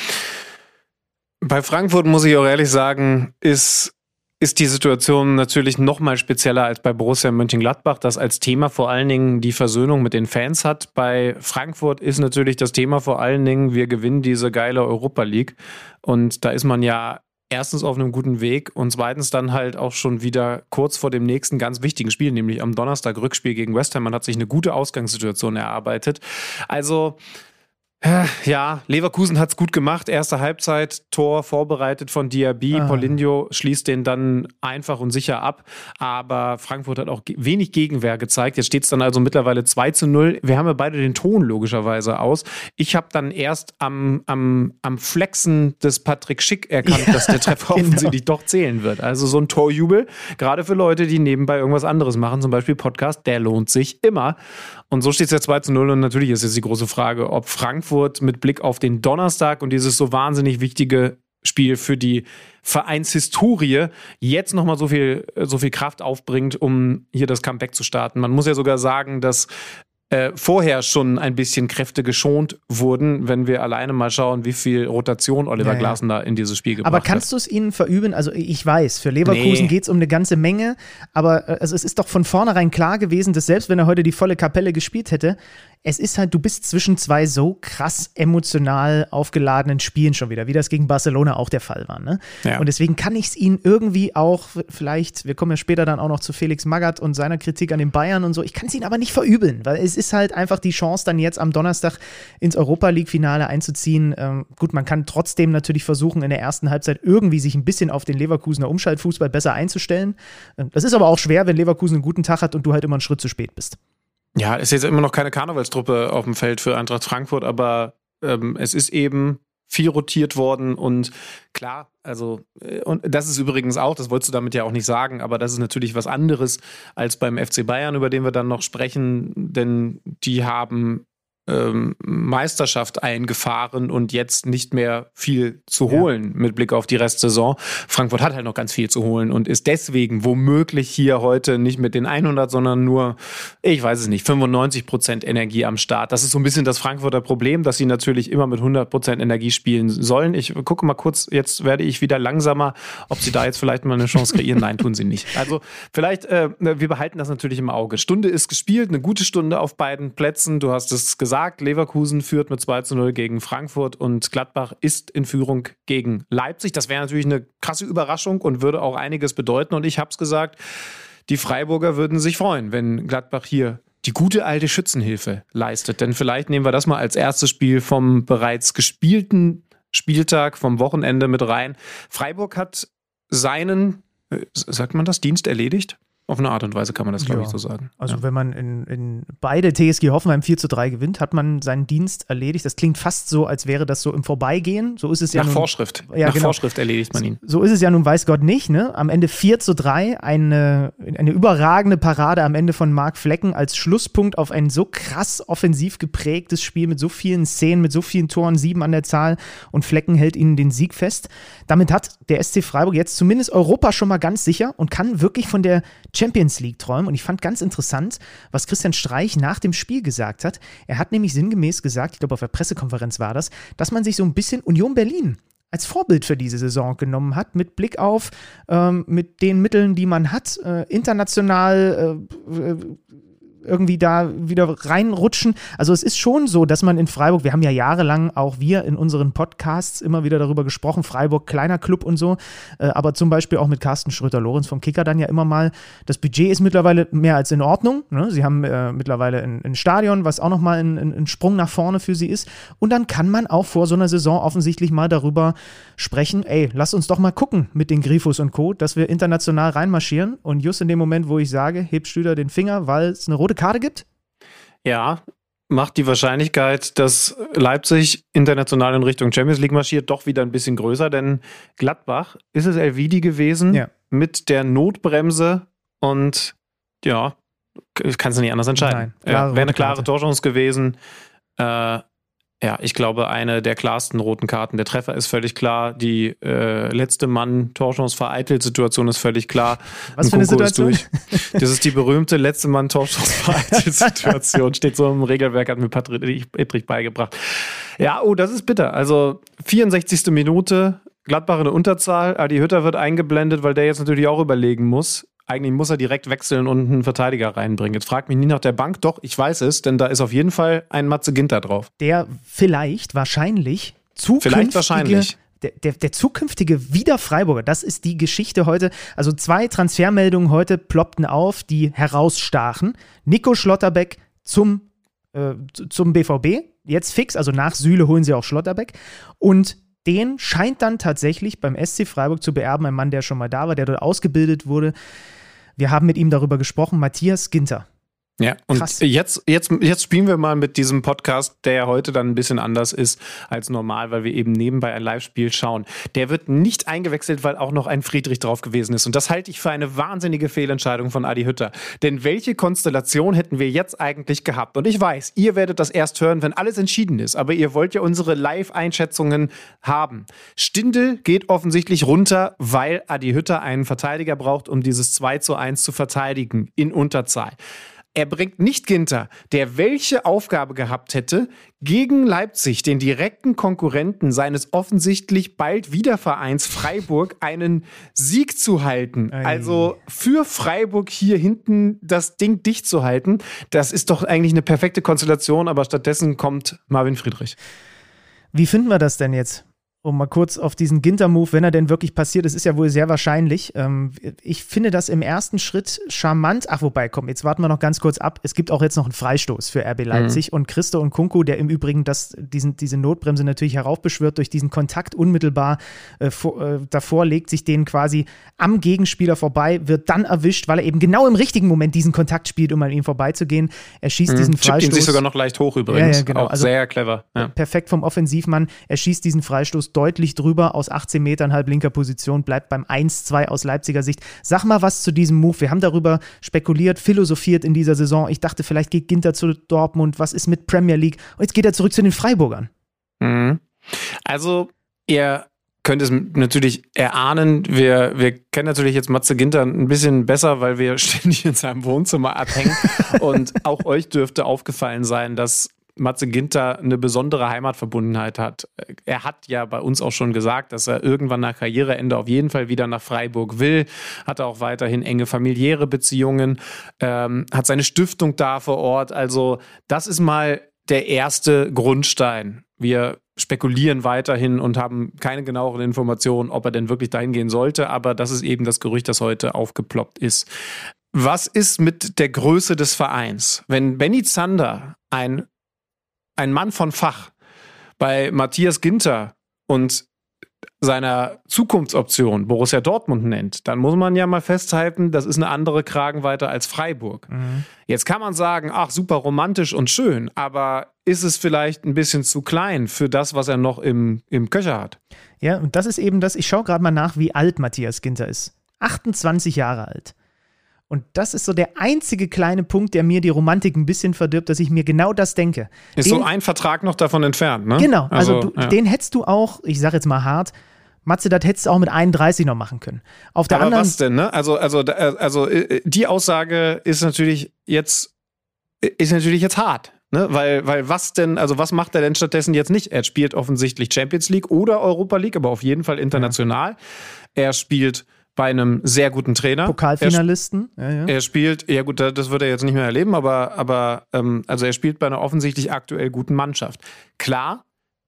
Bei Frankfurt, muss ich auch ehrlich sagen, ist ist die Situation natürlich noch mal spezieller als bei Borussia Mönchengladbach, das als Thema vor allen Dingen die Versöhnung mit den Fans hat. Bei Frankfurt ist natürlich das Thema vor allen Dingen, wir gewinnen diese geile Europa League. Und da ist man ja erstens auf einem guten Weg und zweitens dann halt auch schon wieder kurz vor dem nächsten ganz wichtigen Spiel, nämlich am Donnerstag Rückspiel gegen West Ham. Man hat sich eine gute Ausgangssituation erarbeitet. Also ja, Leverkusen hat's gut gemacht. Erste Halbzeit, Tor vorbereitet von Diaby. Ah. Paulinho schließt den dann einfach und sicher ab. Aber Frankfurt hat auch wenig Gegenwehr gezeigt. Jetzt steht's dann also mittlerweile zwei zu null. Wir haben ja beide den Ton logischerweise aus. Ich habe dann erst am, am, am Flexen des Patrick Schick erkannt, ja, dass der Treffer genau. offensichtlich doch zählen wird. Also so ein Torjubel, gerade für Leute, die nebenbei irgendwas anderes machen, zum Beispiel Podcast, der lohnt sich immer. Und so steht es ja zwei zu null und natürlich ist jetzt die große Frage, ob Frankfurt mit Blick auf den Donnerstag und dieses so wahnsinnig wichtige Spiel für die Vereinshistorie jetzt nochmal so viel, so viel Kraft aufbringt, um hier das Comeback zu starten. Man muss ja sogar sagen, dass äh, vorher schon ein bisschen Kräfte geschont wurden, wenn wir alleine mal schauen, wie viel Rotation Oliver ja, ja. Glasner in dieses Spiel gebracht hat. Aber kannst du es ihnen verüben? Also ich weiß, für Leverkusen nee. geht es um eine ganze Menge, aber also es ist doch von vornherein klar gewesen, dass selbst wenn er heute die volle Kapelle gespielt hätte, es ist halt, du bist zwischen zwei so krass emotional aufgeladenen Spielen schon wieder, wie das gegen Barcelona auch der Fall war. Ne? Ja. Und deswegen kann ich es ihnen irgendwie auch vielleicht, wir kommen ja später dann auch noch zu Felix Magath und seiner Kritik an den Bayern und so, ich kann es ihnen aber nicht verübeln, weil es ist halt einfach die Chance, dann jetzt am Donnerstag ins Europa-League-Finale einzuziehen. Ähm, gut, man kann trotzdem natürlich versuchen, in der ersten Halbzeit irgendwie sich ein bisschen auf den Leverkusener Umschaltfußball besser einzustellen. Ähm, das ist aber auch schwer, wenn Leverkusen einen guten Tag hat und du halt immer einen Schritt zu spät bist. Ja, ist jetzt immer noch keine Karnevalstruppe auf dem Feld für Eintracht Frankfurt, aber ähm, es ist eben viel rotiert worden und klar, also und das ist übrigens auch, das wolltest du damit ja auch nicht sagen, aber das ist natürlich was anderes als beim F C Bayern, über den wir dann noch sprechen, denn die haben ähm, Meisterschaft eingefahren und jetzt nicht mehr viel zu holen ja. mit Blick auf die Restsaison. Frankfurt hat halt noch ganz viel zu holen und ist deswegen womöglich hier heute nicht mit den hundert, sondern nur, ich weiß es nicht, fünfundneunzig Prozent Energie am Start. Das ist so ein bisschen das Frankfurter Problem, dass sie natürlich immer mit hundert Prozent Energie spielen sollen. Ich gucke mal kurz, jetzt werde ich wieder langsamer, ob sie da jetzt vielleicht mal eine Chance kreieren. Nein, tun sie nicht. Also vielleicht, äh, wir behalten das natürlich im Auge. Stunde ist gespielt, eine gute Stunde auf beiden Plätzen. Du hast es gesagt, Leverkusen führt mit zwei zu null gegen Frankfurt und Gladbach ist in Führung gegen Leipzig. Das wäre natürlich eine krasse Überraschung und würde auch einiges bedeuten. Und ich habe es gesagt, die Freiburger würden sich freuen, wenn Gladbach hier die gute alte Schützenhilfe leistet. Denn vielleicht nehmen wir das mal als erstes Spiel vom bereits gespielten Spieltag vom Wochenende mit rein. Freiburg hat seinen, sagt man das, Dienst erledigt? Auf eine Art und Weise kann man das, glaube ja. ich, so sagen. Also ja. wenn man in, in beide T S G Hoffenheim vier zu drei gewinnt, hat man seinen Dienst erledigt. Das klingt fast so, als wäre das so im Vorbeigehen. So ist es ja Nach nun, Vorschrift. Ja, Nach genau. Vorschrift erledigt man ihn. So ist es ja nun, weiß Gott nicht. Ne? Am Ende vier zu drei, eine, eine überragende Parade am Ende von Marc Flecken als Schlusspunkt auf ein so krass offensiv geprägtes Spiel mit so vielen Szenen, mit so vielen Toren, sieben an der Zahl, und Flecken hält ihnen den Sieg fest. Damit hat der S C Freiburg jetzt zumindest Europa schon mal ganz sicher und kann wirklich von der Champions League träumen. Und ich fand ganz interessant, was Christian Streich nach dem Spiel gesagt hat. Er hat nämlich sinngemäß gesagt, ich glaube auf der Pressekonferenz war das, dass man sich so ein bisschen Union Berlin als Vorbild für diese Saison genommen hat, mit Blick auf ähm, mit den Mitteln, die man hat, äh, international äh, irgendwie da wieder reinrutschen. Also es ist schon so, dass man in Freiburg, wir haben ja jahrelang auch wir in unseren Podcasts immer wieder darüber gesprochen, Freiburg, kleiner Club und so, äh, aber zum Beispiel auch mit Carsten Schröter-Lorenz vom Kicker dann ja immer mal, das Budget ist mittlerweile mehr als in Ordnung, ne? Sie haben äh, mittlerweile ein, ein Stadion, was auch nochmal ein, ein, ein Sprung nach vorne für sie ist, und dann kann man auch vor so einer Saison offensichtlich mal darüber sprechen, ey, lass uns doch mal gucken mit den Grifos und Co., dass wir international reinmarschieren, und just in dem Moment, wo ich sage, hebt Stüder den Finger, weil es eine rote Karte gibt? Ja, macht die Wahrscheinlichkeit, dass Leipzig international in Richtung Champions League marschiert, doch wieder ein bisschen größer, denn Gladbach ist es Elvedi gewesen ja. mit der Notbremse und ja, kannst du nicht anders entscheiden. Nein, ja, wäre eine klare Torchance gewesen. Äh, Ja, ich glaube, eine der klarsten roten Karten. Der Treffer ist völlig klar. Die äh, letzte Mann-Torchance-vereitelt-Situation ist völlig klar. Was für eine Situation? Ist durch. Das ist die berühmte letzte Mann-Torchance-vereitelt-Situation. Steht so im Regelwerk, hat mir Patrick Ittrich beigebracht. Ja, oh, das ist bitter. Also vierundsechzigste Minute, Gladbach in der Unterzahl. Adi Hütter wird eingeblendet, weil der jetzt natürlich auch überlegen muss. Eigentlich muss er direkt wechseln und einen Verteidiger reinbringen. Jetzt fragt mich nie nach der Bank. Doch, ich weiß es, denn da ist auf jeden Fall ein Matze Ginter drauf. Der vielleicht, wahrscheinlich, zukünftige, vielleicht wahrscheinlich. Der, der, der zukünftige Wieder-Freiburger, das ist die Geschichte heute. Also zwei Transfermeldungen heute ploppten auf, die herausstachen. Nico Schlotterbeck zum, äh, zum B V B, jetzt fix, also nach Süle holen sie auch Schlotterbeck. Und den scheint dann tatsächlich beim S C Freiburg zu beerben, ein Mann, der schon mal da war, der dort ausgebildet wurde. Wir haben mit ihm darüber gesprochen, Matthias Ginter. Ja, und jetzt, jetzt, jetzt spielen wir mal mit diesem Podcast, der ja heute dann ein bisschen anders ist als normal, weil wir eben nebenbei ein Live-Spiel schauen. Der wird nicht eingewechselt, weil auch noch ein Friedrich drauf gewesen ist. Und das halte ich für eine wahnsinnige Fehlentscheidung von Adi Hütter. Denn welche Konstellation hätten wir jetzt eigentlich gehabt? Und ich weiß, ihr werdet das erst hören, wenn alles entschieden ist. Aber ihr wollt ja unsere Live-Einschätzungen haben. Stindl geht offensichtlich runter, weil Adi Hütter einen Verteidiger braucht, um dieses zwei zu eins zu verteidigen in Unterzahl. Er bringt nicht Ginter, der welche Aufgabe gehabt hätte, gegen Leipzig, den direkten Konkurrenten seines offensichtlich bald Wiedervereins Freiburg, einen Sieg zu halten. Ei. Also für Freiburg hier hinten das Ding dicht zu halten, das ist doch eigentlich eine perfekte Konstellation, aber stattdessen kommt Marvin Friedrich. Wie finden wir das denn jetzt? Um mal kurz auf diesen Ginter-Move, wenn er denn wirklich passiert, das ist ja wohl sehr wahrscheinlich. Ähm, ich finde das im ersten Schritt charmant. Ach, wobei, komm, jetzt warten wir noch ganz kurz ab. Es gibt auch jetzt noch einen Freistoß für R B Leipzig. Mhm. Und Christo Nkunku, der im Übrigen das, diesen, diese Notbremse natürlich heraufbeschwört, durch diesen Kontakt unmittelbar äh, vor, äh, davor legt sich den quasi am Gegenspieler vorbei, wird dann erwischt, weil er eben genau im richtigen Moment diesen Kontakt spielt, um an ihm vorbeizugehen. Er schießt mhm. diesen Freistoß. Chippt ihn sich sogar noch leicht hoch übrigens. Ja, ja, genau. Auch also sehr clever. Ja. Perfekt vom Offensivmann. Er schießt diesen Freistoß Abschluss deutlich drüber aus achtzehn Metern halb linker Position, bleibt beim eins zwei aus Leipziger Sicht. Sag mal was zu diesem Move. Wir haben darüber spekuliert, philosophiert in dieser Saison. Ich dachte, vielleicht geht Ginter zu Dortmund. Was ist mit Premier League? Und jetzt geht er zurück zu den Freiburgern. Mhm. Also, ihr könnt es natürlich erahnen. Wir, wir kennen natürlich jetzt Matze Ginter ein bisschen besser, weil wir ständig in seinem Wohnzimmer abhängen. Und auch euch dürfte aufgefallen sein, dass Matze Ginter eine besondere Heimatverbundenheit hat. Er hat ja bei uns auch schon gesagt, dass er irgendwann nach Karriereende auf jeden Fall wieder nach Freiburg will, hat auch weiterhin enge familiäre Beziehungen, ähm, hat seine Stiftung da vor Ort. Also das ist mal der erste Grundstein. Wir spekulieren weiterhin und haben keine genaueren Informationen, ob er denn wirklich dahin gehen sollte, aber das ist eben das Gerücht, das heute aufgeploppt ist. Was ist mit der Größe des Vereins? Wenn Benny Zander ein ein Mann von Fach bei Matthias Ginter und seiner Zukunftsoption Borussia Dortmund nennt, dann muss man ja mal festhalten, das ist eine andere Kragenweite als Freiburg. Mhm. Jetzt kann man sagen, ach, super romantisch und schön, aber ist es vielleicht ein bisschen zu klein für das, was er noch im, im Köcher hat? Ja, und das ist eben das, ich schaue gerade mal nach, wie alt Matthias Ginter ist. achtundzwanzig Jahre alt. Und das ist so der einzige kleine Punkt, der mir die Romantik ein bisschen verdirbt, dass ich mir genau das denke. Ist den, so ein Vertrag noch davon entfernt, ne? Genau, also, also du, ja. den hättest du auch, ich sag jetzt mal hart, Matze, das hättest du auch mit einunddreißig noch machen können. Auf der Aber anderen, was denn, ne? Also, also, also die Aussage ist natürlich jetzt, ist natürlich jetzt hart. Ne? Weil, weil was denn, also was macht er denn stattdessen jetzt nicht? Er spielt offensichtlich Champions League oder Europa League, aber auf jeden Fall international. Ja. Er spielt bei einem sehr guten Trainer. Pokalfinalisten. Er, ja, ja. er spielt, ja gut, das wird er jetzt nicht mehr erleben, aber, aber ähm, also er spielt bei einer offensichtlich aktuell guten Mannschaft. Klar,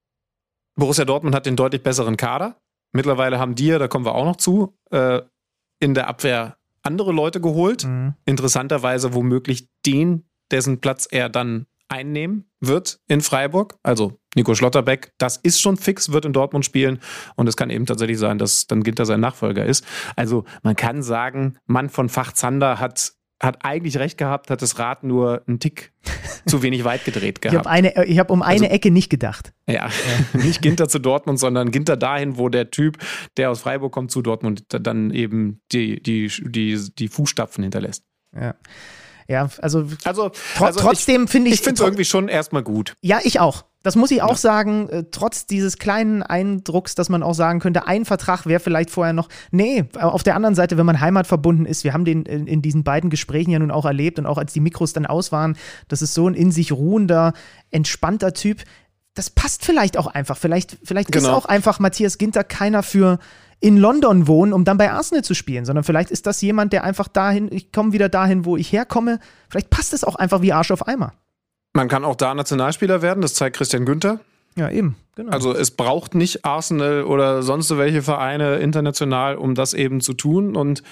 Borussia Dortmund hat den deutlich besseren Kader. Mittlerweile haben die, da kommen wir auch noch zu, äh, in der Abwehr andere Leute geholt. Mhm. Interessanterweise womöglich den, dessen Platz er dann einnehmen wird in Freiburg. Also Nico Schlotterbeck, das ist schon fix, wird in Dortmund spielen und es kann eben tatsächlich sein, dass dann Ginter sein Nachfolger ist. Also man kann sagen, Mann von Fach Zander hat, hat eigentlich recht gehabt, hat das Rad nur einen Tick zu wenig weit gedreht gehabt. Ich habe eine, ich hab um eine also, Ecke nicht gedacht. Ja, nicht Ginter zu Dortmund, sondern Ginter dahin, wo der Typ, der aus Freiburg kommt, zu Dortmund dann eben die, die, die, die Fußstapfen hinterlässt. Ja. Ja, also, also, tro- also trotzdem finde ich... Ich finde es irgendwie schon erstmal gut. Ja, ich auch. Das muss ich auch ja. sagen, äh, trotz dieses kleinen Eindrucks, dass man auch sagen könnte, ein Vertrag wäre vielleicht vorher noch... Nee, auf der anderen Seite, wenn man heimatverbunden ist, wir haben den in, in diesen beiden Gesprächen ja nun auch erlebt und auch als die Mikros dann aus waren, das ist so ein in sich ruhender, entspannter Typ. Das passt vielleicht auch einfach. Vielleicht, vielleicht genau. ist auch einfach Matthias Ginter keiner für... in London wohnen, um dann bei Arsenal zu spielen, sondern vielleicht ist das jemand, der einfach dahin, ich komme wieder dahin, wo ich herkomme. Vielleicht passt es auch einfach wie Arsch auf Eimer. Man kann auch da Nationalspieler werden, das zeigt Christian Günther. Ja, eben, genau. Also es braucht nicht Arsenal oder sonst welche Vereine international, um das eben zu tun. Und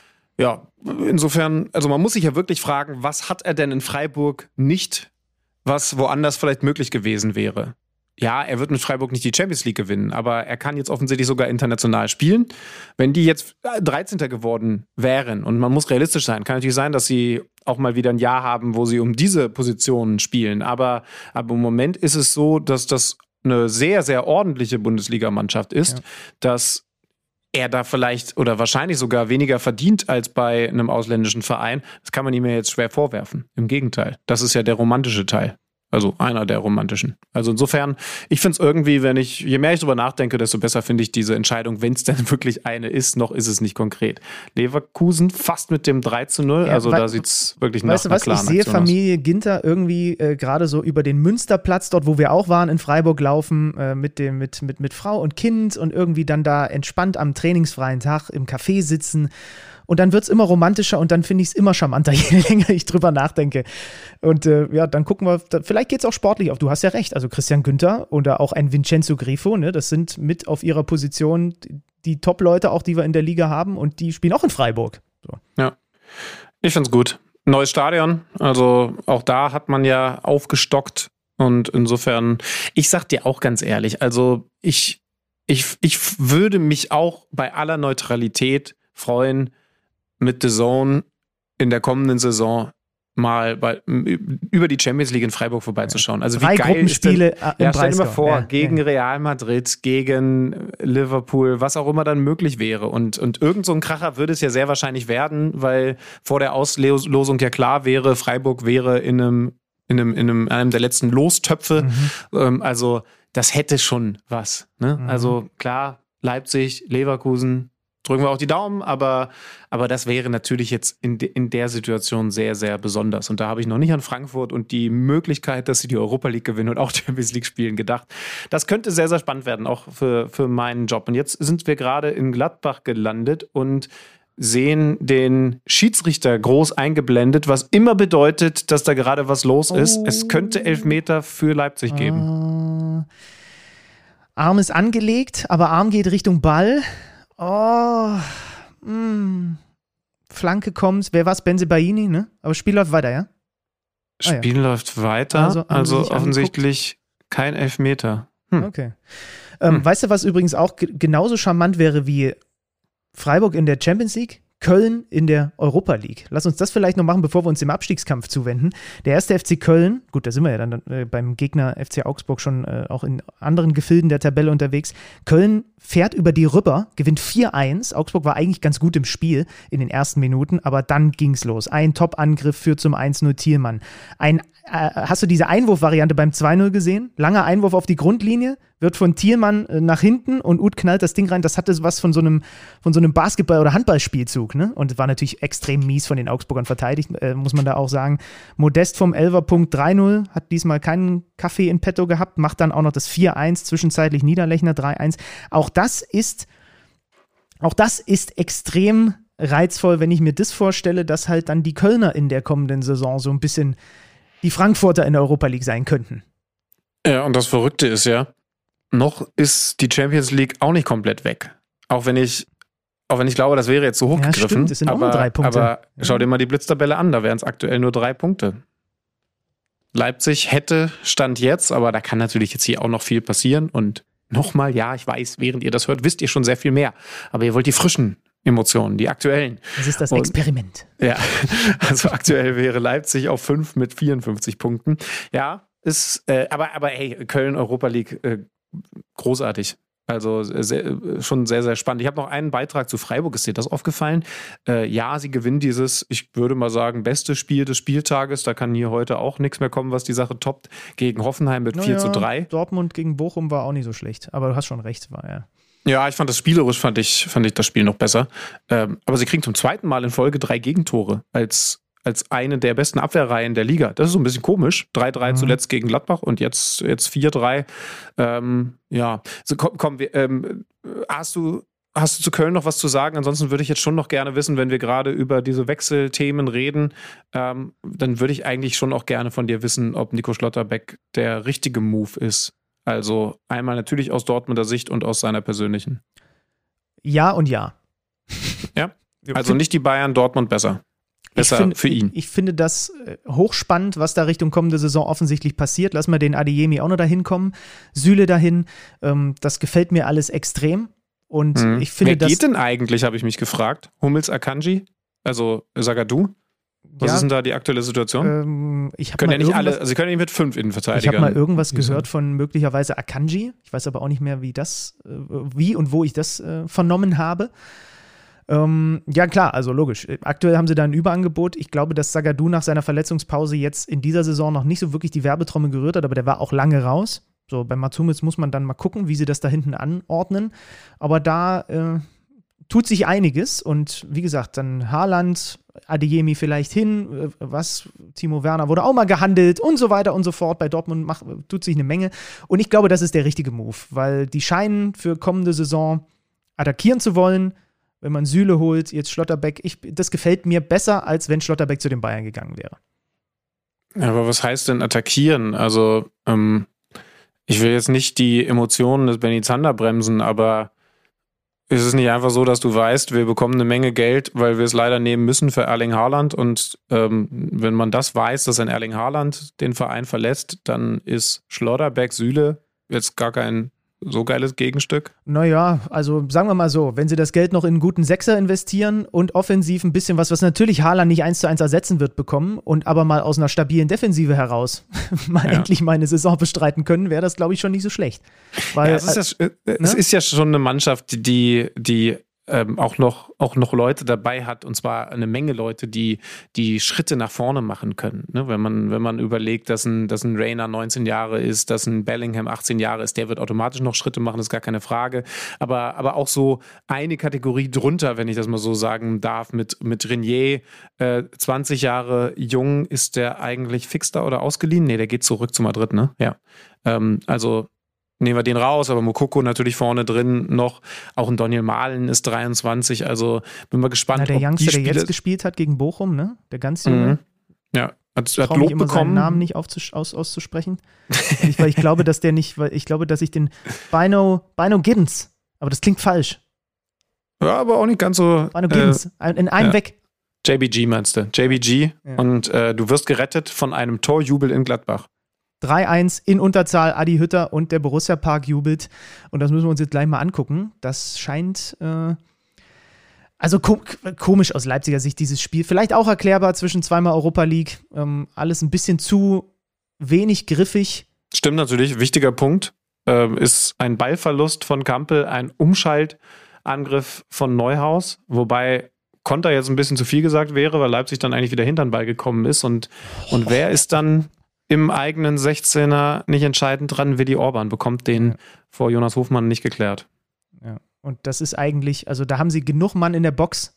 ja, insofern, also man muss sich ja wirklich fragen, was hat er denn in Freiburg nicht, was woanders vielleicht möglich gewesen wäre? Ja, er wird mit Freiburg nicht die Champions League gewinnen, aber er kann jetzt offensichtlich sogar international spielen. Wenn die jetzt dreizehnter geworden wären, und man muss realistisch sein, kann natürlich sein, dass sie auch mal wieder ein Jahr haben, wo sie um diese Positionen spielen. Aber, aber im Moment ist es so, dass das eine sehr, sehr ordentliche Bundesligamannschaft ist, ja. dass er da vielleicht oder wahrscheinlich sogar weniger verdient als bei einem ausländischen Verein. Das kann man ihm ja jetzt schwer vorwerfen. Im Gegenteil, das ist ja der romantische Teil. Also einer der romantischen. Also insofern, ich finde es irgendwie, wenn ich, je mehr ich drüber nachdenke, desto besser finde ich diese Entscheidung, wenn es denn wirklich eine ist, noch ist es nicht konkret. Leverkusen fast mit dem drei zu null, ja, also da sieht es wirklich nach einer klaren Aktion aus. Ich sehe Familie Ginter irgendwie äh, gerade so über den Münsterplatz, dort wo wir auch waren, in Freiburg laufen, äh, mit, dem, mit, mit, mit Frau und Kind und irgendwie dann da entspannt am trainingsfreien Tag im Café sitzen. Und dann wird es immer romantischer und dann finde ich es immer charmanter, je länger ich drüber nachdenke. Und äh, ja, dann gucken wir, da, vielleicht geht es auch sportlich auf. Du hast ja recht, also Christian Günther oder auch ein Vincenzo Grifo, ne, das sind mit auf ihrer Position die, die Top-Leute auch, die wir in der Liga haben und die spielen auch in Freiburg. So. Ja, ich finde es gut. Neues Stadion, also auch da hat man ja aufgestockt und insofern, ich sag dir auch ganz ehrlich, also ich, ich, ich würde mich auch bei aller Neutralität freuen, mit The Zone in der kommenden Saison mal bei, über die Champions League in Freiburg vorbeizuschauen. Also Drei wie geil ist denn, Gruppenspiele im ja, stell dir mal Breisgau. vor, Ja, gegen ja. Real Madrid, gegen Liverpool, was auch immer dann möglich wäre. Und, und irgend so ein Kracher würde es ja sehr wahrscheinlich werden, weil vor der Auslosung ja klar wäre, Freiburg wäre in einem, in einem, in einem, einem der letzten Lostöpfe. Mhm. Ähm, also das hätte schon was. Ne? Mhm. Also klar, Leipzig, Leverkusen, drücken wir auch die Daumen, aber, aber das wäre natürlich jetzt in, de, in der Situation sehr, sehr besonders. Und da habe ich noch nicht an Frankfurt und die Möglichkeit, dass sie die Europa League gewinnen und auch Champions League spielen, gedacht. Das könnte sehr, sehr spannend werden, auch für, für meinen Job. Und jetzt sind wir gerade in Gladbach gelandet und sehen den Schiedsrichter groß eingeblendet, was immer bedeutet, dass da gerade was los ist. Oh. Es könnte Elfmeter für Leipzig geben. Äh, Arm ist angelegt, aber Arm geht Richtung Ball. Oh, mh. Flanke kommt. Wer war's? Bensebaini, ne? Aber Spiel läuft weiter, ja? Ah, Spiel ja. läuft weiter, Also, also, haben Sie sich offensichtlich kein Elfmeter. Hm. Okay. Ähm, Hm. Weißt du, was übrigens auch ge- genauso charmant wäre wie Freiburg in der Champions League? Köln in der Europa League. Lass uns das vielleicht noch machen, bevor wir uns dem Abstiegskampf zuwenden. Der erste F C Köln, gut, da sind wir ja dann äh, beim Gegner F C Augsburg schon äh, auch in anderen Gefilden der Tabelle unterwegs. Köln fährt über die rüber, gewinnt vier eins. Augsburg war eigentlich ganz gut im Spiel in den ersten Minuten, aber dann ging's los. Ein Top-Angriff führt zum eins null Thielmann. Ein, äh, hast du diese Einwurfvariante beim zwei null gesehen? Langer Einwurf auf die Grundlinie, wird von Thielmann äh, nach hinten und Uth knallt das Ding rein. Das hatte was von so einem, von so einem Basketball- oder Handballspielzug, ne? Und war natürlich extrem mies von den Augsburgern verteidigt, äh, muss man da auch sagen. Modest vom Elferpunkt drei null, hat diesmal keinen Kaffee in petto gehabt, macht dann auch noch das vier eins, zwischenzeitlich Niederlechner drei eins. Auch das ist, auch das ist extrem reizvoll, wenn ich mir das vorstelle, dass halt dann die Kölner in der kommenden Saison so ein bisschen die Frankfurter in der Europa League sein könnten. Ja, und das Verrückte ist ja, noch ist die Champions League auch nicht komplett weg. Auch wenn ich, auch wenn ich glaube, das wäre jetzt so hochgegriffen. Ja, stimmt, es sind auch aber, nur drei Punkte. Aber schau dir mal die Blitztabelle an, da wären es aktuell nur drei Punkte. Leipzig hätte Stand jetzt, aber da kann natürlich jetzt hier auch noch viel passieren. Und nochmal, ja, ich weiß, während ihr das hört, wisst ihr schon sehr viel mehr. Aber ihr wollt die frischen Emotionen, die aktuellen. Das ist das Und, Experiment. Ja, also aktuell wäre Leipzig auf fünf mit vierundfünfzig Punkten. Ja, ist, äh, aber, aber hey, Köln, Europa League, äh, großartig. Also sehr, schon sehr, sehr spannend. Ich habe noch einen Beitrag zu Freiburg. Ist dir das aufgefallen? Äh, ja, sie gewinnen dieses, ich würde mal sagen, beste Spiel des Spieltages. Da kann hier heute auch nichts mehr kommen, was die Sache toppt. Gegen Hoffenheim mit vier zu drei. Dortmund gegen Bochum war auch nicht so schlecht. Aber du hast schon recht, war ja. Ja, ich fand das spielerisch, fand ich, fand ich das Spiel noch besser. Ähm, aber sie kriegen zum zweiten Mal in Folge drei Gegentore als als eine der besten Abwehrreihen der Liga. Das ist so ein bisschen komisch. drei drei mhm. zuletzt gegen Gladbach und jetzt, jetzt vier drei. Ähm, ja, so, komm, komm wir, ähm, hast du Hast du zu Köln noch was zu sagen? Ansonsten würde ich jetzt schon noch gerne wissen, wenn wir gerade über diese Wechselthemen reden, ähm, dann würde ich eigentlich schon auch gerne von dir wissen, ob Nico Schlotterbeck der richtige Move ist. Also einmal natürlich aus Dortmunder Sicht und aus seiner persönlichen. Ja und ja. Ja, also nicht die Bayern, Dortmund besser. Besser find, für ihn. Ich, ich finde das hochspannend, was da Richtung kommende Saison offensichtlich passiert. Lass mal den Adeyemi auch noch dahin kommen. Süle dahin. Ähm, das gefällt mir alles extrem. Und mhm. ich finde, Wer geht denn eigentlich, habe ich mich gefragt. Hummels, Akanji? Also Zagadou? Was ja, ist denn da die aktuelle Situation? Ähm, ich können ja nicht alle, also sie können ja nicht mit fünf Innenverteidigern. Ich habe mal irgendwas gehört von möglicherweise Akanji. Ich weiß aber auch nicht mehr, wie das, äh, wie und wo ich das äh, vernommen habe. Ähm, ja, klar, also logisch. Aktuell haben sie da ein Überangebot. Ich glaube, dass Zagadou nach seiner Verletzungspause jetzt in dieser Saison noch nicht so wirklich die Werbetrommel gerührt hat, aber der war auch lange raus. So, bei Mats Hummels muss man dann mal gucken, wie sie das da hinten anordnen. Aber da äh, tut sich einiges. Und wie gesagt, dann Haaland, Adeyemi vielleicht hin, äh, was, Timo Werner wurde auch mal gehandelt und so weiter und so fort. Bei Dortmund macht, tut sich eine Menge. Und ich glaube, das ist der richtige Move, weil die scheinen für kommende Saison attackieren zu wollen. Wenn man Süle holt, jetzt Schlotterbeck, ich, das gefällt mir besser, als wenn Schlotterbeck zu den Bayern gegangen wäre. Aber was heißt denn attackieren? Also, ähm, ich will jetzt nicht die Emotionen des Benny Zander bremsen, aber ist es nicht einfach so, dass du weißt, wir bekommen eine Menge Geld, weil wir es leider nehmen müssen für Erling Haaland und ähm, wenn man das weiß, dass ein Erling Haaland den Verein verlässt, dann ist Schlotterbeck, Süle jetzt gar kein so geiles Gegenstück? Naja, also sagen wir mal so, wenn sie das Geld noch in einen guten Sechser investieren und offensiv ein bisschen was, was natürlich Haaland nicht eins zu eins ersetzen wird, bekommen und aber mal aus einer stabilen Defensive heraus mal ja. endlich mal eine Saison bestreiten können, wäre das, glaube ich, schon nicht so schlecht. Weil, ja, es, ist ja, äh, ne? es ist ja schon eine Mannschaft, die, die ähm, auch, noch, auch noch Leute dabei hat, und zwar eine Menge Leute, die, die Schritte nach vorne machen können. Ne? Wenn man, wenn man überlegt, dass ein, dass ein Reina neunzehn Jahre ist, dass ein Bellingham achtzehn Jahre ist, der wird automatisch noch Schritte machen, ist gar keine Frage. Aber, aber auch so eine Kategorie drunter, wenn ich das mal so sagen darf, mit, mit Renier, äh, zwanzig Jahre jung, ist der eigentlich fix da oder ausgeliehen? Nee, der geht zurück zu Madrid, ne? Ja. Ähm, also nehmen wir den raus, aber Moukoko natürlich vorne drin noch. Auch ein Daniel Mahlen ist dreiundzwanzig, also bin mal gespannt. Na, der ob Youngster, die der Spieler jetzt gespielt hat gegen Bochum, ne? Der ganz junge. Mhm. Ja, hat, ich hat traue Lob mich immer, bekommen. seinen Namen nicht aufzus- aus, auszusprechen. ich, weil ich glaube, dass der nicht, weil ich glaube, dass ich den Bino, Bino Giddens, aber das klingt falsch. Ja, aber auch nicht ganz so. Bino Giddens, äh, in einem ja. weg. J B G meinst du? J B G Ja. und äh, du wirst gerettet von einem Torjubel in Gladbach. drei eins in Unterzahl, Adi Hütter und der Borussia Park jubelt. Und das müssen wir uns jetzt gleich mal angucken. Das scheint äh, also kom- komisch aus Leipziger Sicht, dieses Spiel. Vielleicht auch erklärbar zwischen zweimal Europa League. Ähm, alles ein bisschen zu wenig griffig. Stimmt natürlich, wichtiger Punkt. Ähm, ist ein Ballverlust von Kampel, ein Umschaltangriff von Neuhaus, wobei Konter jetzt ein bisschen zu viel gesagt wäre, weil Leipzig dann eigentlich wieder hinter den Ball gekommen ist. Und, und wer ist dann im eigenen sechzehner nicht entscheidend dran? Willi Orban bekommt den ja. vor Jonas Hofmann nicht geklärt. Ja. Und das ist eigentlich, also da haben sie genug Mann in der Box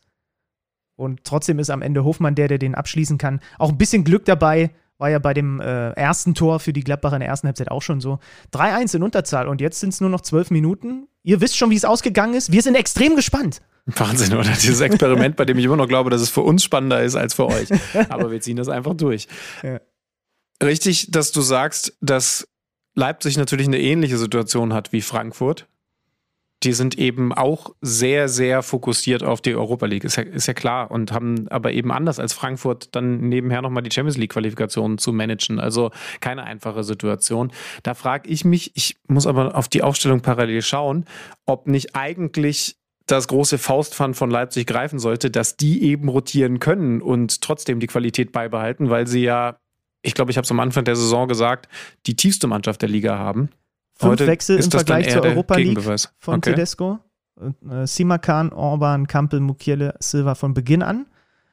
und trotzdem ist am Ende Hofmann der, der den abschließen kann. Auch ein bisschen Glück dabei, war ja bei dem äh, ersten Tor für die Gladbacher in der ersten Halbzeit auch schon so. drei eins in Unterzahl und jetzt sind es nur noch zwölf Minuten. Ihr wisst schon, wie es ausgegangen ist. Wir sind extrem gespannt. Wahnsinn, oder? Dieses Experiment, bei dem ich immer noch glaube, dass es für uns spannender ist als für euch. Aber wir ziehen das einfach durch. Ja. Richtig, dass du sagst, dass Leipzig natürlich eine ähnliche Situation hat wie Frankfurt. Die sind eben auch sehr, sehr fokussiert auf die Europa League, ist ja, ist ja klar. Und haben aber eben anders als Frankfurt dann nebenher nochmal die Champions League-Qualifikationen zu managen. Also keine einfache Situation. Da frage ich mich, ich muss aber auf die Aufstellung parallel schauen, ob nicht eigentlich das große Faustpfand von Leipzig greifen sollte, dass die eben rotieren können und trotzdem die Qualität beibehalten, weil sie ja, ich glaube, ich habe es am Anfang der Saison gesagt, die tiefste Mannschaft der Liga haben. Fünf Heute Wechsel im Vergleich zur Europa League von okay. Tedesco. Äh, Simakan, Orban, Kampel, Mukiele, Silva von Beginn an.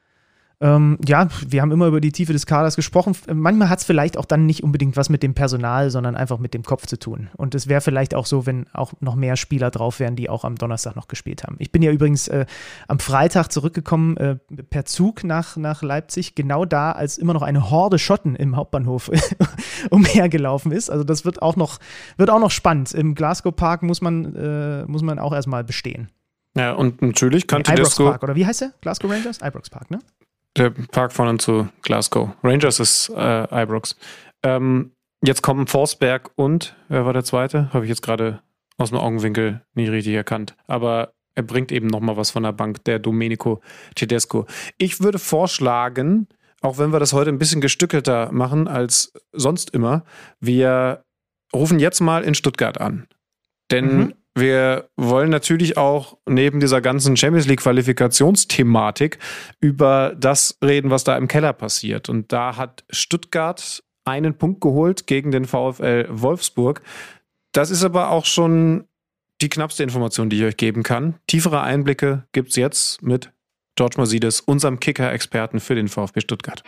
Ähm, ja, wir haben immer über die Tiefe des Kaders gesprochen. Manchmal hat es vielleicht auch dann nicht unbedingt was mit dem Personal, sondern einfach mit dem Kopf zu tun. Und es wäre vielleicht auch so, wenn auch noch mehr Spieler drauf wären, die auch am Donnerstag noch gespielt haben. Ich bin ja übrigens äh, am Freitag zurückgekommen äh, per Zug nach, nach Leipzig, genau da, als immer noch eine Horde Schotten im Hauptbahnhof umhergelaufen ist. Also das wird auch noch, wird auch noch spannend. Im Glasgow Park muss man, äh, muss man auch erstmal bestehen. Ja, und natürlich kann nee, Tedesco... Ibrox Park, oder wie heißt der? Glasgow Rangers? Ibrox Park, ne? Der Park von und zu Glasgow. Rangers ist äh, Ibrox. Ähm, jetzt kommen Forsberg und, wer war der Zweite? Habe ich jetzt gerade aus dem Augenwinkel nicht richtig erkannt. Aber er bringt eben nochmal was von der Bank, der Domenico Tedesco. Ich würde vorschlagen, auch wenn wir das heute ein bisschen gestückelter machen als sonst immer, wir rufen jetzt mal in Stuttgart an. Denn mhm. wir wollen natürlich auch neben dieser ganzen Champions League Qualifikationsthematik über das reden, was da im Keller passiert. Und da hat Stuttgart einen Punkt geholt gegen den VfL Wolfsburg. Das ist aber auch schon die knappste Information, die ich euch geben kann. Tiefere Einblicke gibt's jetzt mit George Marsides, unserem Kicker-Experten für den VfB Stuttgart.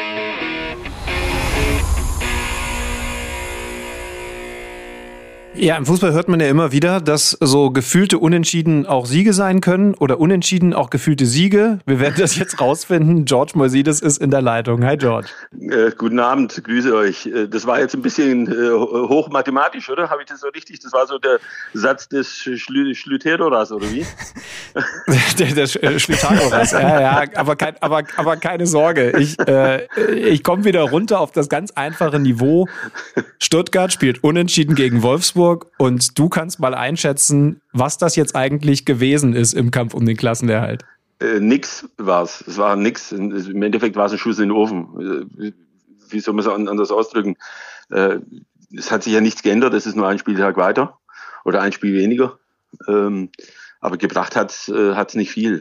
Ja, im Fußball hört man ja immer wieder, dass so gefühlte Unentschieden auch Siege sein können oder Unentschieden auch gefühlte Siege. Wir werden das jetzt rausfinden. George Marsides ist in der Leitung. Hi George. Äh, guten Abend, grüße euch. Das war jetzt ein bisschen äh, hochmathematisch, oder? Habe ich das so richtig? Das war so der Satz des Schlü- Schlüteroras, oder wie? der der Schlütagoras, ja, ja, aber, kein, aber, aber keine Sorge. Ich, äh, ich komme wieder runter auf das ganz einfache Niveau. Stuttgart spielt unentschieden gegen Wolfsburg. Und du kannst mal einschätzen, was das jetzt eigentlich gewesen ist im Kampf um den Klassenerhalt. Äh, nix war es. Es war nix. Im Endeffekt war es ein Schuss in den Ofen. Wie soll man es anders ausdrücken? Äh, es hat sich ja nichts geändert. Es ist nur ein Spieltag weiter. oder ein Spiel weniger. Ähm, aber gebracht hat es nicht viel.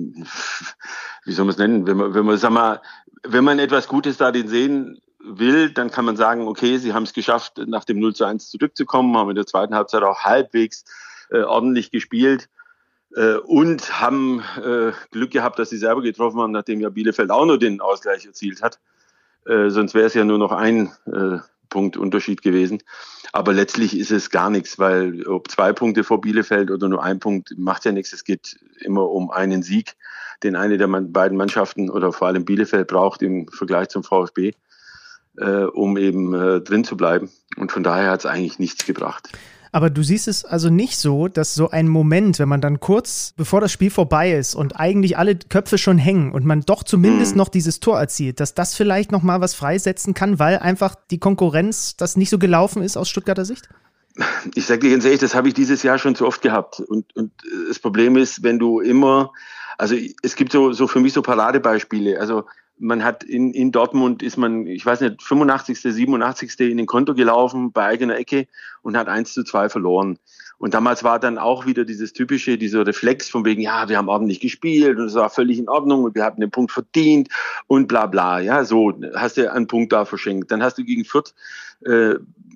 Wie soll man es nennen? Wenn man, wenn man, sag mal, wenn man etwas Gutes darin sehen will, dann kann man sagen, okay, sie haben es geschafft, nach dem null zu eins zurückzukommen, haben in der zweiten Halbzeit auch halbwegs äh, ordentlich gespielt äh, und haben äh, Glück gehabt, dass sie selber getroffen haben, nachdem ja Bielefeld auch nur den Ausgleich erzielt hat. Äh, sonst wäre es ja nur noch ein äh, Punkt Unterschied gewesen. Aber letztlich ist es gar nichts, weil ob zwei Punkte vor Bielefeld oder nur ein Punkt, macht ja nichts. Es geht immer um einen Sieg, den eine der beiden Mannschaften oder vor allem Bielefeld braucht im Vergleich zum VfB, äh, um eben äh, drin zu bleiben. Und von daher hat es eigentlich nichts gebracht. Aber du siehst es also nicht so, dass so ein Moment, wenn man dann kurz, bevor das Spiel vorbei ist und eigentlich alle Köpfe schon hängen und man doch zumindest mhm. noch dieses Tor erzielt, dass das vielleicht nochmal was freisetzen kann, weil einfach die Konkurrenz, das nicht so gelaufen ist aus Stuttgarter Sicht? Ich sage dir ganz ehrlich, das habe ich dieses Jahr schon zu oft gehabt. Und, und das Problem ist, wenn du immer, also es gibt so, so für mich so Paradebeispiele, also man hat in, in Dortmund ist man, ich weiß nicht, fünfundachtzigste, siebenundachtzigste in den Konto gelaufen bei eigener Ecke und hat eins zu zwei verloren. Und damals war dann auch wieder dieses typische, dieser Reflex von wegen, ja, wir haben ordentlich gespielt und es war völlig in Ordnung und wir hatten den Punkt verdient und bla bla. Ja, so hast du einen Punkt da verschenkt. Dann hast du gegen Fürth äh,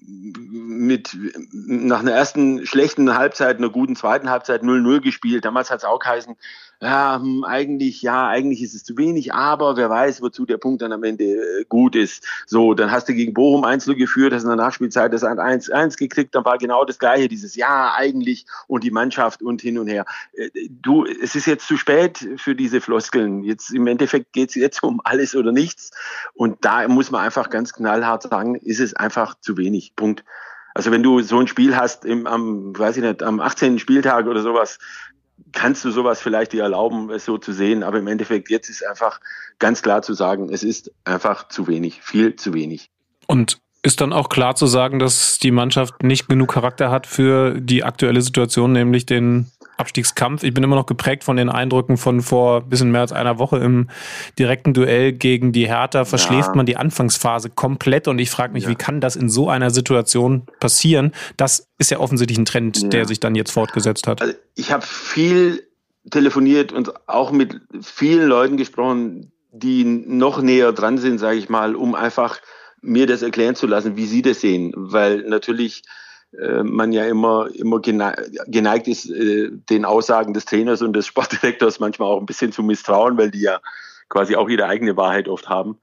mit nach einer ersten schlechten Halbzeit, einer guten zweiten Halbzeit null null gespielt. Damals hat es auch geheißen, ja, hm, eigentlich, ja, eigentlich ist es zu wenig, aber wer weiß, wozu der Punkt dann am Ende äh, gut ist. So, dann hast du gegen Bochum eins null geführt, hast in der Nachspielzeit das eins eins gekriegt, dann war genau das Gleiche, dieses Ja, eigentlich und die Mannschaft und hin und her. Äh, du, es ist jetzt zu spät für diese Floskeln. Jetzt im Endeffekt geht es jetzt um alles oder nichts und da muss man einfach ganz knallhart sagen, ist es einfach zu wenig. Punkt. Also wenn du so ein Spiel hast im, am, weiß ich nicht, am achtzehnten Spieltag oder sowas, kannst du sowas vielleicht dir erlauben, es so zu sehen. Aber im Endeffekt, jetzt ist einfach ganz klar zu sagen, es ist einfach zu wenig, viel zu wenig. Und ist dann auch klar zu sagen, dass die Mannschaft nicht genug Charakter hat für die aktuelle Situation, nämlich den Abstiegskampf. Ich bin immer noch geprägt von den Eindrücken von vor ein bisschen mehr als einer Woche im direkten Duell gegen die Hertha. Verschläft ja. man die Anfangsphase komplett und ich frage mich, ja. wie kann das in so einer Situation passieren? Das ist ja offensichtlich ein Trend, ja. der sich dann jetzt fortgesetzt hat. Also ich habe viel telefoniert und auch mit vielen Leuten gesprochen, die noch näher dran sind, sage ich mal, um einfach mir das erklären zu lassen, wie sie das sehen. Weil natürlich man ja immer immer geneigt ist, den Aussagen des Trainers und des Sportdirektors manchmal auch ein bisschen zu misstrauen, weil die ja quasi auch ihre eigene Wahrheit oft haben.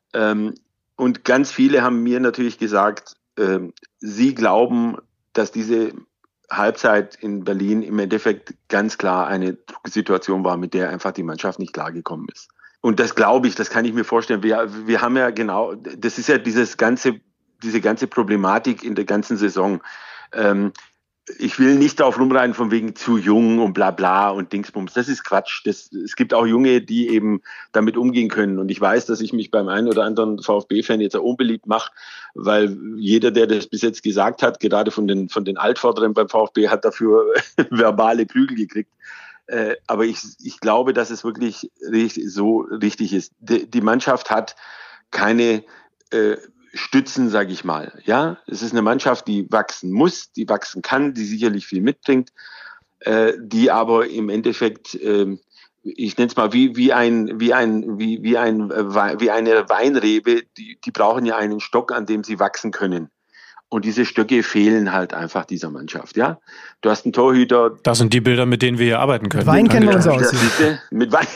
Und ganz viele haben mir natürlich gesagt, sie glauben, dass diese Halbzeit in Berlin im Endeffekt ganz klar eine Situation war, mit der einfach die Mannschaft nicht klargekommen ist. Und das glaube ich, das kann ich mir vorstellen. Wir, wir haben ja genau, das ist ja dieses ganze diese ganze Problematik in der ganzen Saison. Ähm, ich will nicht darauf rumreiten von wegen zu jung und bla bla und Dingsbums. Das ist Quatsch. Das, es gibt auch Junge, die eben damit umgehen können. Und ich weiß, dass ich mich beim einen oder anderen VfB-Fan jetzt auch unbeliebt mache, weil jeder, der das bis jetzt gesagt hat, gerade von den, von den Altvorderen beim VfB, hat dafür verbale Prügel gekriegt. Äh, aber ich, ich glaube, dass es wirklich richtig, so richtig ist. Die, die Mannschaft hat keine äh, Stützen, sage ich mal. Ja, es ist eine Mannschaft, die wachsen muss, die wachsen kann, die sicherlich viel mitbringt, äh, die aber im Endeffekt, äh, ich nenne es mal wie wie ein wie ein wie wie ein wie eine Weinrebe, die die brauchen ja einen Stock, an dem sie wachsen können. Und diese Stöcke fehlen halt einfach dieser Mannschaft, ja. Du hast einen Torhüter. Das sind die Bilder, mit denen wir hier arbeiten können. Mit Wein kennen wir uns aus. Mit Wein.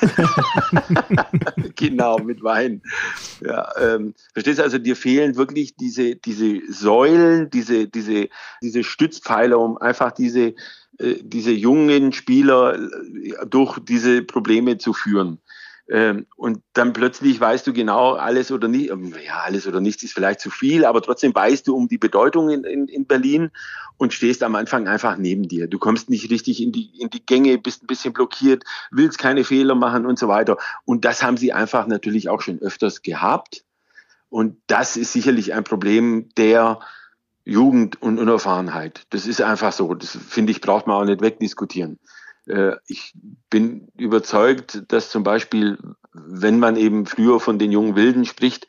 Genau, mit Wein. Ja, ähm, verstehst du, also dir fehlen wirklich diese, diese Säulen, diese, diese, diese Stützpfeiler, um einfach diese, äh, diese jungen Spieler durch diese Probleme zu führen. Ähm, und dann plötzlich weißt du genau, alles oder nicht, ja, alles oder nichts ist vielleicht zu viel, aber trotzdem weißt du um die Bedeutung in, in, in Berlin und stehst am Anfang einfach neben dir. Du kommst nicht richtig in die, in die Gänge, bist ein bisschen blockiert, willst keine Fehler machen und so weiter. Und das haben sie einfach natürlich auch schon öfters gehabt. Und das ist sicherlich ein Problem der Jugend und Unerfahrenheit. Das ist einfach so. Das, finde ich, braucht man auch nicht wegdiskutieren. Ich bin überzeugt, dass zum Beispiel, wenn man eben früher von den jungen Wilden spricht,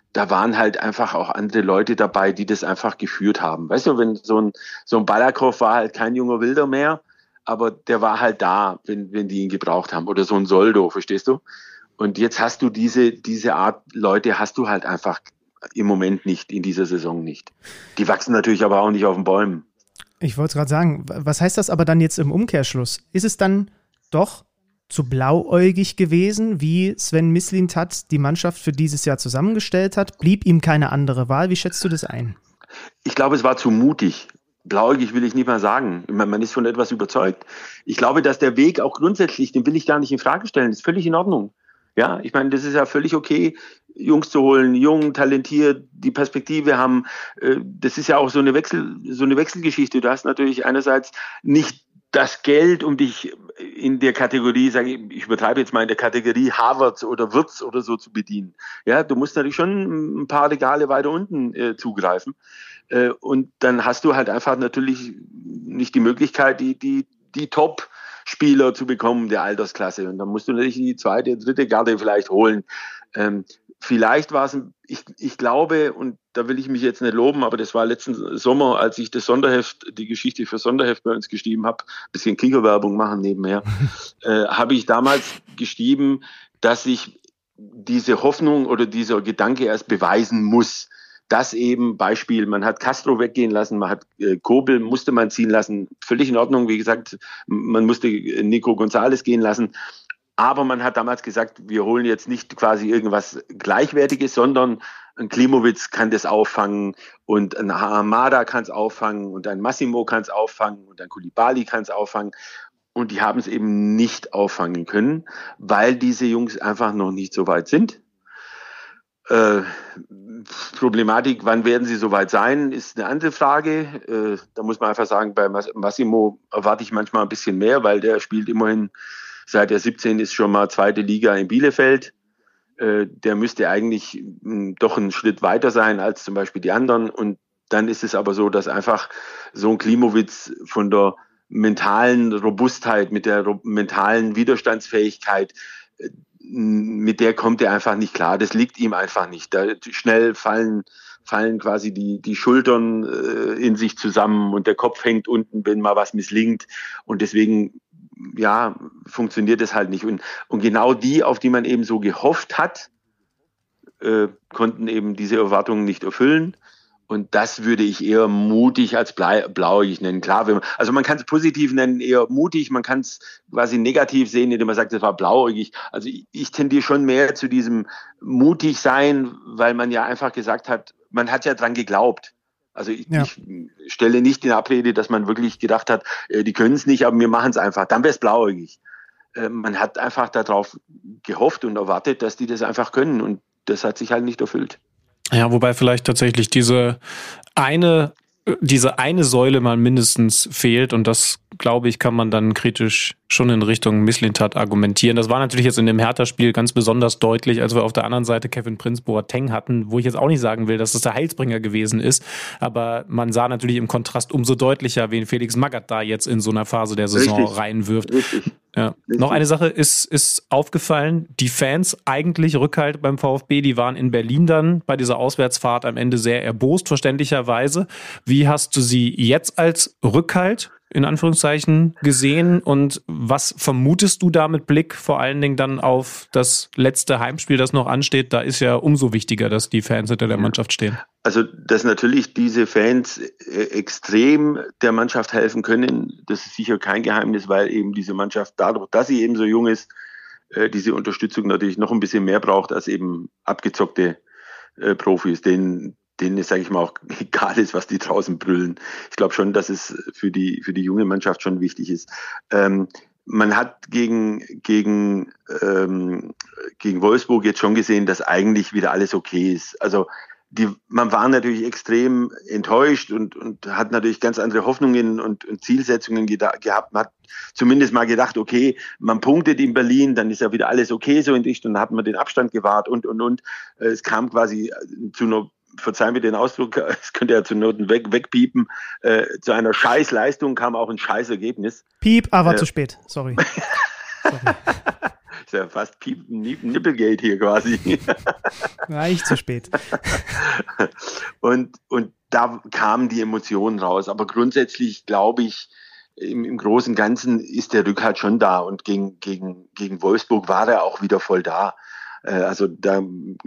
da waren halt einfach auch andere Leute dabei, die das einfach geführt haben. Weißt du, wenn so ein, so ein Balakow war halt kein junger Wilder mehr, aber der war halt da, wenn, wenn die ihn gebraucht haben. Oder so ein Soldo, verstehst du? Und jetzt hast du diese, diese Art Leute hast du halt einfach im Moment nicht, in dieser Saison nicht. Die wachsen natürlich aber auch nicht auf den Bäumen. Ich wollte gerade sagen, was heißt das aber dann jetzt im Umkehrschluss? Ist es dann doch zu blauäugig gewesen, wie Sven Mislintat die Mannschaft für dieses Jahr zusammengestellt hat? Blieb ihm keine andere Wahl? Wie schätzt du das ein? Ich glaube, es war zu mutig. Blauäugig will ich nicht mal sagen. Man ist von etwas überzeugt. Ich glaube, dass der Weg auch grundsätzlich, den will ich gar nicht in Frage stellen, ist völlig in Ordnung. Ja, ich meine, das ist ja völlig okay, Jungs zu holen, jung, talentiert, die Perspektive haben. Das ist ja auch so eine Wechsel, so eine Wechselgeschichte. Du hast natürlich einerseits nicht das Geld, um dich in der Kategorie, sage ich, ich übertreibe jetzt mal, in der Kategorie Harvard oder Wirtz oder so zu bedienen. Ja, du musst natürlich schon ein paar Regale weiter unten äh, zugreifen. Äh, und dann hast du halt einfach natürlich nicht die Möglichkeit, die, die, die Top-Spieler zu bekommen der Altersklasse. Und dann musst du natürlich die zweite, dritte Garde vielleicht holen. Ähm, Vielleicht war es, ich, ich glaube, und da will ich mich jetzt nicht loben, aber das war letzten Sommer, als ich das Sonderheft, die Geschichte für Sonderheft bei uns geschrieben habe, ein bisschen Kickerwerbung machen nebenher, äh, habe ich damals geschrieben, dass ich diese Hoffnung oder dieser Gedanke erst beweisen muss, dass eben, Beispiel, man hat Castro weggehen lassen, man hat äh, Kobel, musste man ziehen lassen, völlig in Ordnung, wie gesagt, man musste Nico González gehen lassen. Aber man hat damals gesagt, wir holen jetzt nicht quasi irgendwas Gleichwertiges, sondern ein Klimowitz kann das auffangen und ein Hamada kann es auffangen und ein Massimo kann es auffangen und ein Koulibaly kann es auffangen. Und die haben es eben nicht auffangen können, weil diese Jungs einfach noch nicht so weit sind. Äh, Problematik, wann werden sie so weit sein, ist eine andere Frage. Äh, da muss man einfach sagen, bei Massimo erwarte ich manchmal ein bisschen mehr, weil der spielt immerhin seit er siebzehn ist schon mal zweite Liga in Bielefeld. Äh, der müsste eigentlich mh, doch einen Schritt weiter sein als zum Beispiel die anderen. Und dann ist es aber so, dass einfach so ein Klimowitz von der mentalen Robustheit, mit der ro- mentalen Widerstandsfähigkeit, äh, mit der kommt er einfach nicht klar. Das liegt ihm einfach nicht. Da schnell fallen, fallen quasi die, die Schultern äh, in sich zusammen und der Kopf hängt unten, wenn mal was misslingt. Und deswegen ja, funktioniert es halt nicht. Und, und genau die, auf die man eben so gehofft hat, äh, konnten eben diese Erwartungen nicht erfüllen. Und das würde ich eher mutig als blauäugig nennen. Klar, wenn man, also man kann es positiv nennen, eher mutig, man kann es quasi negativ sehen, indem man sagt, das war blauäugig. Also ich, ich tendiere schon mehr zu diesem mutig sein, weil man ja einfach gesagt hat, man hat ja dran geglaubt. Also ich, ja. ich stelle nicht in Abrede, dass man wirklich gedacht hat, äh, die können es nicht, aber wir machen es einfach. Dann wäre es blauäugig. Äh, man hat einfach darauf gehofft und erwartet, dass die das einfach können. Und das hat sich halt nicht erfüllt. Ja, wobei vielleicht tatsächlich diese eine, diese eine Säule mal mindestens fehlt. Und das, glaube ich, kann man dann kritisch schon in Richtung Mislintat argumentieren. Das war natürlich jetzt in dem Hertha-Spiel ganz besonders deutlich, als wir auf der anderen Seite Kevin Prince Boateng hatten, wo ich jetzt auch nicht sagen will, dass das der Heilsbringer gewesen ist, aber man sah natürlich im Kontrast umso deutlicher, wen Felix Magath da jetzt in so einer Phase der Saison Richtig. reinwirft. Richtig. Ja. Richtig. Noch eine Sache ist, ist aufgefallen, die Fans, eigentlich Rückhalt beim VfB, die waren in Berlin dann bei dieser Auswärtsfahrt am Ende sehr erbost, verständlicherweise. Wie hast du sie jetzt als Rückhalt in Anführungszeichen gesehen und was vermutest du da mit Blick vor allen Dingen dann auf das letzte Heimspiel, das noch ansteht? Da ist ja umso wichtiger, dass die Fans hinter der Mannschaft stehen. Also, dass natürlich diese Fans extrem der Mannschaft helfen können, das ist sicher kein Geheimnis, weil eben diese Mannschaft dadurch, dass sie eben so jung ist, diese Unterstützung natürlich noch ein bisschen mehr braucht als eben abgezockte Profis, denen denen es, sage ich mal, auch egal ist, was die draußen brüllen. Ich glaube schon, dass es für die, für die junge Mannschaft schon wichtig ist. Ähm, man hat gegen, gegen, ähm, gegen Wolfsburg jetzt schon gesehen, dass eigentlich wieder alles okay ist. Also die, man war natürlich extrem enttäuscht und, und hat natürlich ganz andere Hoffnungen und, und Zielsetzungen geda- gehabt. Man hat zumindest mal gedacht, okay, man punktet in Berlin, dann ist ja wieder alles okay so in Richtung, dann hat man den Abstand gewahrt und, und, und. Es kam quasi zu einer, verzeihen wir den Ausdruck, es könnte ja zu Noten weg, wegpiepen, äh, zu einer Scheißleistung kam auch ein Scheißergebnis. Piep, aber äh, zu spät, sorry. Sorry. Ist ja fast Piep- Nippelgate hier quasi. Reicht zu spät. und, und da kamen die Emotionen raus. Aber grundsätzlich glaube ich, im, im Großen und Ganzen ist der Rückhalt schon da. Und gegen, gegen, gegen Wolfsburg war er auch wieder voll da. Also da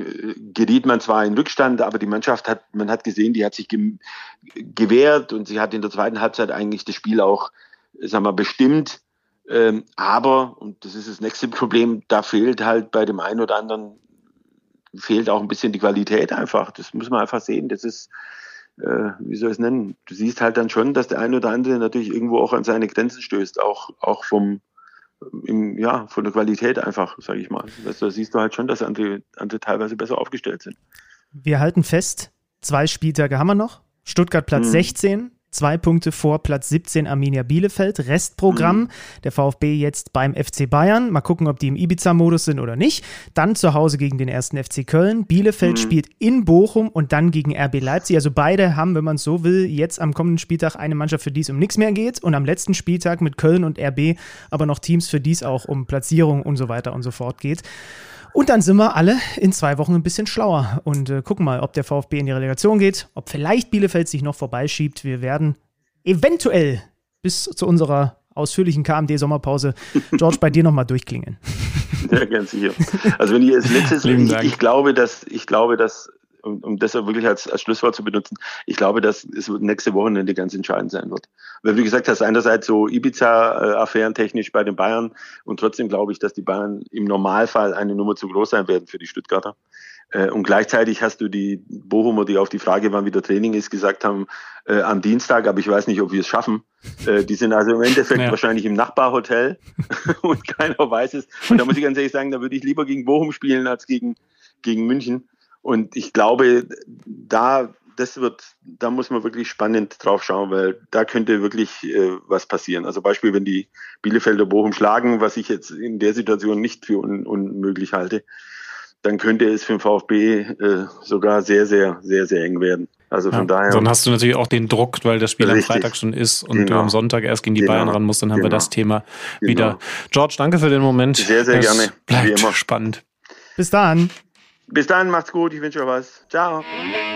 geriet man zwar in Rückstand, aber die Mannschaft hat, man hat gesehen, die hat sich ge- gewehrt und sie hat in der zweiten Halbzeit eigentlich das Spiel auch, sagen wir, bestimmt. Ähm, aber, und das ist das nächste Problem, da fehlt halt bei dem einen oder anderen, fehlt auch ein bisschen die Qualität einfach. Das muss man einfach sehen. Das ist, äh, wie soll ich es nennen? Du siehst halt dann schon, dass der eine oder andere natürlich irgendwo auch an seine Grenzen stößt, auch, auch vom, im, ja, von der Qualität einfach, sage ich mal. Da siehst du halt schon, dass andere, andere teilweise besser aufgestellt sind. Wir halten fest, zwei Spieltage haben wir noch. Stuttgart Platz mhm. sechzehn, zwei Punkte vor Platz siebzehn Arminia Bielefeld. Restprogramm, mhm. der VfB jetzt beim F C Bayern. Mal gucken, ob die im Ibiza-Modus sind oder nicht. Dann zu Hause gegen den ersten F C Köln. Bielefeld mhm. spielt in Bochum und dann gegen R B Leipzig. Also beide haben, wenn man es so will, jetzt am kommenden Spieltag eine Mannschaft, für die es um nichts mehr geht. Und am letzten Spieltag mit Köln und R B aber noch Teams, für die es auch um Platzierung und so weiter und so fort geht. Und dann sind wir alle in zwei Wochen ein bisschen schlauer und äh, gucken mal, ob der VfB in die Relegation geht, ob vielleicht Bielefeld sich noch vorbeischiebt. Wir werden eventuell bis zu unserer ausführlichen K M D-Sommerpause, George, bei dir nochmal durchklingeln. Ja, ganz sicher. Also wenn ich als letztes, ich, ich glaube, dass, ich glaube, dass, um, um das wirklich als, als Schlusswort zu benutzen, ich glaube, dass es nächste Wochenende ganz entscheidend sein wird. Weil, wie du gesagt hast, einerseits so Ibiza-Affären technisch bei den Bayern und trotzdem glaube ich, dass die Bayern im Normalfall eine Nummer zu groß sein werden für die Stuttgarter. Und gleichzeitig hast du die Bochumer, die auf die Frage, wann wieder Training ist, gesagt haben, äh, am Dienstag, aber ich weiß nicht, ob wir es schaffen. Äh, die sind also im Endeffekt ja. wahrscheinlich im Nachbarhotel und keiner weiß es. Und da muss ich ganz ehrlich sagen, da würde ich lieber gegen Bochum spielen als gegen, gegen München. Und ich glaube, da, das wird, da muss man wirklich spannend drauf schauen, weil da könnte wirklich äh, was passieren. Also Beispiel, wenn die Bielefelder Bochum schlagen, was ich jetzt in der Situation nicht für un, unmöglich halte, dann könnte es für den VfB äh, sogar sehr, sehr, sehr, sehr eng werden. Also von ja, daher. Dann hast du natürlich auch den Druck, weil das Spiel richtig. am Freitag schon ist und genau. du am Sonntag erst gegen die genau. Bayern ran musst, dann haben genau. wir das Thema genau. wieder. George, danke für den Moment. Sehr, sehr es gerne. Bleibt Wie immer. spannend. Bis dann. Bis dann, macht's gut, ich wünsche euch was. Ciao.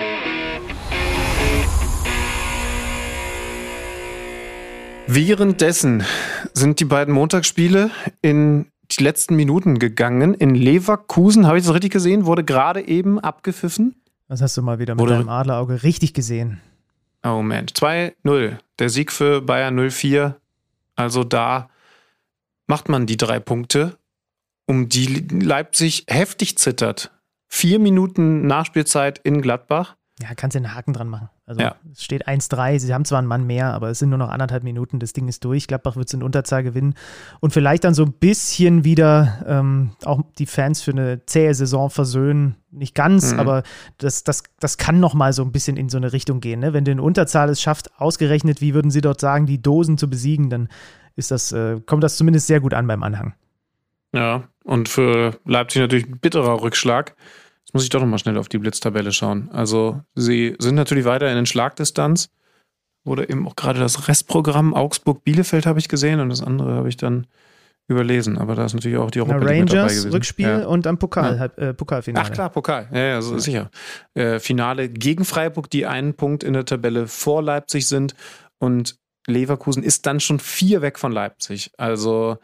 Währenddessen sind die beiden Montagsspiele in die letzten Minuten gegangen. In Leverkusen, habe ich das richtig gesehen, wurde gerade eben abgepfiffen. Das hast du mal wieder mit wurde deinem Adlerauge richtig gesehen. Oh Mensch, zwei null. Der Sieg für Bayern null vier. Also da macht man die drei Punkte, um die Leipzig heftig zittert. Vier Minuten Nachspielzeit in Gladbach. Ja, kannst du einen Haken dran machen. Also ja. es steht eins drei, sie haben zwar einen Mann mehr, aber es sind nur noch anderthalb Minuten, das Ding ist durch. Gladbach wird es in Unterzahl gewinnen und vielleicht dann so ein bisschen wieder ähm, auch die Fans für eine zähe Saison versöhnen. Nicht ganz, mhm. aber das, das, das kann nochmal so ein bisschen in so eine Richtung gehen. Ne? Wenn du in Unterzahl es schafft, ausgerechnet, wie würden sie dort sagen, die Dosen zu besiegen, dann ist das, äh, kommt das zumindest sehr gut an beim Anhang. Ja, und für Leipzig natürlich ein bitterer Rückschlag. Jetzt muss ich doch nochmal schnell auf die Blitztabelle schauen. Also sie sind natürlich weiter in Schlagdistanz. Wurde eben auch gerade das Restprogramm Augsburg-Bielefeld habe ich gesehen und das andere habe ich dann überlesen. Aber da ist natürlich auch die Europa League mit dabei gewesen. Rückspiel ja. und dann Pokal, ja. halb, äh, Pokalfinale. Ach klar, Pokal. Ja, ja, so ja. sicher. Äh, Finale gegen Freiburg, die einen Punkt in der Tabelle vor Leipzig sind und Leverkusen ist dann schon vier weg von Leipzig. Also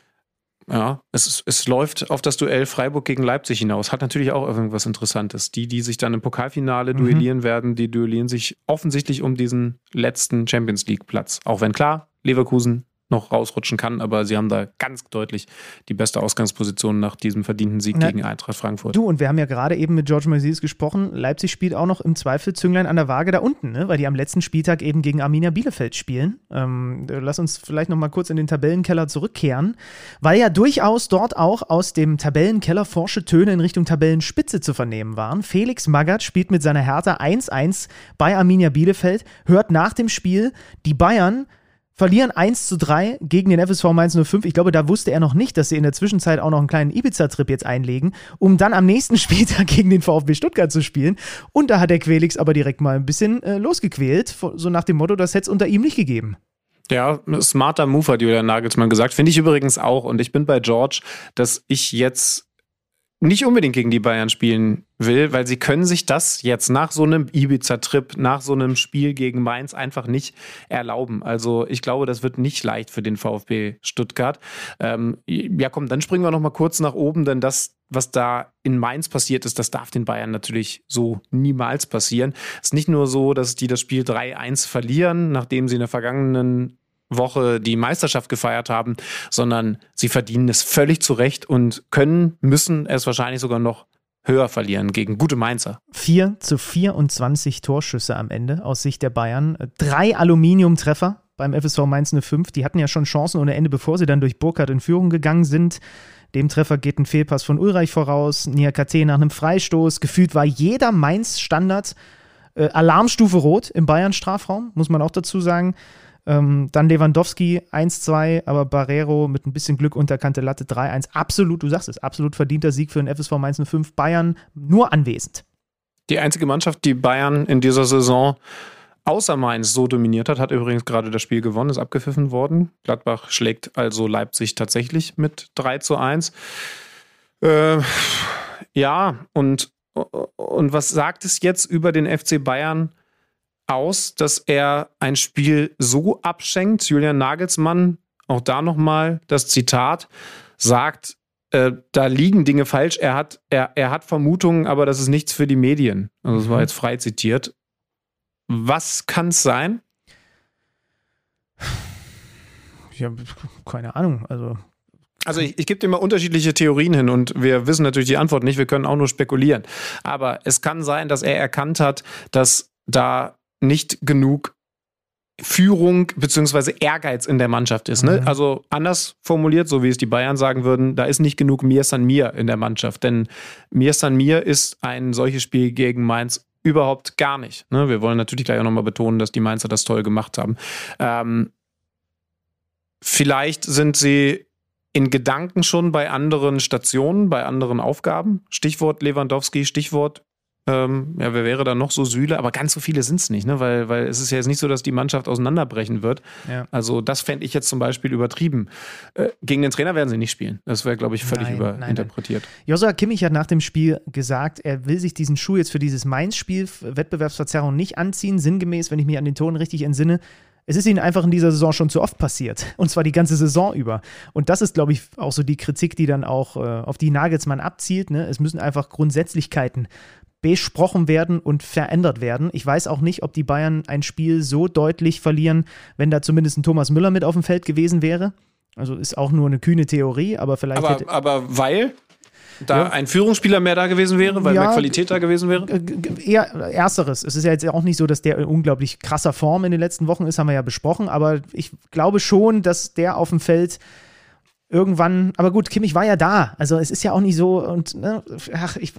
ja, es, es läuft auf das Duell Freiburg gegen Leipzig hinaus. Hat natürlich auch irgendwas Interessantes. Die, die sich dann im Pokalfinale mhm. duellieren werden, die duellieren sich offensichtlich um diesen letzten Champions-League-Platz. Auch wenn klar, Leverkusen noch rausrutschen kann, aber sie haben da ganz deutlich die beste Ausgangsposition nach diesem verdienten Sieg Na, gegen Eintracht Frankfurt. Du, und wir haben ja gerade eben mit George Moises gesprochen, Leipzig spielt auch noch im Zweifel Zünglein an der Waage da unten, ne? Weil die am letzten Spieltag eben gegen Arminia Bielefeld spielen. Ähm, lass uns vielleicht noch mal kurz in den Tabellenkeller zurückkehren, weil ja durchaus dort auch aus dem Tabellenkeller forsche Töne in Richtung Tabellenspitze zu vernehmen waren. Felix Magath spielt mit seiner Hertha eins eins bei Arminia Bielefeld, hört nach dem Spiel, die Bayern verlieren eins zu drei gegen den F S V Mainz null fünf. Ich glaube, da wusste er noch nicht, dass sie in der Zwischenzeit auch noch einen kleinen Ibiza-Trip jetzt einlegen, um dann am nächsten Spieltag gegen den VfB Stuttgart zu spielen. Und da hat der Quelix aber direkt mal ein bisschen äh, losgequält, so nach dem Motto, das hätte es unter ihm nicht gegeben. Ja, smarter Move hat Julian Nagelsmann gesagt. Finde ich übrigens auch. Und ich bin bei George, dass ich jetzt nicht unbedingt gegen die Bayern spielen will, weil sie können sich das jetzt nach so einem Ibiza-Trip, nach so einem Spiel gegen Mainz einfach nicht erlauben. Also ich glaube, das wird nicht leicht für den VfB Stuttgart. Ähm, ja komm, dann springen wir noch mal kurz nach oben, denn das, was da in Mainz passiert ist, das darf den Bayern natürlich so niemals passieren. Es ist nicht nur so, dass die das Spiel drei eins verlieren, nachdem sie in der vergangenen Woche die Meisterschaft gefeiert haben, sondern sie verdienen es völlig zurecht und können, müssen es wahrscheinlich sogar noch höher verlieren gegen gute Mainzer. vier zu vierundzwanzig Torschüsse am Ende aus Sicht der Bayern. Drei Aluminiumtreffer beim F S V Mainz null fünf. Die hatten ja schon Chancen ohne Ende, bevor sie dann durch Burkhardt in Führung gegangen sind. Dem Treffer geht ein Fehlpass von Ulreich voraus. Niakate nach einem Freistoß. Gefühlt war jeder Mainz-Standard äh, Alarmstufe rot im Bayern-Strafraum, muss man auch dazu sagen. Ähm, dann Lewandowski eins zwei, aber Barrero mit ein bisschen Glück unterkante Latte drei eins. Absolut, du sagst es, absolut verdienter Sieg für den F S V Mainz null fünf. Bayern nur anwesend. Die einzige Mannschaft, die Bayern in dieser Saison außer Mainz so dominiert hat, hat übrigens gerade das Spiel gewonnen, ist abgepfiffen worden. Gladbach schlägt also Leipzig tatsächlich mit drei zu eins. Äh, ja, und, und was sagt es jetzt über den F C Bayern aus, dass er ein Spiel so abschenkt? Julian Nagelsmann, auch da nochmal das Zitat, sagt, äh, da liegen Dinge falsch. Er hat, er, er hat Vermutungen, aber das ist nichts für die Medien. Also das war jetzt frei zitiert. Was kann es sein? Ich habe keine Ahnung. Also, also ich, ich gebe dir mal unterschiedliche Theorien hin und wir wissen natürlich die Antwort nicht, wir können auch nur spekulieren. Aber es kann sein, dass er erkannt hat, dass da nicht genug Führung bzw. Ehrgeiz in der Mannschaft ist. Ne? Mhm. Also anders formuliert, so wie es die Bayern sagen würden, da ist nicht genug Mir San Mir in der Mannschaft. Denn Mir San Mir ist ein solches Spiel gegen Mainz überhaupt gar nicht. Ne? Wir wollen natürlich gleich auch nochmal betonen, dass die Mainzer das toll gemacht haben. Ähm, vielleicht sind sie in Gedanken schon bei anderen Stationen, bei anderen Aufgaben. Stichwort Lewandowski, Stichwort Ähm, ja, wer wäre da noch so? Süle, aber ganz so viele sind es nicht, ne? weil, weil es ist ja jetzt nicht so, dass die Mannschaft auseinanderbrechen wird. Ja. Also das fände ich jetzt zum Beispiel übertrieben. Äh, gegen den Trainer werden sie nicht spielen. Das wäre, glaube ich, völlig nein, überinterpretiert. Nein, nein. Joshua Kimmich hat nach dem Spiel gesagt, er will sich diesen Schuh jetzt für dieses Mainz-Spiel, Wettbewerbsverzerrung, nicht anziehen. Sinngemäß, wenn ich mich an den Ton richtig entsinne. Es ist ihnen einfach in dieser Saison schon zu oft passiert. Und zwar die ganze Saison über. Und das ist, glaube ich, auch so die Kritik, die dann auch äh, auf die Nagelsmann abzielt. Ne? Es müssen einfach Grundsätzlichkeiten besprochen werden und verändert werden. Ich weiß auch nicht, ob die Bayern ein Spiel so deutlich verlieren, wenn da zumindest ein Thomas Müller mit auf dem Feld gewesen wäre. Also ist auch nur eine kühne Theorie, aber vielleicht Aber, hätte aber weil da ja. ein Führungsspieler mehr da gewesen wäre, weil ja, mehr Qualität da gewesen wäre? Eher Ersteres. Es ist ja jetzt auch nicht so, dass der in unglaublich krasser Form in den letzten Wochen ist, haben wir ja besprochen, aber ich glaube schon, dass der auf dem Feld irgendwann, aber gut, Kimmich war ja da, also es ist ja auch nicht so und ne, ach, ich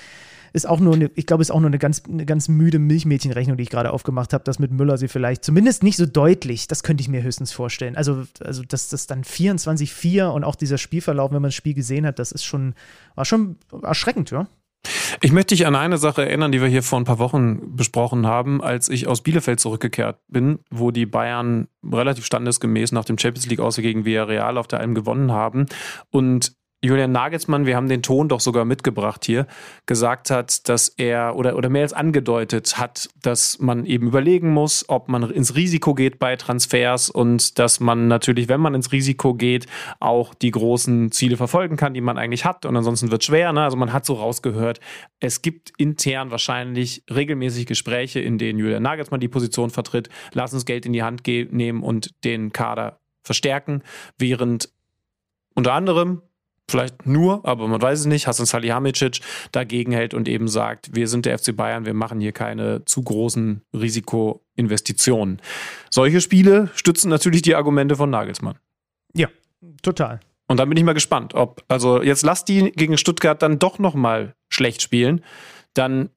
ist auch nur eine, ich glaube, es ist auch nur eine ganz, eine ganz müde Milchmädchenrechnung, die ich gerade aufgemacht habe, dass mit Müller sie vielleicht zumindest nicht so deutlich, das könnte ich mir höchstens vorstellen. Also, also dass das dann vierundzwanzig vier und auch dieser Spielverlauf, wenn man das Spiel gesehen hat, das ist schon, war schon erschreckend, ja. Ich möchte dich an eine Sache erinnern, die wir hier vor ein paar Wochen besprochen haben, als ich aus Bielefeld zurückgekehrt bin, wo die Bayern relativ standesgemäß nach dem Champions League aus gegen Villarreal auf der Alm gewonnen haben und Julian Nagelsmann, wir haben den Ton doch sogar mitgebracht hier, gesagt hat, dass er oder, oder mehr als angedeutet hat, dass man eben überlegen muss, ob man ins Risiko geht bei Transfers und dass man natürlich, wenn man ins Risiko geht, auch die großen Ziele verfolgen kann, die man eigentlich hat und ansonsten wird es schwer. Ne? Also man hat so rausgehört, es gibt intern wahrscheinlich regelmäßig Gespräche, in denen Julian Nagelsmann die Position vertritt, lass uns Geld in die Hand ge- nehmen und den Kader verstärken, während unter anderem vielleicht nur, aber man weiß es nicht, Hasan Salihamidzic dagegen hält und eben sagt, wir sind der F C Bayern, wir machen hier keine zu großen Risikoinvestitionen. Solche Spiele stützen natürlich die Argumente von Nagelsmann. Ja, total. Und dann bin ich mal gespannt, ob, also jetzt lass die gegen Stuttgart dann doch nochmal schlecht spielen, dann,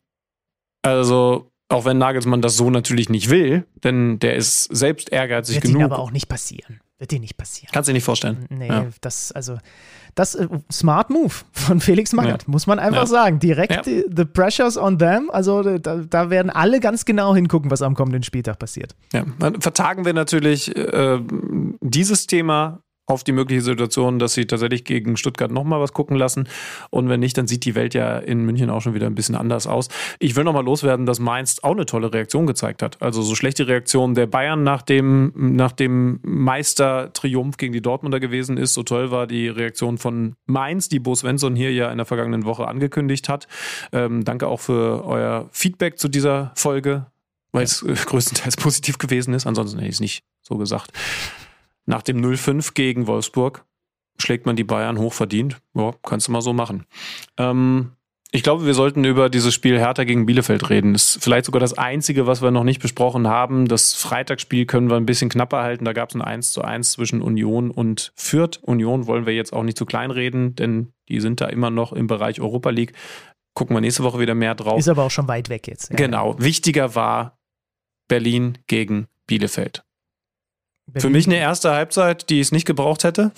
also auch wenn Nagelsmann das so natürlich nicht will, denn der ist selbst ehrgeizig wird genug. Wird aber auch nicht passieren. Wird dir nicht passieren. Kannst du dir nicht vorstellen. Nee, ja. das, also, das, äh, Smart Move von Felix Magath, ja. muss man einfach ja. sagen. Direkt, ja. die, the pressure's on them, also da, da werden alle ganz genau hingucken, was am kommenden Spieltag passiert. Ja, dann vertagen wir natürlich äh, dieses Thema auf die mögliche Situation, dass sie tatsächlich gegen Stuttgart nochmal was gucken lassen. Und wenn nicht, dann sieht die Welt ja in München auch schon wieder ein bisschen anders aus. Ich will nochmal loswerden, dass Mainz auch eine tolle Reaktion gezeigt hat. Also so schlechte Reaktion der Bayern nach dem, nach dem Meistertriumph gegen die Dortmunder gewesen ist. So toll war die Reaktion von Mainz, die Bo Svensson hier ja in der vergangenen Woche angekündigt hat. Ähm, danke auch für euer Feedback zu dieser Folge, weil es äh, größtenteils positiv gewesen ist. Ansonsten hätte ich es nicht so gesagt. Nach dem null fünf gegen Wolfsburg schlägt man die Bayern hochverdient. Ja, kannst du mal so machen. Ähm, ich glaube, wir sollten über dieses Spiel Hertha gegen Bielefeld reden. Das ist vielleicht sogar das Einzige, was wir noch nicht besprochen haben. Das Freitagsspiel können wir ein bisschen knapper halten. Da gab es ein eins zu eins zwischen Union und Fürth. Union wollen wir jetzt auch nicht zu klein reden, denn die sind da immer noch im Bereich Europa League. Gucken wir nächste Woche wieder mehr drauf. Ist aber auch schon weit weg jetzt. Ja. Genau. Wichtiger war Berlin gegen Bielefeld. Berlin. Für mich eine erste Halbzeit, die es nicht gebraucht hätte.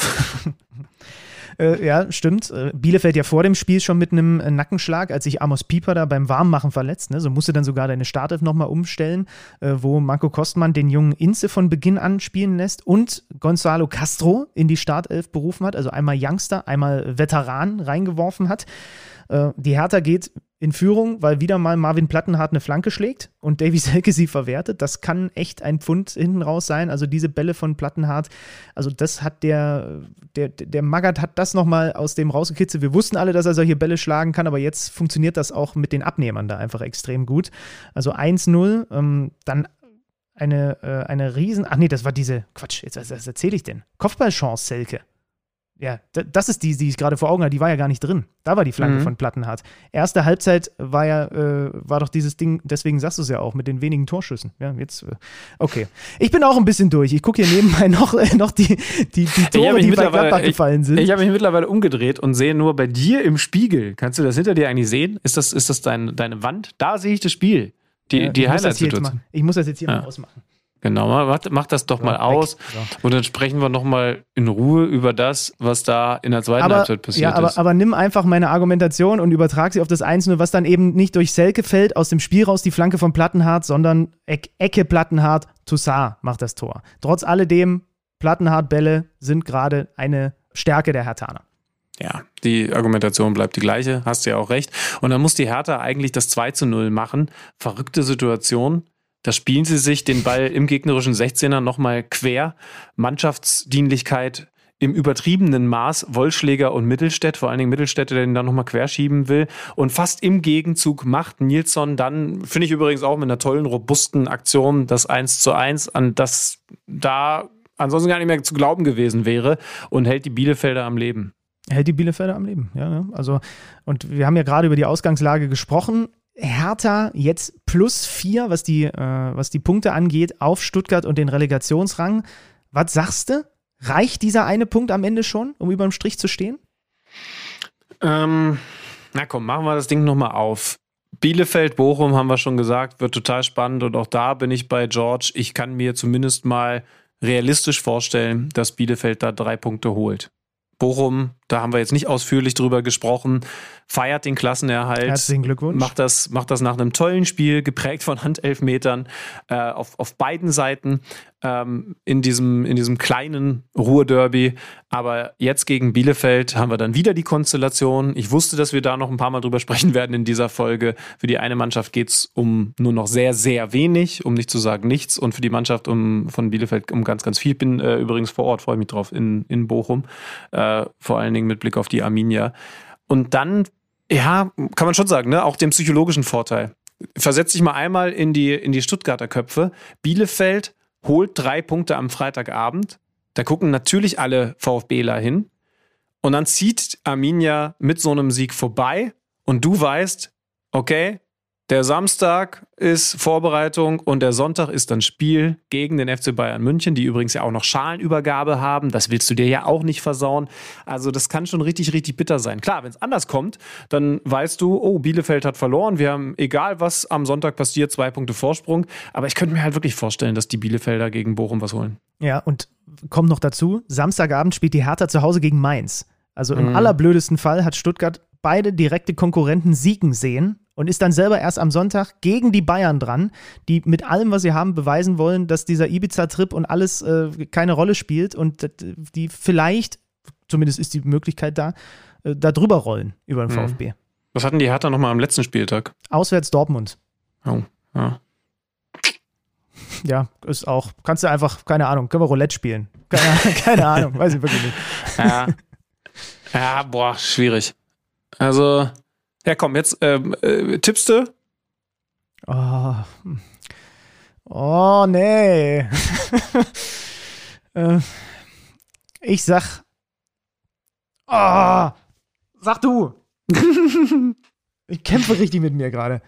äh, ja, stimmt. Bielefeld ja vor dem Spiel schon mit einem Nackenschlag, als sich Amos Pieper da beim Warmmachen verletzt. Ne? So musste dann sogar deine Startelf nochmal umstellen, äh, wo Marco Kostmann den jungen Inze von Beginn an spielen lässt und Gonzalo Castro in die Startelf berufen hat. Also einmal Youngster, einmal Veteran reingeworfen hat. Äh, die Hertha geht in Führung, weil wieder mal Marvin Plattenhardt eine Flanke schlägt und Davy Selke sie verwertet. Das kann echt ein Pfund hinten raus sein. Also diese Bälle von Plattenhardt, also das hat der, der, der Magath hat das nochmal aus dem rausgekitzelt. Wir wussten alle, dass er solche Bälle schlagen kann, aber jetzt funktioniert das auch mit den Abnehmern da einfach extrem gut. Also eins null, ähm, dann eine, äh, eine riesen, ach nee, das war diese, Quatsch, jetzt, was, was erzähle ich denn? Kopfballchance Selke. Ja, das ist die, die ich gerade vor Augen hatte, die war ja gar nicht drin. Da war die Flanke mhm. von Plattenhardt. Erste Halbzeit war ja, äh, war doch dieses Ding, deswegen sagst du es ja auch, mit den wenigen Torschüssen. Ja, jetzt, äh, okay. Ich bin auch ein bisschen durch. Ich gucke hier nebenbei noch, äh, noch die, die, die Tore, die bei Gladbach gefallen sind. Ich, ich habe mich mittlerweile umgedreht und sehe nur bei dir im Spiegel. Kannst du das hinter dir eigentlich sehen? Ist das, ist das dein, deine Wand? Da sehe ich das Spiel. Die, ja, die Highlight-Situation. Ich muss das jetzt hier ja. mal ausmachen. Genau, mach, mach das doch so, mal aus so. Und dann sprechen wir nochmal in Ruhe über das, was da in der zweiten aber, Halbzeit passiert ja, aber, ist. Aber nimm einfach meine Argumentation und übertrag sie auf das eins null, was dann eben nicht durch Selke fällt, aus dem Spiel raus die Flanke von Plattenhardt, sondern Eck, Ecke Plattenhardt, Toussaint macht das Tor. Trotz alledem, Plattenhardt-Bälle sind gerade eine Stärke der Herthaner. Ja, die Argumentation bleibt die gleiche, hast du ja auch recht. Und dann muss die Hertha eigentlich das zwei zu null machen. Verrückte Situation. Da spielen sie sich den Ball im gegnerischen sechzehner nochmal quer. Mannschaftsdienlichkeit im übertriebenen Maß. Wollschläger und Mittelstädt, vor allen Dingen Mittelstädt, der den dann nochmal querschieben will. Und fast im Gegenzug macht Nilsson dann, finde ich übrigens auch mit einer tollen, robusten Aktion, das eins zu eins, an das da ansonsten gar nicht mehr zu glauben gewesen wäre und hält die Bielefelder am Leben. Hält die Bielefelder am Leben, ja. ja. Also, und wir haben ja gerade über die Ausgangslage gesprochen. Hertha jetzt plus vier, was die, äh, was die Punkte angeht, auf Stuttgart und den Relegationsrang. Was sagst du? Reicht dieser eine Punkt am Ende schon, um über dem Strich zu stehen? Ähm, na komm, machen wir das Ding nochmal auf. Bielefeld, Bochum haben wir schon gesagt, wird total spannend und auch da bin ich bei George. Ich kann mir zumindest mal realistisch vorstellen, dass Bielefeld da drei Punkte holt. Bochum, da haben wir jetzt nicht ausführlich drüber gesprochen, feiert den Klassenerhalt. Herzlichen Glückwunsch. Macht das, macht das nach einem tollen Spiel, geprägt von Handelfmetern äh, auf, auf beiden Seiten ähm, in, diesem, in diesem kleinen Ruhrderby. Aber jetzt gegen Bielefeld haben wir dann wieder die Konstellation. Ich wusste, dass wir da noch ein paar Mal drüber sprechen werden in dieser Folge. Für die eine Mannschaft geht es um nur noch sehr, sehr wenig, um nicht zu sagen nichts. Und für die Mannschaft um, von Bielefeld um ganz, ganz viel. Ich bin äh, übrigens vor Ort, freue mich drauf, in, in Bochum. Äh, vor allen Dingen mit Blick auf die Arminia. Und dann, ja, kann man schon sagen, ne, auch den psychologischen Vorteil. Versetz dich mal einmal in die, in die Stuttgarter Köpfe. Bielefeld holt drei Punkte am Freitagabend. Da gucken natürlich alle VfBler hin. Und dann zieht Arminia mit so einem Sieg vorbei. Und du weißt, okay, Der Samstag ist Vorbereitung und der Sonntag ist dann Spiel gegen den F C Bayern München, die übrigens ja auch noch Schalenübergabe haben. Das willst du dir ja auch nicht versauen. Also das kann schon richtig, richtig bitter sein. Klar, wenn es anders kommt, dann weißt du, oh, Bielefeld hat verloren. Wir haben, egal was am Sonntag passiert, zwei Punkte Vorsprung. Aber ich könnte mir halt wirklich vorstellen, dass die Bielefelder gegen Bochum was holen. Ja, und kommt noch dazu, Samstagabend spielt die Hertha zu Hause gegen Mainz. Also im mhm. allerblödesten Fall hat Stuttgart beide direkte Konkurrenten siegen sehen und ist dann selber erst am Sonntag gegen die Bayern dran, die mit allem, was sie haben, beweisen wollen, dass dieser Ibiza-Trip und alles äh, keine Rolle spielt und die vielleicht, zumindest ist die Möglichkeit da, äh, da drüber rollen über den VfB. Mhm. Was hatten die Hertha nochmal am letzten Spieltag? Auswärts Dortmund. Oh, ja. Ja, ist auch, kannst du einfach, keine Ahnung, können wir Roulette spielen. Keine, keine Ahnung, weiß ich wirklich nicht. Ja. Ja, boah, schwierig. Also, ja komm, jetzt ähm, äh, tippst du? Oh, oh nee. äh, ich sag, oh, sag du. Ich kämpfe richtig mit mir gerade.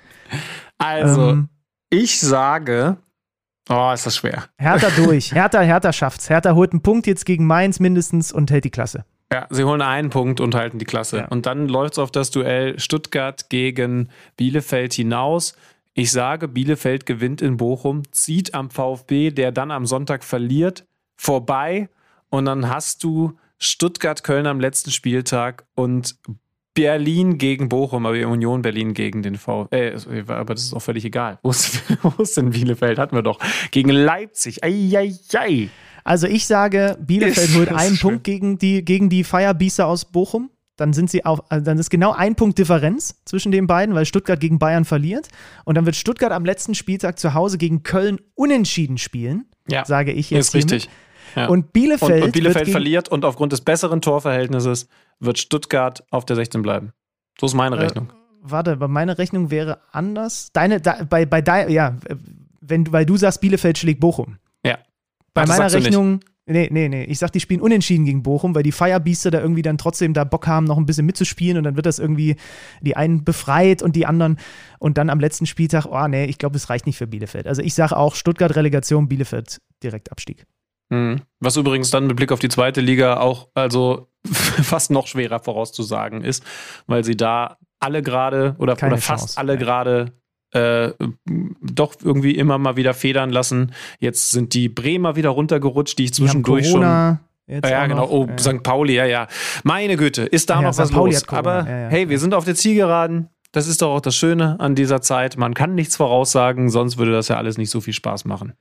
Also, ähm, ich sage, oh, ist das schwer. Hertha durch. Hertha, Hertha schafft's. Hertha holt einen Punkt jetzt gegen Mainz mindestens und hält die Klasse. Ja, sie holen einen Punkt und halten die Klasse. Ja. Und dann läuft es auf das Duell Stuttgart gegen Bielefeld hinaus. Ich sage, Bielefeld gewinnt in Bochum, zieht am VfB, der dann am Sonntag verliert, vorbei. Und dann hast du Stuttgart-Köln am letzten Spieltag und Berlin gegen Bochum, aber Union Berlin gegen den VfB. Äh, aber das ist auch völlig egal. Wo ist, wo ist denn Bielefeld? Hatten wir doch. Gegen Leipzig. Eieiei. Also ich sage, Bielefeld Ist holt das einen schön. Punkt gegen die, gegen die Firebeaster aus Bochum. Dann sind sie auf, also dann ist genau ein Punkt Differenz zwischen den beiden, weil Stuttgart gegen Bayern verliert. Und dann wird Stuttgart am letzten Spieltag zu Hause gegen Köln unentschieden spielen, Ja, sage ich jetzt ist richtig. Ja. Und Bielefeld, und, und Bielefeld wird gegen, verliert und aufgrund des besseren Torverhältnisses wird Stuttgart auf der sechzehn bleiben. So ist meine Rechnung. Äh, warte, aber meine Rechnung wäre anders. Deine, da, bei, bei deiner, ja, wenn, weil du sagst, Bielefeld schlägt Bochum. Ja. Bei Ach, das meiner sagst du nicht. Rechnung, nee, nee, nee, ich sag, die spielen unentschieden gegen Bochum, weil die Firebeaster da irgendwie dann trotzdem da Bock haben, noch ein bisschen mitzuspielen und dann wird das irgendwie die einen befreit und die anderen und dann am letzten Spieltag, oh nee, ich glaube, es reicht nicht für Bielefeld. Also ich sage auch Stuttgart Relegation, Bielefeld Direktabstieg. Mhm. Was übrigens dann mit Blick auf die zweite Liga auch also fast noch schwerer vorauszusagen ist, weil sie da alle gerade oder, Keine oder fast Chance, alle ja. gerade äh, doch irgendwie immer mal wieder federn lassen. Jetzt sind die Bremer wieder runtergerutscht, die ich Die haben zwischendurch schon. Corona jetzt Ja, auch genau. noch. Oh, Ja. Sankt Pauli, ja, ja. Meine Güte, ist da Ja, noch was Sankt Pauli los? hat Corona, Aber ja, ja. hey, wir sind auf der Zielgeraden. Das ist doch auch das Schöne an dieser Zeit. Man kann nichts voraussagen, sonst würde das ja alles nicht so viel Spaß machen.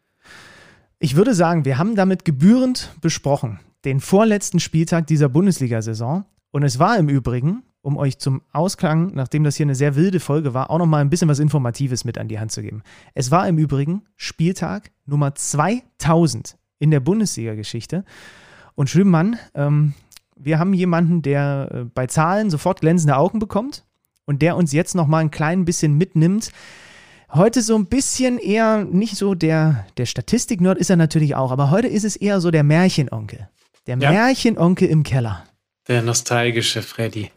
Ich würde sagen, wir haben damit gebührend besprochen den vorletzten Spieltag dieser Bundesliga-Saison. Und es war im Übrigen, um euch zum Ausklang, nachdem das hier eine sehr wilde Folge war, auch nochmal ein bisschen was Informatives mit an die Hand zu geben. Es war im Übrigen Spieltag Nummer zweitausend in der Bundesliga-Geschichte. Und Schlimmmann, ähm, wir haben jemanden, der äh, bei Zahlen sofort glänzende Augen bekommt und der uns jetzt nochmal ein klein bisschen mitnimmt. Heute so ein bisschen eher nicht so der, der Statistik-Nerd ist er natürlich auch, aber heute ist es eher so der Märchenonkel. Der Ja. Märchenonkel im Keller. Der nostalgische Freddy.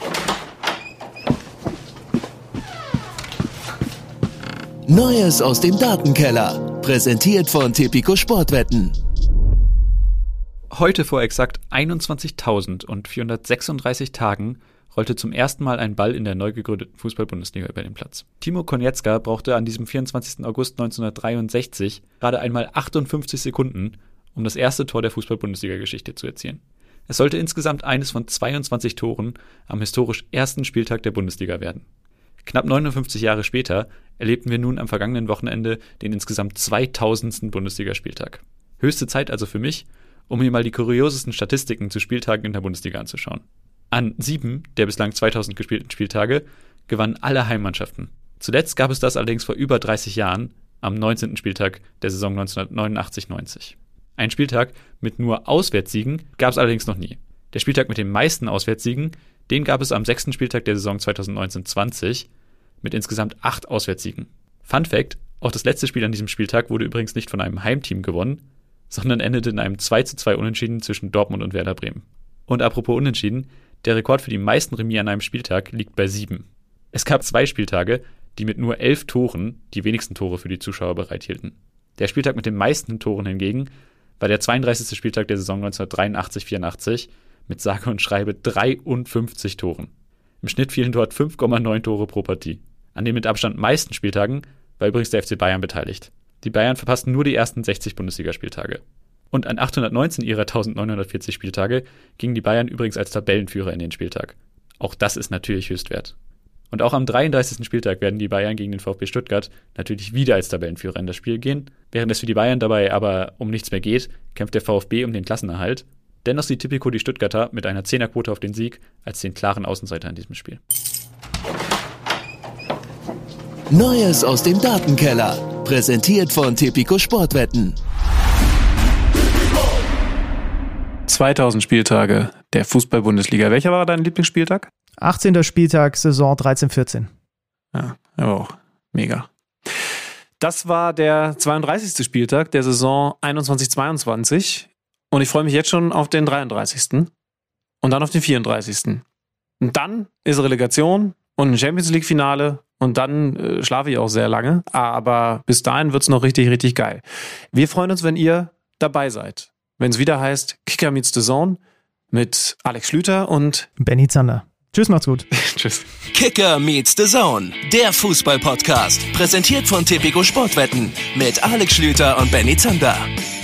Neues aus dem Datenkeller. Präsentiert von Tipico Sportwetten. Heute vor exakt einundzwanzigtausendvierhundertsechsunddreißig Tagen rollte zum ersten Mal ein Ball in der neu gegründeten Fußball-Bundesliga über den Platz. Timo Konietzka brauchte an diesem vierundzwanzigsten August neunzehnhundertdreiundsechzig gerade einmal achtundfünfzig Sekunden, um das erste Tor der Fußball-Bundesliga-Geschichte zu erzielen. Es sollte insgesamt eines von zweiundzwanzig Toren am historisch ersten Spieltag der Bundesliga werden. Knapp neunundfünfzig Jahre später erlebten wir nun am vergangenen Wochenende den insgesamt zweitausendsten Bundesligaspieltag. Höchste Zeit also für mich, um mir mal die kuriosesten Statistiken zu Spieltagen in der Bundesliga anzuschauen. An sieben der bislang zweitausend gespielten Spieltage gewannen alle Heimmannschaften. Zuletzt gab es das allerdings vor über dreißig Jahren, am neunzehnten Spieltag der Saison neunzehnhundertneunundachtzig neunzig. Ein Spieltag mit nur Auswärtssiegen gab es allerdings noch nie. Der Spieltag mit den meisten Auswärtssiegen, den gab es am sechsten Spieltag der Saison zweitausendneunzehn zwanzig mit insgesamt acht Auswärtssiegen. Fun Fact, auch das letzte Spiel an diesem Spieltag wurde übrigens nicht von einem Heimteam gewonnen, sondern endete in einem zwei zu zwei Unentschieden zwischen Dortmund und Werder Bremen. Und apropos Unentschieden, der Rekord für die meisten Remis an einem Spieltag liegt bei sieben. Es gab zwei Spieltage, die mit nur elf Toren die wenigsten Tore für die Zuschauer bereithielten. Der Spieltag mit den meisten Toren hingegen war der zweiunddreißigste Spieltag der Saison neunzehnhundertdreiundachtzig vierundachtzig mit sage und schreibe dreiundfünfzig Toren. Im Schnitt fielen dort fünf Komma neun Tore pro Partie. An den mit Abstand meisten Spieltagen war übrigens der F C Bayern beteiligt. Die Bayern verpassten nur die ersten sechzig Bundesligaspieltage. Und an achthundertneunzehn ihrer eintausendneunhundertvierzig Spieltage gingen die Bayern übrigens als Tabellenführer in den Spieltag. Auch das ist natürlich Höchstwert. Und auch am dreiunddreißigsten Spieltag werden die Bayern gegen den VfB Stuttgart natürlich wieder als Tabellenführer in das Spiel gehen. Während es für die Bayern dabei aber um nichts mehr geht, kämpft der VfB um den Klassenerhalt. Dennoch sieht Tipico die Stuttgarter mit einer Zehnerquote auf den Sieg als den klaren Außenseiter in diesem Spiel. Neues aus dem Datenkeller. Präsentiert von Tipico Sportwetten. zweitausend Spieltage der Fußball-Bundesliga. Welcher war dein Lieblingsspieltag? achtzehnter Spieltag, Saison dreizehn vierzehn. Ja, aber auch mega. Das war der zweiunddreißigste Spieltag der Saison einundzwanzig zweiundzwanzig. Und ich freue mich jetzt schon auf den dreiunddreißigsten und dann auf den vierunddreißigsten Und dann ist Relegation und ein Champions-League-Finale und dann äh, schlafe ich auch sehr lange. Aber bis dahin wird es noch richtig, richtig geil. Wir freuen uns, wenn ihr dabei seid. Wenn es wieder heißt Kicker meets the Zone mit Alex Schlüter und Benny Zander. Tschüss, macht's gut. Tschüss. Kicker meets the Zone, der Fußball-Podcast. Präsentiert von Tipico Sportwetten mit Alex Schlüter und Benny Zander.